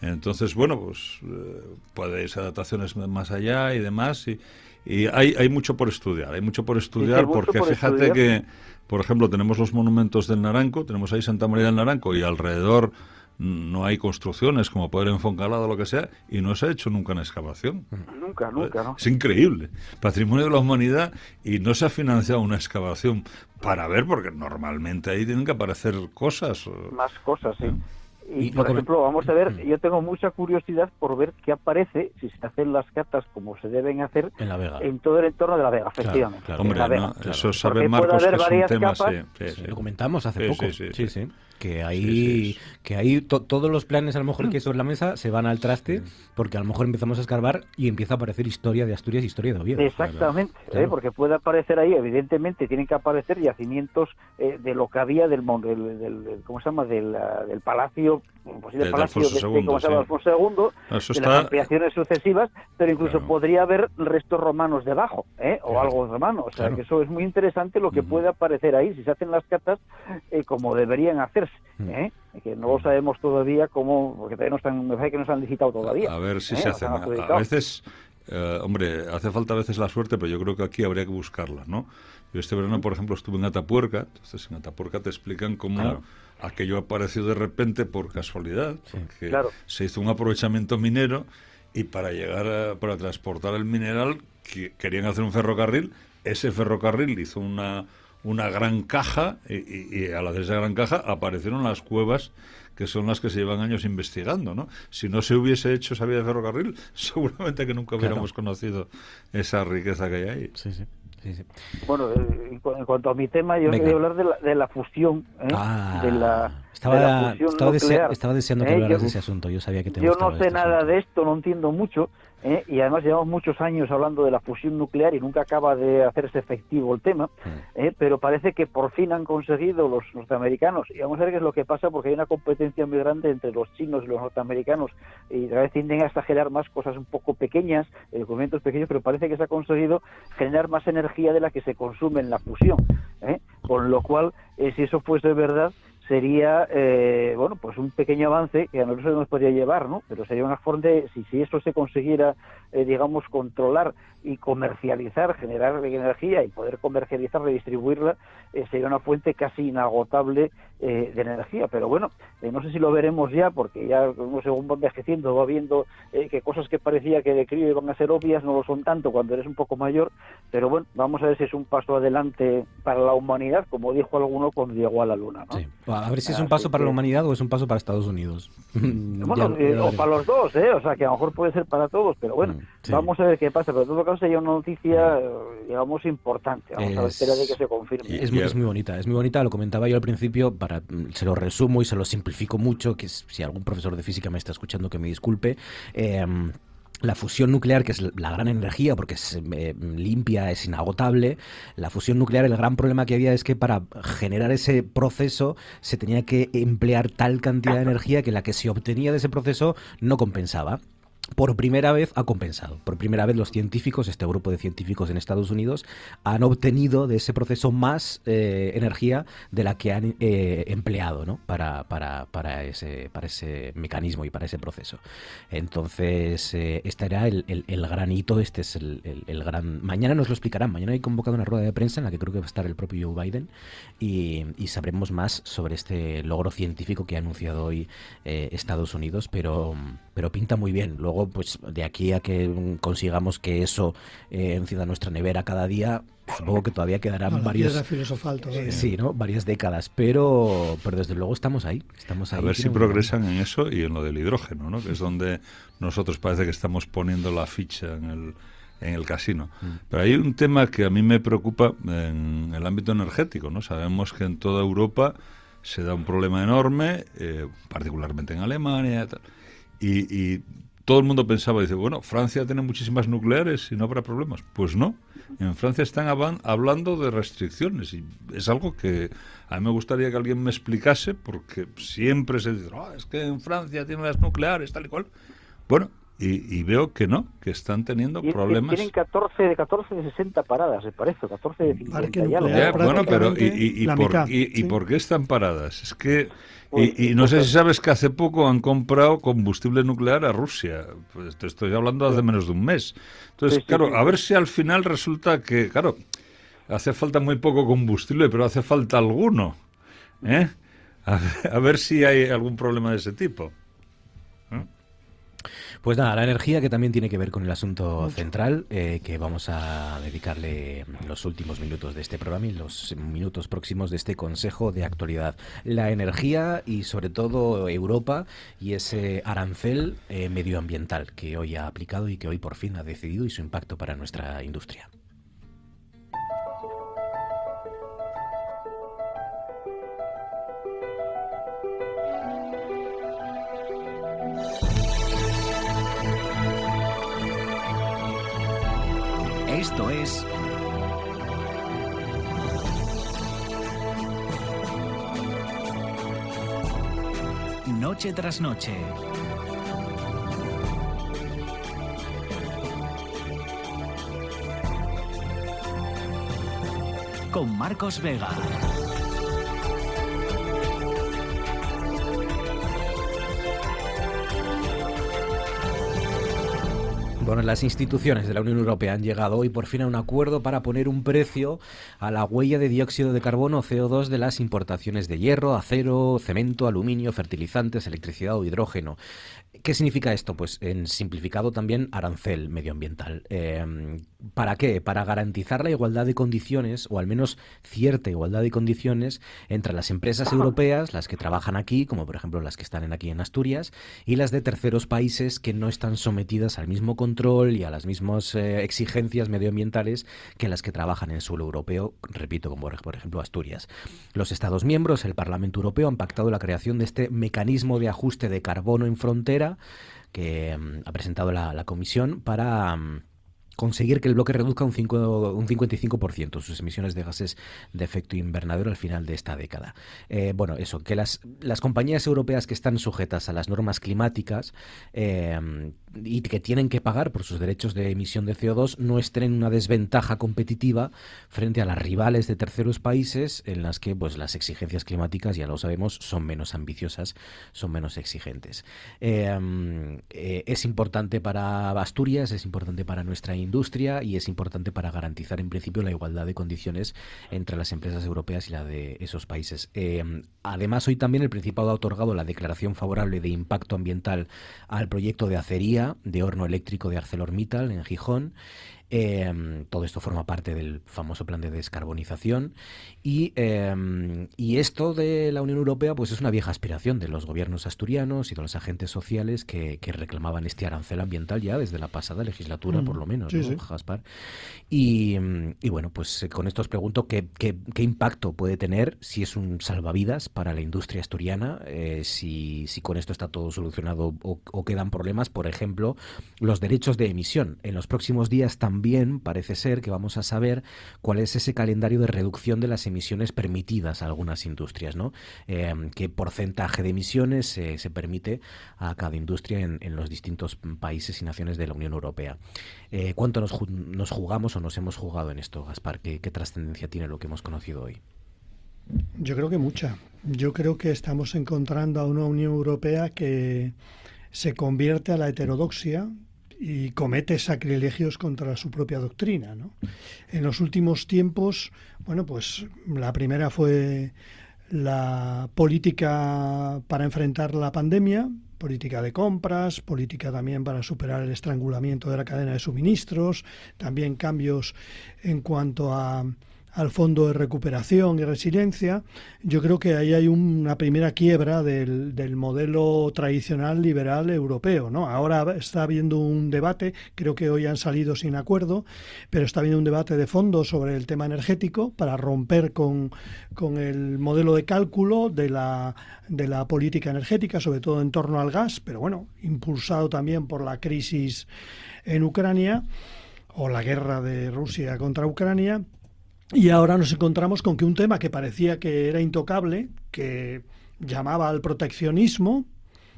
Entonces, bueno, pues eh, podéis adaptaciones más allá y demás, y, y hay, hay mucho por estudiar, hay mucho por estudiar, sí, mucho porque por fíjate estudiar. que, por ejemplo, tenemos los monumentos del Naranco, tenemos ahí Santa María del Naranco, y alrededor no hay construcciones como poder en Foncalada o lo que sea, y no se ha hecho nunca una excavación. Nunca, nunca, ¿no? Es increíble. Patrimonio de la humanidad, y no se ha financiado una excavación para ver, porque normalmente ahí tienen que aparecer cosas. Más cosas, sí. Y, Y por lo que- ejemplo, vamos a ver, yo tengo mucha curiosidad por ver qué aparece si se hacen las catas como se deben hacer En la Vega. en todo el entorno de la Vega, Claro, efectivamente. claro. En Hombre, la Vega. no, Claro. eso sabe Porque puede Marcos, haber que es un varias tema, capas. sí, sí, sí. Lo comentamos hace Sí, poco. sí, Sí, sí. sí. Que ahí, Sí, sí, sí. que ahí to- todos los planes a lo mejor que hay sobre la mesa se van al traste, porque a lo mejor empezamos a escarbar y empieza a aparecer historia de Asturias, historia de Oviedo. Exactamente, Claro. ¿eh? Porque puede aparecer ahí, evidentemente, tienen que aparecer yacimientos eh, de lo que había del, mon- del, del- del- ¿cómo se llama? Del, ah, del palacio, pues, sí, del De palacio Alfonso de este, segundo, ¿cómo se llama? sí. Alfonso segundo, Eso de está- las ampliaciones sucesivas, pero incluso Claro. podría haber restos romanos debajo, ¿eh? O Claro. algo romano, o sea, Claro. que eso es muy interesante lo que puede aparecer ahí, si se hacen las catas eh, como deberían hacerse, ¿eh? Que no lo sabemos todavía cómo, porque todavía no están, me parece que no se han licitado todavía. A ver si ¿eh? se No hacen. han A, adjudicado. a veces, eh, hombre, hace falta a veces la suerte, pero yo creo que aquí habría que buscarla, ¿no? Yo este verano, por ejemplo, estuve en Atapuerca, entonces en Atapuerca te explican cómo Claro. aquello apareció de repente por casualidad, porque Claro. se hizo un aprovechamiento minero, y para llegar a, para transportar el mineral que, querían hacer un ferrocarril. Ese ferrocarril hizo una, una gran caja, y, y, y a la de esa gran caja aparecieron las cuevas, que son las que se llevan años investigando, ¿no? Si no se hubiese hecho esa vía de ferrocarril, seguramente que nunca hubiéramos Claro. conocido esa riqueza que hay ahí. Sí, sí. Sí, sí. Bueno, eh, en cu- en cuanto a mi tema, yo Venga. quería hablar de la, de la fusión, ¿eh? Ah, de la, estaba, de la fusión estaba, desea- nuclear. estaba deseando que ¿eh? hablaras Yo- de ese asunto. Yo sabía que te Yo gustaba no sé este nada asunto. de esto, no entiendo mucho, ¿eh? Y además llevamos muchos años hablando de la fusión nuclear y nunca acaba de hacerse efectivo el tema, ¿eh? Pero parece que por fin han conseguido los norteamericanos, y vamos a ver qué es lo que pasa, porque hay una competencia muy grande entre los chinos y los norteamericanos, y a veces tienden a exagerar más cosas un poco pequeñas, eh, documentos pequeños, pero parece que se ha conseguido generar más energía de la que se consume en la fusión, ¿eh? Con lo cual, eh, si eso fuese verdad, sería, eh, bueno, pues un pequeño avance que a nosotros nos podría llevar, ¿no? Pero sería una forma de, si, si eso se consiguiera, eh, digamos, controlar y comercializar, generar energía y poder comercializarla y distribuirla, eh, sería una fuente casi inagotable eh, de energía. Pero bueno, eh, no sé si lo veremos ya, porque ya, no sé, según va envejeciendo, va viendo eh, que cosas que parecía que de crío iban a ser obvias no lo son tanto cuando eres un poco mayor. Pero bueno, vamos a ver si es un paso adelante para la humanidad, como dijo alguno cuando llegó a la Luna, ¿no? Sí. A ver si es un Así paso para que- la humanidad o es un paso para Estados Unidos. Bueno, Ya- eh, ya o veremos. para los dos, ¿eh? O sea, que a lo mejor puede ser para todos, pero bueno, sí. vamos a ver qué pasa. Pero en todo caso sería una noticia, eh, digamos, importante. Vamos a la Es- espera de que se confirme. Es muy, es muy bonita, es muy bonita, lo comentaba yo al principio, para se lo resumo y se lo simplifico mucho, que es- si algún profesor de física me está escuchando que me disculpe. eh, La fusión nuclear, que es la gran energía, porque es eh, limpia, es inagotable. La fusión nuclear, el gran problema que había es que para generar ese proceso se tenía que emplear tal cantidad de energía que la que se obtenía de ese proceso no compensaba. Por primera vez ha compensado. Por primera vez los científicos, este grupo de científicos en Estados Unidos, han obtenido de ese proceso más eh, energía de la que han eh, empleado, ¿no? para, para, para, ese, para ese mecanismo y para ese proceso. Entonces, eh, este era el, el, el gran hito, este es el, el, el gran... Mañana nos lo explicarán, mañana hay convocado una rueda de prensa en la que creo que va a estar el propio Joe Biden y, y sabremos más sobre este logro científico que ha anunciado hoy eh, Estados Unidos, pero, pero pinta muy bien. Luego, pues de aquí a que mm, consigamos que eso eh, encienda nuestra nevera cada día, supongo que todavía quedarán No, la varios... piedra filosofal todavía. eh, sí, ¿no? Varias décadas, pero, pero desde luego estamos ahí. Estamos ahí. A ver si Tiene un- progresan en eso y en lo del hidrógeno, ¿no? Que es donde nosotros parece que estamos poniendo la ficha en el, en el casino. Pero hay un tema que a mí me preocupa en el ámbito energético, ¿no? Sabemos que en toda Europa se da un problema enorme, eh, particularmente en Alemania, tal, y, y todo el mundo pensaba, dice, bueno, Francia tiene muchísimas nucleares y no habrá problemas. Pues no, en Francia están haban- hablando de restricciones y es algo que a mí me gustaría que alguien me explicase, porque siempre se dice, "Ah, es que en Francia tienen las nucleares, tal y cual". Bueno, y, y veo que no, que están teniendo y, problemas. Tienen catorce de catorce de sesenta paradas, me parece, catorce de cincuenta y algo. Ya, bueno, pero ¿y, y, y, por, mitad, y, sí. ¿y por qué están paradas? Es que... Pues, y, y no pues, sé si sabes que hace poco han comprado combustible nuclear a Rusia. Pues te estoy hablando hace menos de un mes. Entonces, sí, claro, sí, sí, a ver si al final resulta que, claro, hace falta muy poco combustible, pero hace falta alguno. ¿Eh? A, a ver si hay algún problema de ese tipo. ¿Eh? Pues nada, la energía, que también tiene que ver con el asunto central, eh, que vamos a dedicarle los últimos minutos de este programa y los minutos próximos de este Consejo de Actualidad. La energía y sobre todo Europa y ese arancel eh, medioambiental que hoy ha aplicado y que hoy por fin ha decidido, y su impacto para nuestra industria. Esto es Noche tras Noche. Con Marcos Vega. Bueno, las instituciones de la Unión Europea han llegado hoy por fin a un acuerdo para poner un precio a la huella de dióxido de carbono, C O dos, de las importaciones de hierro, acero, cemento, aluminio, fertilizantes, electricidad o hidrógeno. ¿Qué significa esto? Pues en simplificado también arancel medioambiental. Eh, ¿Para qué? Para garantizar la igualdad de condiciones, o al menos cierta igualdad de condiciones, entre las empresas europeas, las que trabajan aquí, como por ejemplo las que están aquí en Asturias, y las de terceros países que no están sometidas al mismo control y a las mismas eh, exigencias medioambientales que las que trabajan en suelo europeo, repito, como por ejemplo Asturias. Los Estados miembros, el Parlamento Europeo, han pactado la creación de este mecanismo de ajuste de carbono en frontera que um, ha presentado la, la Comisión para um, conseguir que el bloque reduzca un, cinco, un cincuenta y cinco por ciento sus emisiones de gases de efecto invernadero al final de esta década. Eh, bueno, eso, que las, las compañías europeas que están sujetas a las normas climáticas eh, y que tienen que pagar por sus derechos de emisión de C O dos no estén en una desventaja competitiva frente a las rivales de terceros países en las que pues las exigencias climáticas, ya lo sabemos, son menos ambiciosas, son menos exigentes. Eh, eh, es importante para Asturias, es importante para nuestra industria y es importante para garantizar en principio la igualdad de condiciones entre las empresas europeas y la de esos países. Eh, además, hoy también el Principado ha otorgado la declaración favorable de impacto ambiental al proyecto de acería de horno eléctrico de ArcelorMittal en Gijón. Eh, todo esto forma parte del famoso plan de descarbonización y, eh, y esto de la Unión Europea pues es una vieja aspiración de los gobiernos asturianos y de los agentes sociales que, que reclamaban este arancel ambiental ya desde la pasada legislatura, mm, por lo menos, sí, ¿no, sí. Gaspar? Y, y bueno, pues con esto os pregunto qué, qué, qué impacto puede tener, si es un salvavidas para la industria asturiana, eh, si, si con esto está todo solucionado o, o quedan problemas. Por ejemplo, los derechos de emisión. En los próximos días también También parece ser que vamos a saber cuál es ese calendario de reducción de las emisiones permitidas a algunas industrias, ¿no? Eh, qué porcentaje de emisiones eh, se permite a cada industria en, en los distintos países y naciones de la Unión Europea. Eh, ¿Cuánto nos, nos jugamos o nos hemos jugado en esto, Gaspar? ¿Qué, qué trascendencia tiene lo que hemos conocido hoy? Yo creo que mucha. Yo creo que estamos encontrando a una Unión Europea que se convierte a la heterodoxia y comete sacrilegios contra su propia doctrina, ¿no? En los últimos tiempos, bueno, pues la primera fue la política para enfrentar la pandemia, política de compras, política también para superar el estrangulamiento de la cadena de suministros, también cambios en cuanto a al Fondo de Recuperación y Resiliencia. Yo creo que ahí hay una primera quiebra del, del modelo tradicional liberal europeo, ¿no? Ahora está habiendo un debate, creo que hoy han salido sin acuerdo, pero está habiendo un debate de fondo sobre el tema energético para romper con, con el modelo de cálculo de la, de la política energética, sobre todo en torno al gas, pero bueno, impulsado también por la crisis en Ucrania o la guerra de Rusia contra Ucrania. Y ahora nos encontramos con que un tema que parecía que era intocable, que llamaba al proteccionismo,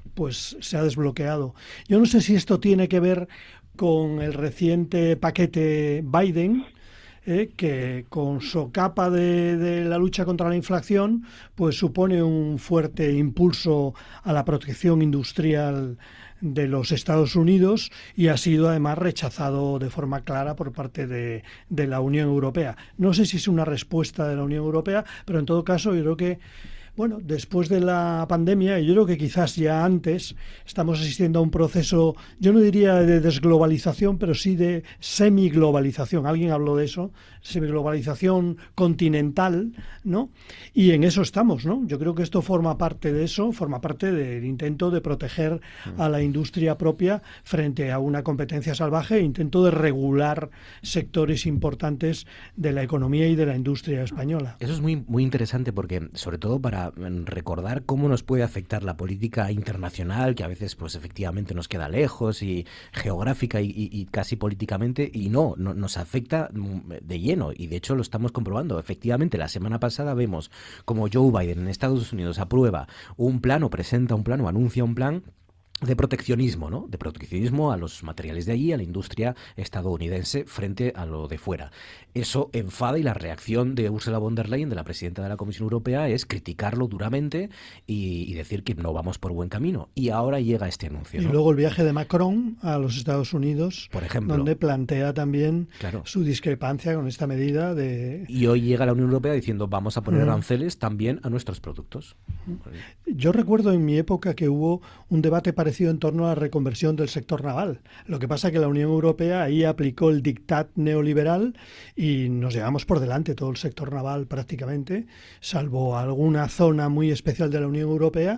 pues se ha desbloqueado. Yo no sé si esto tiene que ver con el reciente paquete Biden, eh, que con socapa de, de la lucha contra la inflación, pues supone un fuerte impulso a la protección industrial de los Estados Unidos y ha sido además rechazado de forma clara por parte de, de la Unión Europea. No sé si es una respuesta de la Unión Europea, pero en todo caso yo creo que, bueno, después de la pandemia, y yo creo que quizás ya antes, estamos asistiendo a un proceso, yo no diría de desglobalización, pero sí de semiglobalización. Alguien habló de eso, semiglobalización continental, ¿no? Y en eso estamos, ¿no? Yo creo que esto forma parte de eso, forma parte del intento de proteger a la industria propia frente a una competencia salvaje, intento de regular sectores importantes de la economía y de la industria española. Eso es muy, muy interesante porque, sobre todo para recordar cómo nos puede afectar la política internacional, que a veces pues efectivamente nos queda lejos y geográfica y, y, y casi políticamente, y no, no, nos afecta de lleno, y de hecho lo estamos comprobando. Efectivamente, la semana pasada vemos como Joe Biden en Estados Unidos aprueba un plan o presenta un plan o anuncia un plan de proteccionismo, ¿no? De proteccionismo a los materiales de allí, a la industria estadounidense frente a lo de fuera. Eso enfada y la reacción de Ursula von der Leyen, de la presidenta de la Comisión Europea, es criticarlo duramente y, y decir que no vamos por buen camino. Y ahora llega este anuncio, ¿no? Y luego el viaje de Macron a los Estados Unidos, por ejemplo, donde plantea también claro. su discrepancia con esta medida de... Y hoy llega la Unión Europea diciendo vamos a poner mm. aranceles también a nuestros productos. Yo recuerdo en mi época que hubo un debate parecido en torno a la reconversión del sector naval. Lo que pasa es que la Unión Europea ahí aplicó el dictat neoliberal y nos llevamos por delante todo el sector naval prácticamente, salvo alguna zona muy especial de la Unión Europea,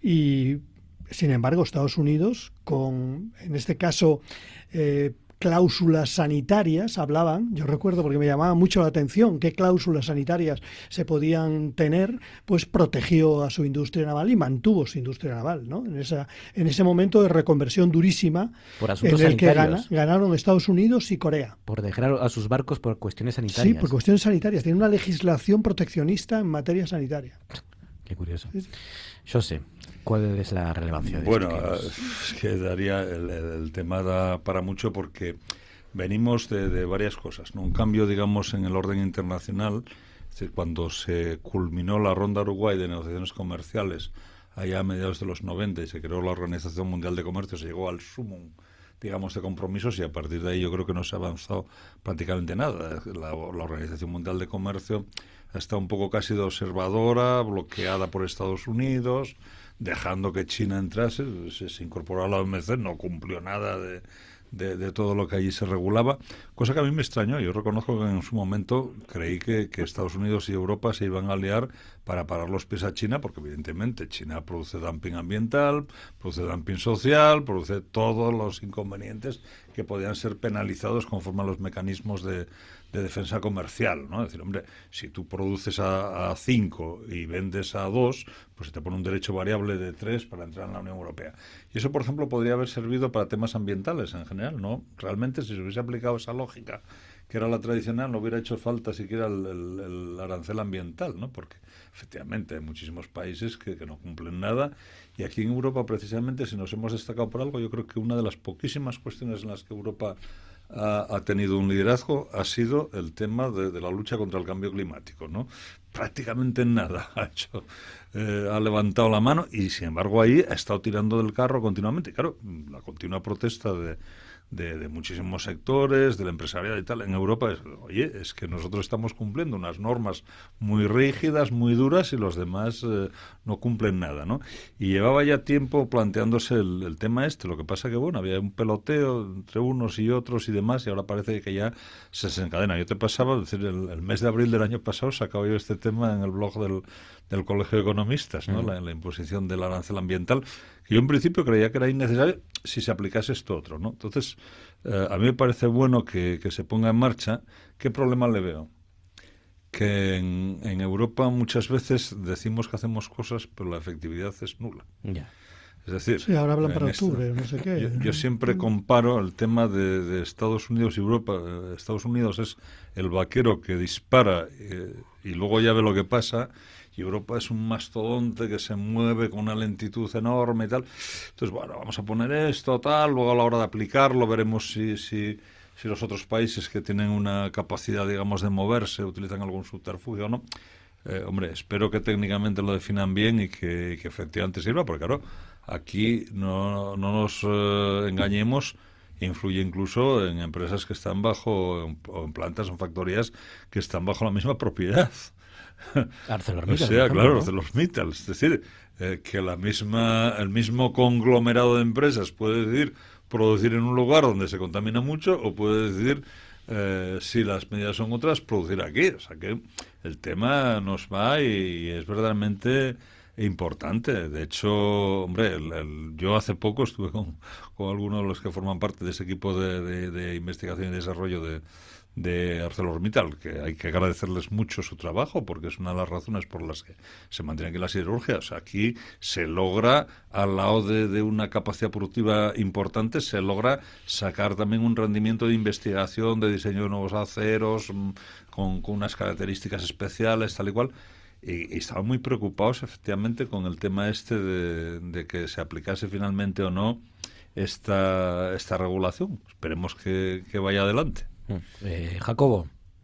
y sin embargo Estados Unidos, con en este caso eh, cláusulas sanitarias, hablaban, yo recuerdo porque me llamaba mucho la atención qué cláusulas sanitarias se podían tener, pues protegió a su industria naval y mantuvo su industria naval, ¿no? En esa en ese momento de reconversión durísima por en el sanitarios. que gana, ganaron Estados Unidos y Corea. Por dejar a sus barcos por cuestiones sanitarias. Sí, por cuestiones sanitarias. Tiene una legislación proteccionista en materia sanitaria. Qué curioso. Yo sé. ¿Cuál es la relevancia de bueno, esto? Bueno, es que daría el, el tema da para mucho porque venimos de, de varias cosas, ¿no? Un cambio, digamos, en el orden internacional. Es decir, cuando se culminó la ronda Uruguay de negociaciones comerciales allá a mediados de los noventa y se creó la Organización Mundial de Comercio, se llegó al sumum, digamos, de compromisos, y a partir de ahí yo creo que no se ha avanzado prácticamente nada. La, la Organización Mundial de Comercio está un poco casi de observadora, bloqueada por Estados Unidos, dejando que China entrase, se, se incorporó a la O M C, no cumplió nada de, de, de todo lo que allí se regulaba, cosa que a mí me extrañó. Yo reconozco que en su momento creí que, que Estados Unidos y Europa se iban a aliar para parar los pies a China, porque evidentemente China produce dumping ambiental, produce dumping social, produce todos los inconvenientes que podían ser penalizados conforme a los mecanismos de, de defensa comercial, ¿no? Es decir, hombre, si tú produces a cinco y vendes a dos, pues se te pone un derecho variable de tres para entrar en la Unión Europea. Y eso, por ejemplo, podría haber servido para temas ambientales en general, ¿no? Realmente, si se hubiese aplicado esa lógica, que era la tradicional, no hubiera hecho falta siquiera el, el, el arancel ambiental, ¿no? Porque efectivamente hay muchísimos países que, que no cumplen nada, y aquí en Europa, precisamente, si nos hemos destacado por algo, yo creo que una de las poquísimas cuestiones en las que Europa ha, ha tenido un liderazgo ha sido el tema de, de la lucha contra el cambio climático, ¿no? Prácticamente nada ha hecho, eh, ha levantado la mano, y sin embargo ahí ha estado tirando del carro continuamente. Y claro, la continua protesta de De, de muchísimos sectores, del empresariado y tal, en Europa es, oye, es que nosotros estamos cumpliendo unas normas muy rígidas, muy duras, y los demás eh, no cumplen nada, ¿no? Y llevaba ya tiempo planteándose el, el tema este, lo que pasa que, bueno, había un peloteo entre unos y otros y demás, y ahora parece que ya se desencadena. Yo te pasaba, es decir, el, el mes de abril del año pasado sacaba yo este tema en el blog del, del Colegio de Economistas, ¿no? Mm. La, la imposición del arancel ambiental, que yo en principio creía que era innecesario si se aplicase esto otro, ¿no? Entonces, eh, a mí me parece bueno que, que se ponga en marcha. ¿Qué problema le veo? Que en, en Europa muchas veces decimos que hacemos cosas, pero la efectividad es nula. Yeah. Es decir, sí, ahora hablan para octubre, no sé qué. Yo, yo siempre comparo el tema de, de Estados Unidos y Europa. Estados Unidos es el vaquero que dispara eh, y luego ya ve lo que pasa, y Europa es un mastodonte que se mueve con una lentitud enorme y tal. Entonces, bueno, vamos a poner esto, tal, luego a la hora de aplicarlo veremos si, si, si los otros países que tienen una capacidad, digamos, de moverse utilizan algún subterfugio o no. Eh, hombre, espero que técnicamente lo definan bien y que, y que efectivamente sirva, porque claro, aquí no, no nos eh, engañemos, influye incluso en empresas que están bajo, o en plantas o en factorías que están bajo la misma propiedad. ArcelorMittal. O sea, ejemplo, claro, ¿no? ArcelorMittal. Es decir, eh, que la misma, el mismo conglomerado de empresas puede decidir producir en un lugar donde se contamina mucho o puede decidir, eh, si las medidas son otras, producir aquí. O sea que el tema nos va y, y es verdaderamente importante. De hecho, hombre, el, el, yo hace poco estuve con, con algunos de los que forman parte de ese equipo de, de, de investigación y desarrollo de, de ArcelorMittal, que hay que agradecerles mucho su trabajo, porque es una de las razones por las que se mantiene aquí la siderurgia. O sea, aquí se logra, al lado de, de una capacidad productiva importante, se logra sacar también un rendimiento de investigación, de diseño de nuevos aceros, con, con unas características especiales, tal y cual. Y, y estaban muy preocupados, efectivamente, con el tema este de, de que se aplicase finalmente o no esta, esta regulación. Esperemos que, que vaya adelante. Eh, Jacobo.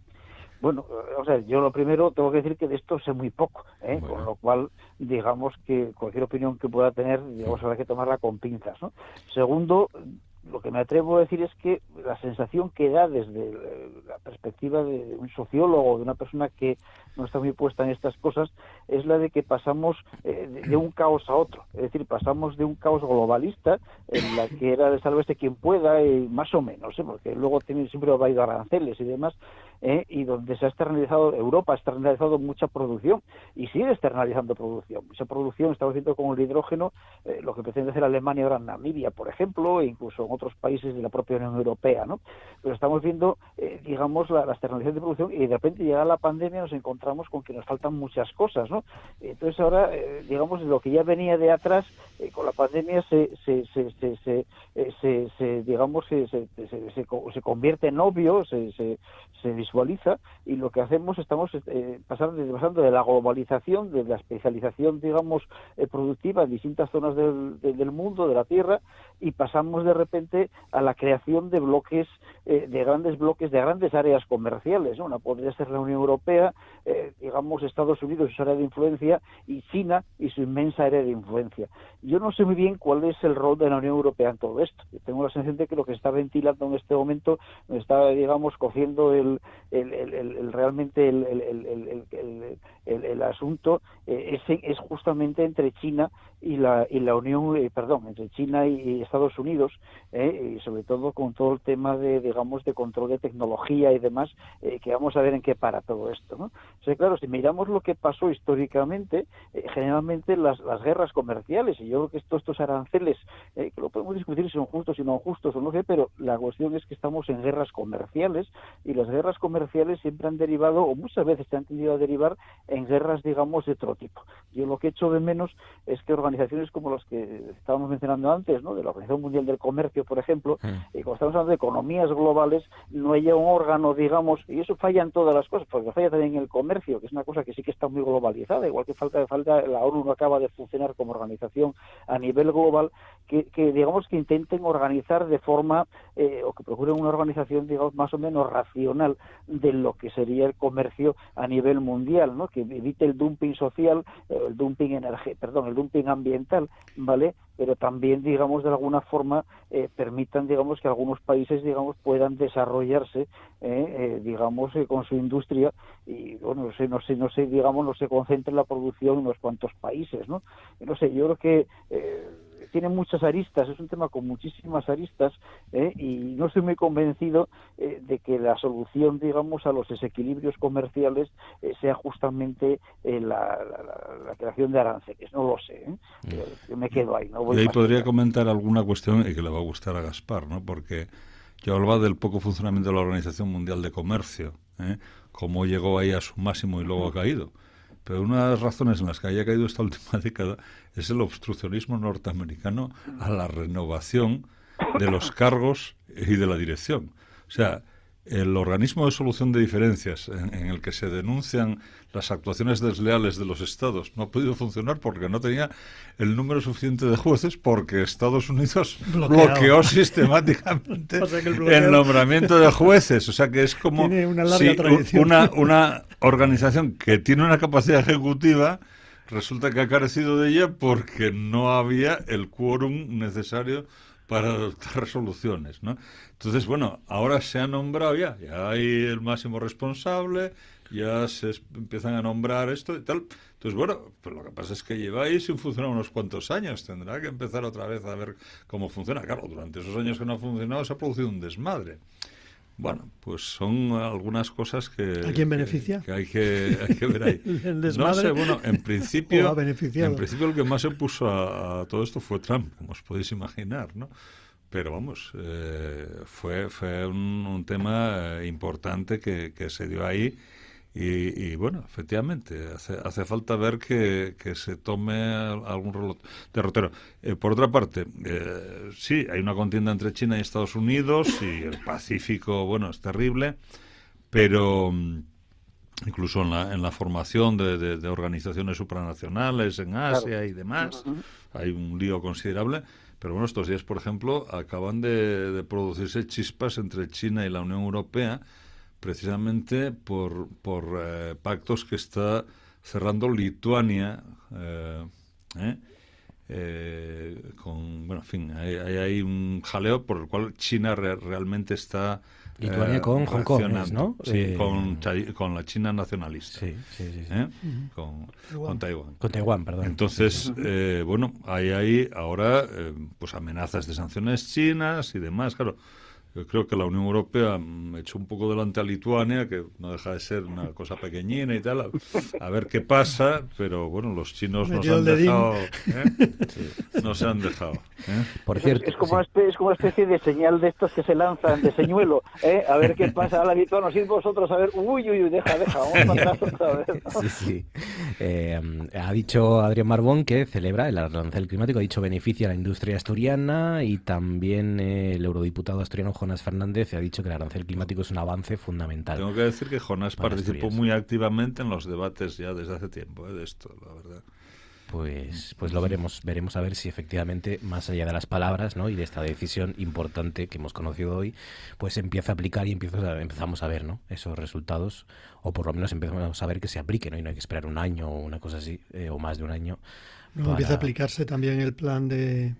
Bueno, o sea, yo lo primero tengo que decir que de esto sé muy poco, ¿eh? Bueno. Con lo cual, digamos que cualquier opinión que pueda tener, digamos, habrá que tomarla con pinzas, ¿no? Segundo, lo que me atrevo a decir es que la sensación que da desde la perspectiva de un sociólogo, de una persona que no está muy puesta en estas cosas, es la de que pasamos eh, de un caos a otro. Es decir, pasamos de un caos globalista, en la que era de sálvese quien pueda, y más o menos, ¿eh? Porque luego tiene, siempre ha habido aranceles y demás, ¿eh? Y donde se ha externalizado, Europa ha externalizado mucha producción, y sigue externalizando producción. Esa producción, estamos viendo con el hidrógeno, eh, lo que pretende hacer Alemania ahora en Namibia, por ejemplo, e incluso en otros países de la propia Unión Europea, ¿no? Pero estamos viendo, eh, digamos, la, la externalización de producción, y de repente llega la pandemia, nos encontramos con que nos faltan muchas cosas, ¿no? Entonces ahora, eh, digamos, lo que ya venía de atrás, eh, con la pandemia se, se, se, se, se, eh, se, se digamos, se, se, se, se, se convierte en obvio, se, se, se visualiza, y lo que hacemos, estamos eh, pasando, pasando de la globalización, de la especialización, digamos, eh, productiva en distintas zonas del, de, del mundo, de la Tierra, y pasamos de repente a la creación de bloques, eh, de grandes bloques, de grandes áreas comerciales, ¿no? Una podría ser la Unión Europea, eh, digamos Estados Unidos y su área de influencia, y China y su inmensa área de influencia. Yo no sé muy bien cuál es el rol de la Unión Europea en todo esto. Yo tengo la sensación de que lo que se está ventilando en este momento, está, digamos, cociendo el, el, el, el, el realmente el, el, el, el, el, el, el asunto, eh, es, es justamente entre China y la y la Unión, eh, perdón, entre China y, y Estados Unidos, eh, y sobre todo con todo el tema de, digamos, de control de tecnología y demás, eh, que vamos a ver en qué para todo esto, ¿no? O sea, claro, si miramos lo que pasó históricamente, eh, generalmente las, las guerras comerciales, y yo creo que estos, estos aranceles, eh, que lo podemos discutir si son justos, si no justos o no sé, pero la cuestión es que estamos en guerras comerciales, y las guerras comerciales siempre han derivado, o muchas veces se han tendido a derivar, en guerras, digamos, de otro tipo. Yo lo que echo de menos es que organizaciones como las que estábamos mencionando antes, ¿no? De la Organización Mundial del Comercio, por ejemplo, y eh, cuando estamos hablando de economías globales, no haya un órgano, digamos, y eso falla en todas las cosas, porque falla también en el comercio, que es una cosa que sí que está muy globalizada, igual que falta, falta la ONU no acaba de funcionar como organización a nivel global, que, que digamos que intenten organizar de forma, eh, o que procuren una organización, digamos, más o menos racional de lo que sería el comercio a nivel mundial, ¿no? Que evite el dumping social, eh, el dumping energético, perdón, el dumping ambiental, ¿vale? Pero también, digamos, de alguna forma eh, permitan, digamos, que algunos países, digamos, puedan desarrollarse, eh, eh, digamos, eh, con su industria, y, bueno, no sé, no sé, no sé, digamos, no se concentre en la producción en unos cuantos países, ¿no? No sé, yo creo que eh, tiene muchas aristas, es un tema con muchísimas aristas, ¿eh? Y no estoy muy convencido eh, de que la solución, digamos, a los desequilibrios comerciales eh, sea justamente eh, la, la, la, la creación de aranceles, no lo sé, ¿eh? Yo me quedo ahí, no voy y ahí más podría allá. comentar alguna cuestión y que le va a gustar a Gaspar, ¿no? Porque yo hablaba del poco funcionamiento de la Organización Mundial de Comercio, ¿eh? Cómo llegó ahí a su máximo y luego ha caído. Pero una de las razones en las que haya caído esta última década es el obstruccionismo norteamericano a la renovación de los cargos y de la dirección. O sea, el organismo de solución de diferencias en, en el que se denuncian las actuaciones desleales de los estados no ha podido funcionar porque no tenía el número suficiente de jueces, porque Estados Unidos Bloqueado. bloqueó sistemáticamente O sea que el el, bloqueo nombramiento de jueces. O sea que es como tiene una larga si u- tradición. una, una organización que tiene una capacidad ejecutiva resulta que ha carecido de ella porque no había el quórum necesario para adoptar resoluciones, ¿no? Entonces, bueno, ahora se ha nombrado ya, ya hay el máximo responsable, ya se es- empiezan a nombrar esto y tal. Entonces, bueno, pues lo que pasa es que lleva ahí sin funcionar unos cuantos años, tendrá que empezar otra vez a ver cómo funciona. Claro, durante esos años que no ha funcionado se ha producido un desmadre. Bueno, pues son algunas cosas que... ¿A quién que- beneficia? Que, hay, que hay que ver ahí. El No desmadre. sé, bueno, en ¿O principio... ha beneficiado? En principio el que más se puso a, a todo esto fue Trump, como os podéis imaginar, ¿no? Pero vamos, eh, fue, fue un, un tema eh, importante que, que se dio ahí y, y, bueno, efectivamente, hace, hace falta ver que, que se tome algún relo- derrotero. Eh, por otra parte, eh, sí, hay una contienda entre China y Estados Unidos y el Pacífico, bueno, es terrible, pero mm, incluso en la, en la formación de, de- de organizaciones supranacionales en Asia Claro. y demás, Ujú. hay un lío considerable. Pero bueno, estos días, por ejemplo, acaban de, de producirse chispas entre China y la Unión Europea, precisamente por, por eh, pactos que está cerrando Lituania, eh, ¿eh? Eh, con, bueno, en fin, hay, hay, hay un jaleo por el cual China re- realmente está... Lituania con Hong Kong, reaccionando. ¿es, no? Sí, Eh, con, Chai- con la China nacionalista. Sí, sí, sí, sí. ¿Eh? Ujú. Con, Taiwán. con Taiwán. Con Taiwán, perdón. Entonces, eh, bueno, hay ahí ahora eh, pues amenazas de sanciones chinas y demás. Claro, yo creo que la Unión Europea mm, echó un poco delante a Lituania, que no deja de ser una cosa pequeñina y tal, a, a ver qué pasa, pero bueno, los chinos nos Metió han el dedín. dejado, ¿eh? Sí, nos han dejado. ¿eh? Por Es- cierto, es, como sí. una especie, es como una especie de señal de estos que se lanzan de señuelo, ¿eh? A ver qué pasa a la lituana, si vosotros a ver, uy, uy, uy, deja, deja, vamos a pasar otra vez, ¿no? Sí, sí. Eh, ha dicho Adrián Marbón que celebra el arancel climático, ha dicho beneficia a la industria asturiana, y también eh, el eurodiputado asturiano Jonás Fernández ha dicho que el arancel climático es un avance fundamental. Tengo que decir que Jonás Para participó Asturias. muy activamente en los debates ya desde hace tiempo, ¿eh? De esto, la verdad. Pues, pues lo veremos, veremos a ver si efectivamente, más allá de las palabras, ¿no?, y de esta decisión importante que hemos conocido hoy, pues se empieza a aplicar y empieza a- empezamos a ver, ¿no?, esos resultados, o por lo menos empezamos a ver que se aplique, ¿no?, y no hay que esperar un año o una cosa así, eh, o más de un año. Luego para- empieza a aplicarse también el plan de,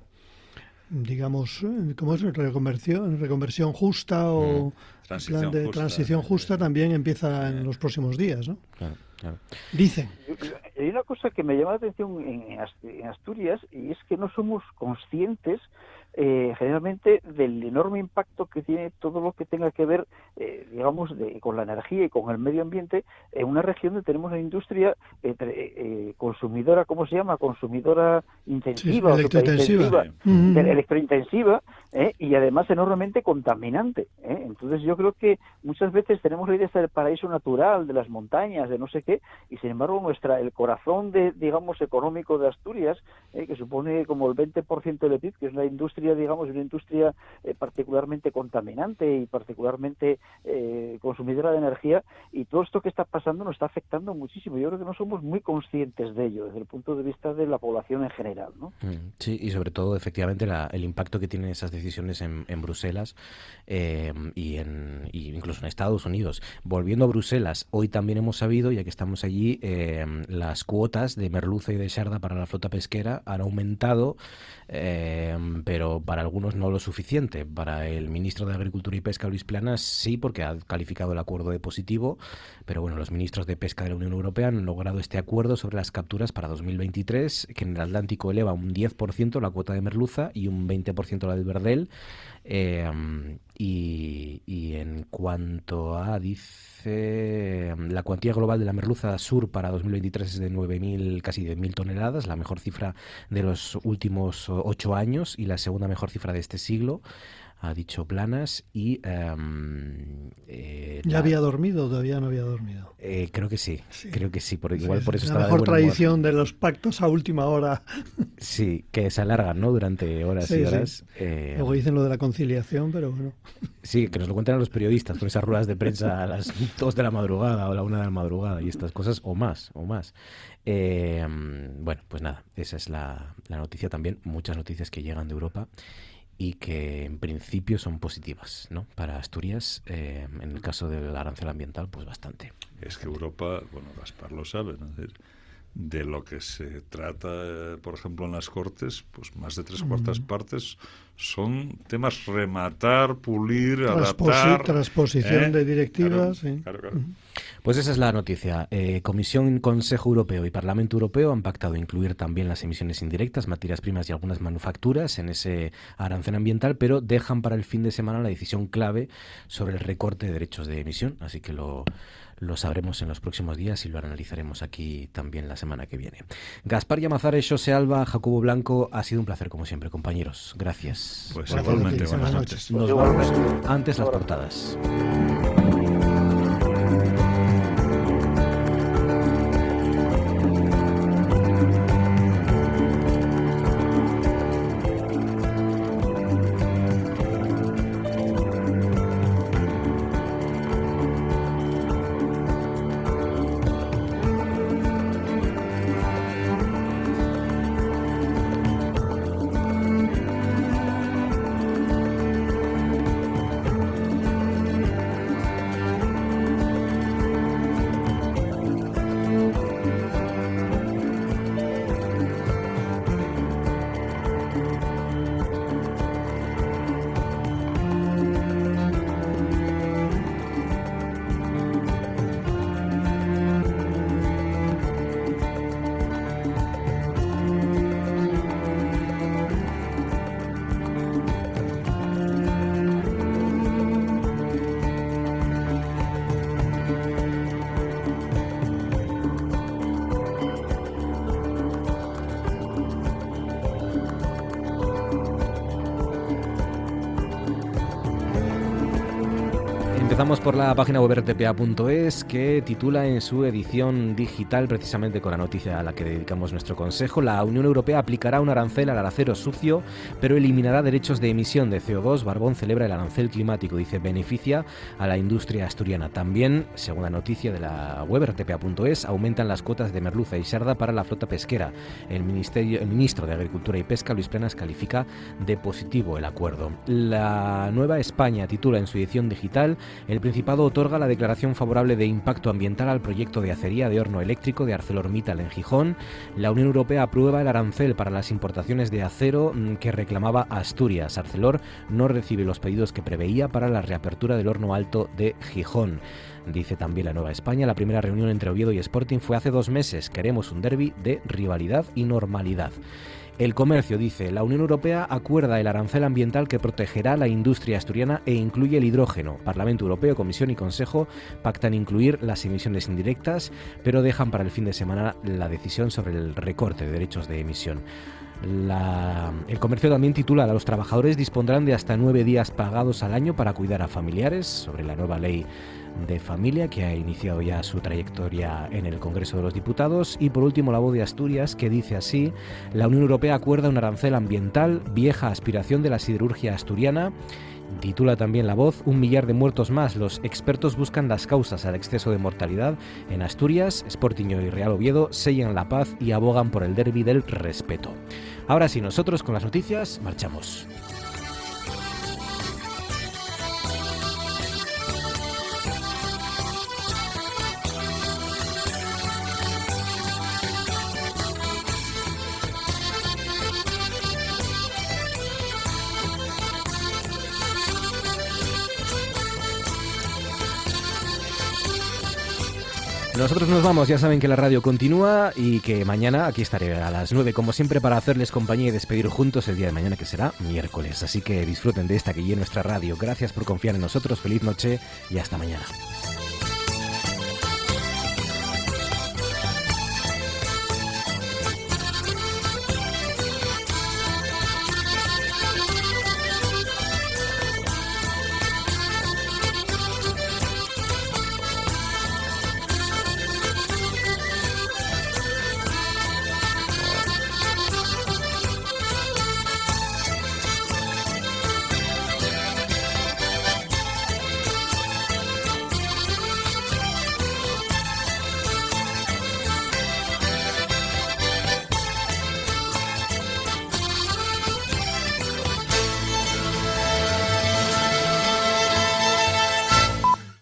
digamos, eh, ¿cómo es? Reconversión, reconversión justa o Mm, transición plan de justa. transición justa también empieza en los próximos días, ¿no? Claro, claro. Dicen. Hay una cosa que me llama la atención en Ast- en Asturias, y es que no somos conscientes eh, generalmente del enorme impacto que tiene todo lo que tenga que ver, eh, digamos, de, con la energía y con el medio ambiente en una región donde tenemos una industria eh, tre- eh, consumidora, ¿cómo se llama? Consumidora intensiva, Sí, o electrointensiva. superintensiva, Mm. de- electrointensiva, ¿eh? Y además enormemente contaminante, ¿eh? Entonces yo creo que muchas veces tenemos la idea del paraíso natural, de las montañas, de no sé qué, y sin embargo nuestra el corazón de, digamos, económico de Asturias, ¿eh? Que supone como el veinte por ciento del P I B, que es una industria, digamos, una industria eh, particularmente contaminante y particularmente eh, consumidora de energía, y todo esto que está pasando nos está afectando muchísimo. Yo creo que no somos muy conscientes de ello desde el punto de vista de la población en general, ¿no? Mm, Sí, y sobre todo, efectivamente, la- el impacto que tienen esas decisiones en, en Bruselas eh, y, en, y incluso en Estados Unidos. Volviendo a Bruselas, hoy también hemos sabido, ya que estamos allí, eh, las cuotas de merluza y de sarda para la flota pesquera han aumentado, eh, pero para algunos no lo suficiente. Para el ministro de Agricultura y Pesca, Luis Planas, sí, porque ha calificado el acuerdo de positivo, pero bueno, los ministros de Pesca de la Unión Europea han logrado este acuerdo sobre las capturas para dos mil veintitrés, que en el Atlántico eleva un diez por ciento la cuota de merluza y un veinte por ciento la del verdel. Eh, y, y en cuanto a, dice, la cuantía global de la merluza sur para dos mil veintitrés es de nueve mil, casi diez mil toneladas, la mejor cifra de los últimos ocho años y la segunda mejor cifra de este siglo. ha dicho Planas, y... Um, eh, ¿Ya la... había dormido o todavía no había dormido? Eh, creo que sí, sí, creo que sí, por, igual sí, por eso la estaba mejor de buen tradición humor. de los pactos a última hora. Sí, que se alargan, ¿no? Durante horas sí, y horas. Sí. Eh, Luego dicen lo de la conciliación, pero bueno. Sí, que nos lo cuentan a los periodistas con esas ruedas de prensa a las dos de la madrugada o la una de la madrugada y estas cosas, o más, o más. Eh, bueno, pues nada, esa es la, la noticia también. Muchas noticias que llegan de Europa y que en principio son positivas, ¿no? Para Asturias, eh, en el caso del arancel ambiental, pues bastante. Es que Europa, bueno, Gaspar lo sabe, ¿no? Es decir, de lo que se trata, eh, por ejemplo, en las Cortes, pues más de tres cuartas mm. partes son temas rematar, pulir, Transposi adaptar. Transposición ¿eh? de directivas. Claro, sí. claro, claro. Pues esa es la noticia. Eh, Comisión, Consejo Europeo y Parlamento Europeo han pactado incluir también las emisiones indirectas, materias primas y algunas manufacturas en ese arancel ambiental, pero dejan para el fin de semana la decisión clave sobre el recorte de derechos de emisión, así que lo... Lo sabremos en los próximos días y lo analizaremos aquí también la semana que viene. Gaspar Llamazares, José Alba, Jacobo Blanco, ha sido un placer como siempre, compañeros. Gracias. Pues igualmente, buenas noches. Nos vamos antes las portadas. Empezamos por la página web r t p a punto es, que titula en su edición digital, precisamente con la noticia a la que dedicamos nuestro consejo: la Unión Europea aplicará un arancel al acero sucio, pero eliminará derechos de emisión de C O dos. Barbón celebra el arancel climático, dice, beneficia a la industria asturiana. También, según la noticia de la web r t p a punto es, aumentan las cuotas de merluza y sarda para la flota pesquera. El, ministerio, el ministro de Agricultura y Pesca, Luis Planas, califica de positivo el acuerdo. La Nueva España titula en su edición digital: el Principado otorga la declaración favorable de impacto ambiental al proyecto de acería de horno eléctrico de ArcelorMittal en Gijón. La Unión Europea aprueba el arancel para las importaciones de acero que reclamaba Asturias. Arcelor no recibe los pedidos que preveía para la reapertura del horno alto de Gijón. Dice también la Nueva España: la primera reunión entre Oviedo y Sporting fue hace dos meses. Queremos un derbi de rivalidad y normalidad. El Comercio dice: la Unión Europea acuerda el arancel ambiental que protegerá la industria asturiana e incluye el hidrógeno. Parlamento Europeo, Comisión y Consejo pactan incluir las emisiones indirectas, pero dejan para el fin de semana la decisión sobre el recorte de derechos de emisión. La... El Comercio también titula: los trabajadores dispondrán de hasta nueve días pagados al año para cuidar a familiares, sobre la nueva ley de familia que ha iniciado ya su trayectoria en el Congreso de los Diputados. Y por último, La Voz de Asturias, que dice así: la Unión Europea acuerda un arancel ambiental, vieja aspiración de la siderurgia asturiana. Titula también La Voz: un millar de muertos más. Los expertos buscan las causas al exceso de mortalidad en Asturias. Sporting y Real Oviedo sellan la paz y abogan por el derbi del respeto. Ahora sí, nosotros con las noticias marchamos. Nosotros nos vamos, ya saben que la radio continúa y que mañana aquí estaré a las nueve, como siempre, para hacerles compañía y despedir juntos el día de mañana, que será miércoles. Así que disfruten de esta que es nuestra radio. Gracias por confiar en nosotros, feliz noche y hasta mañana.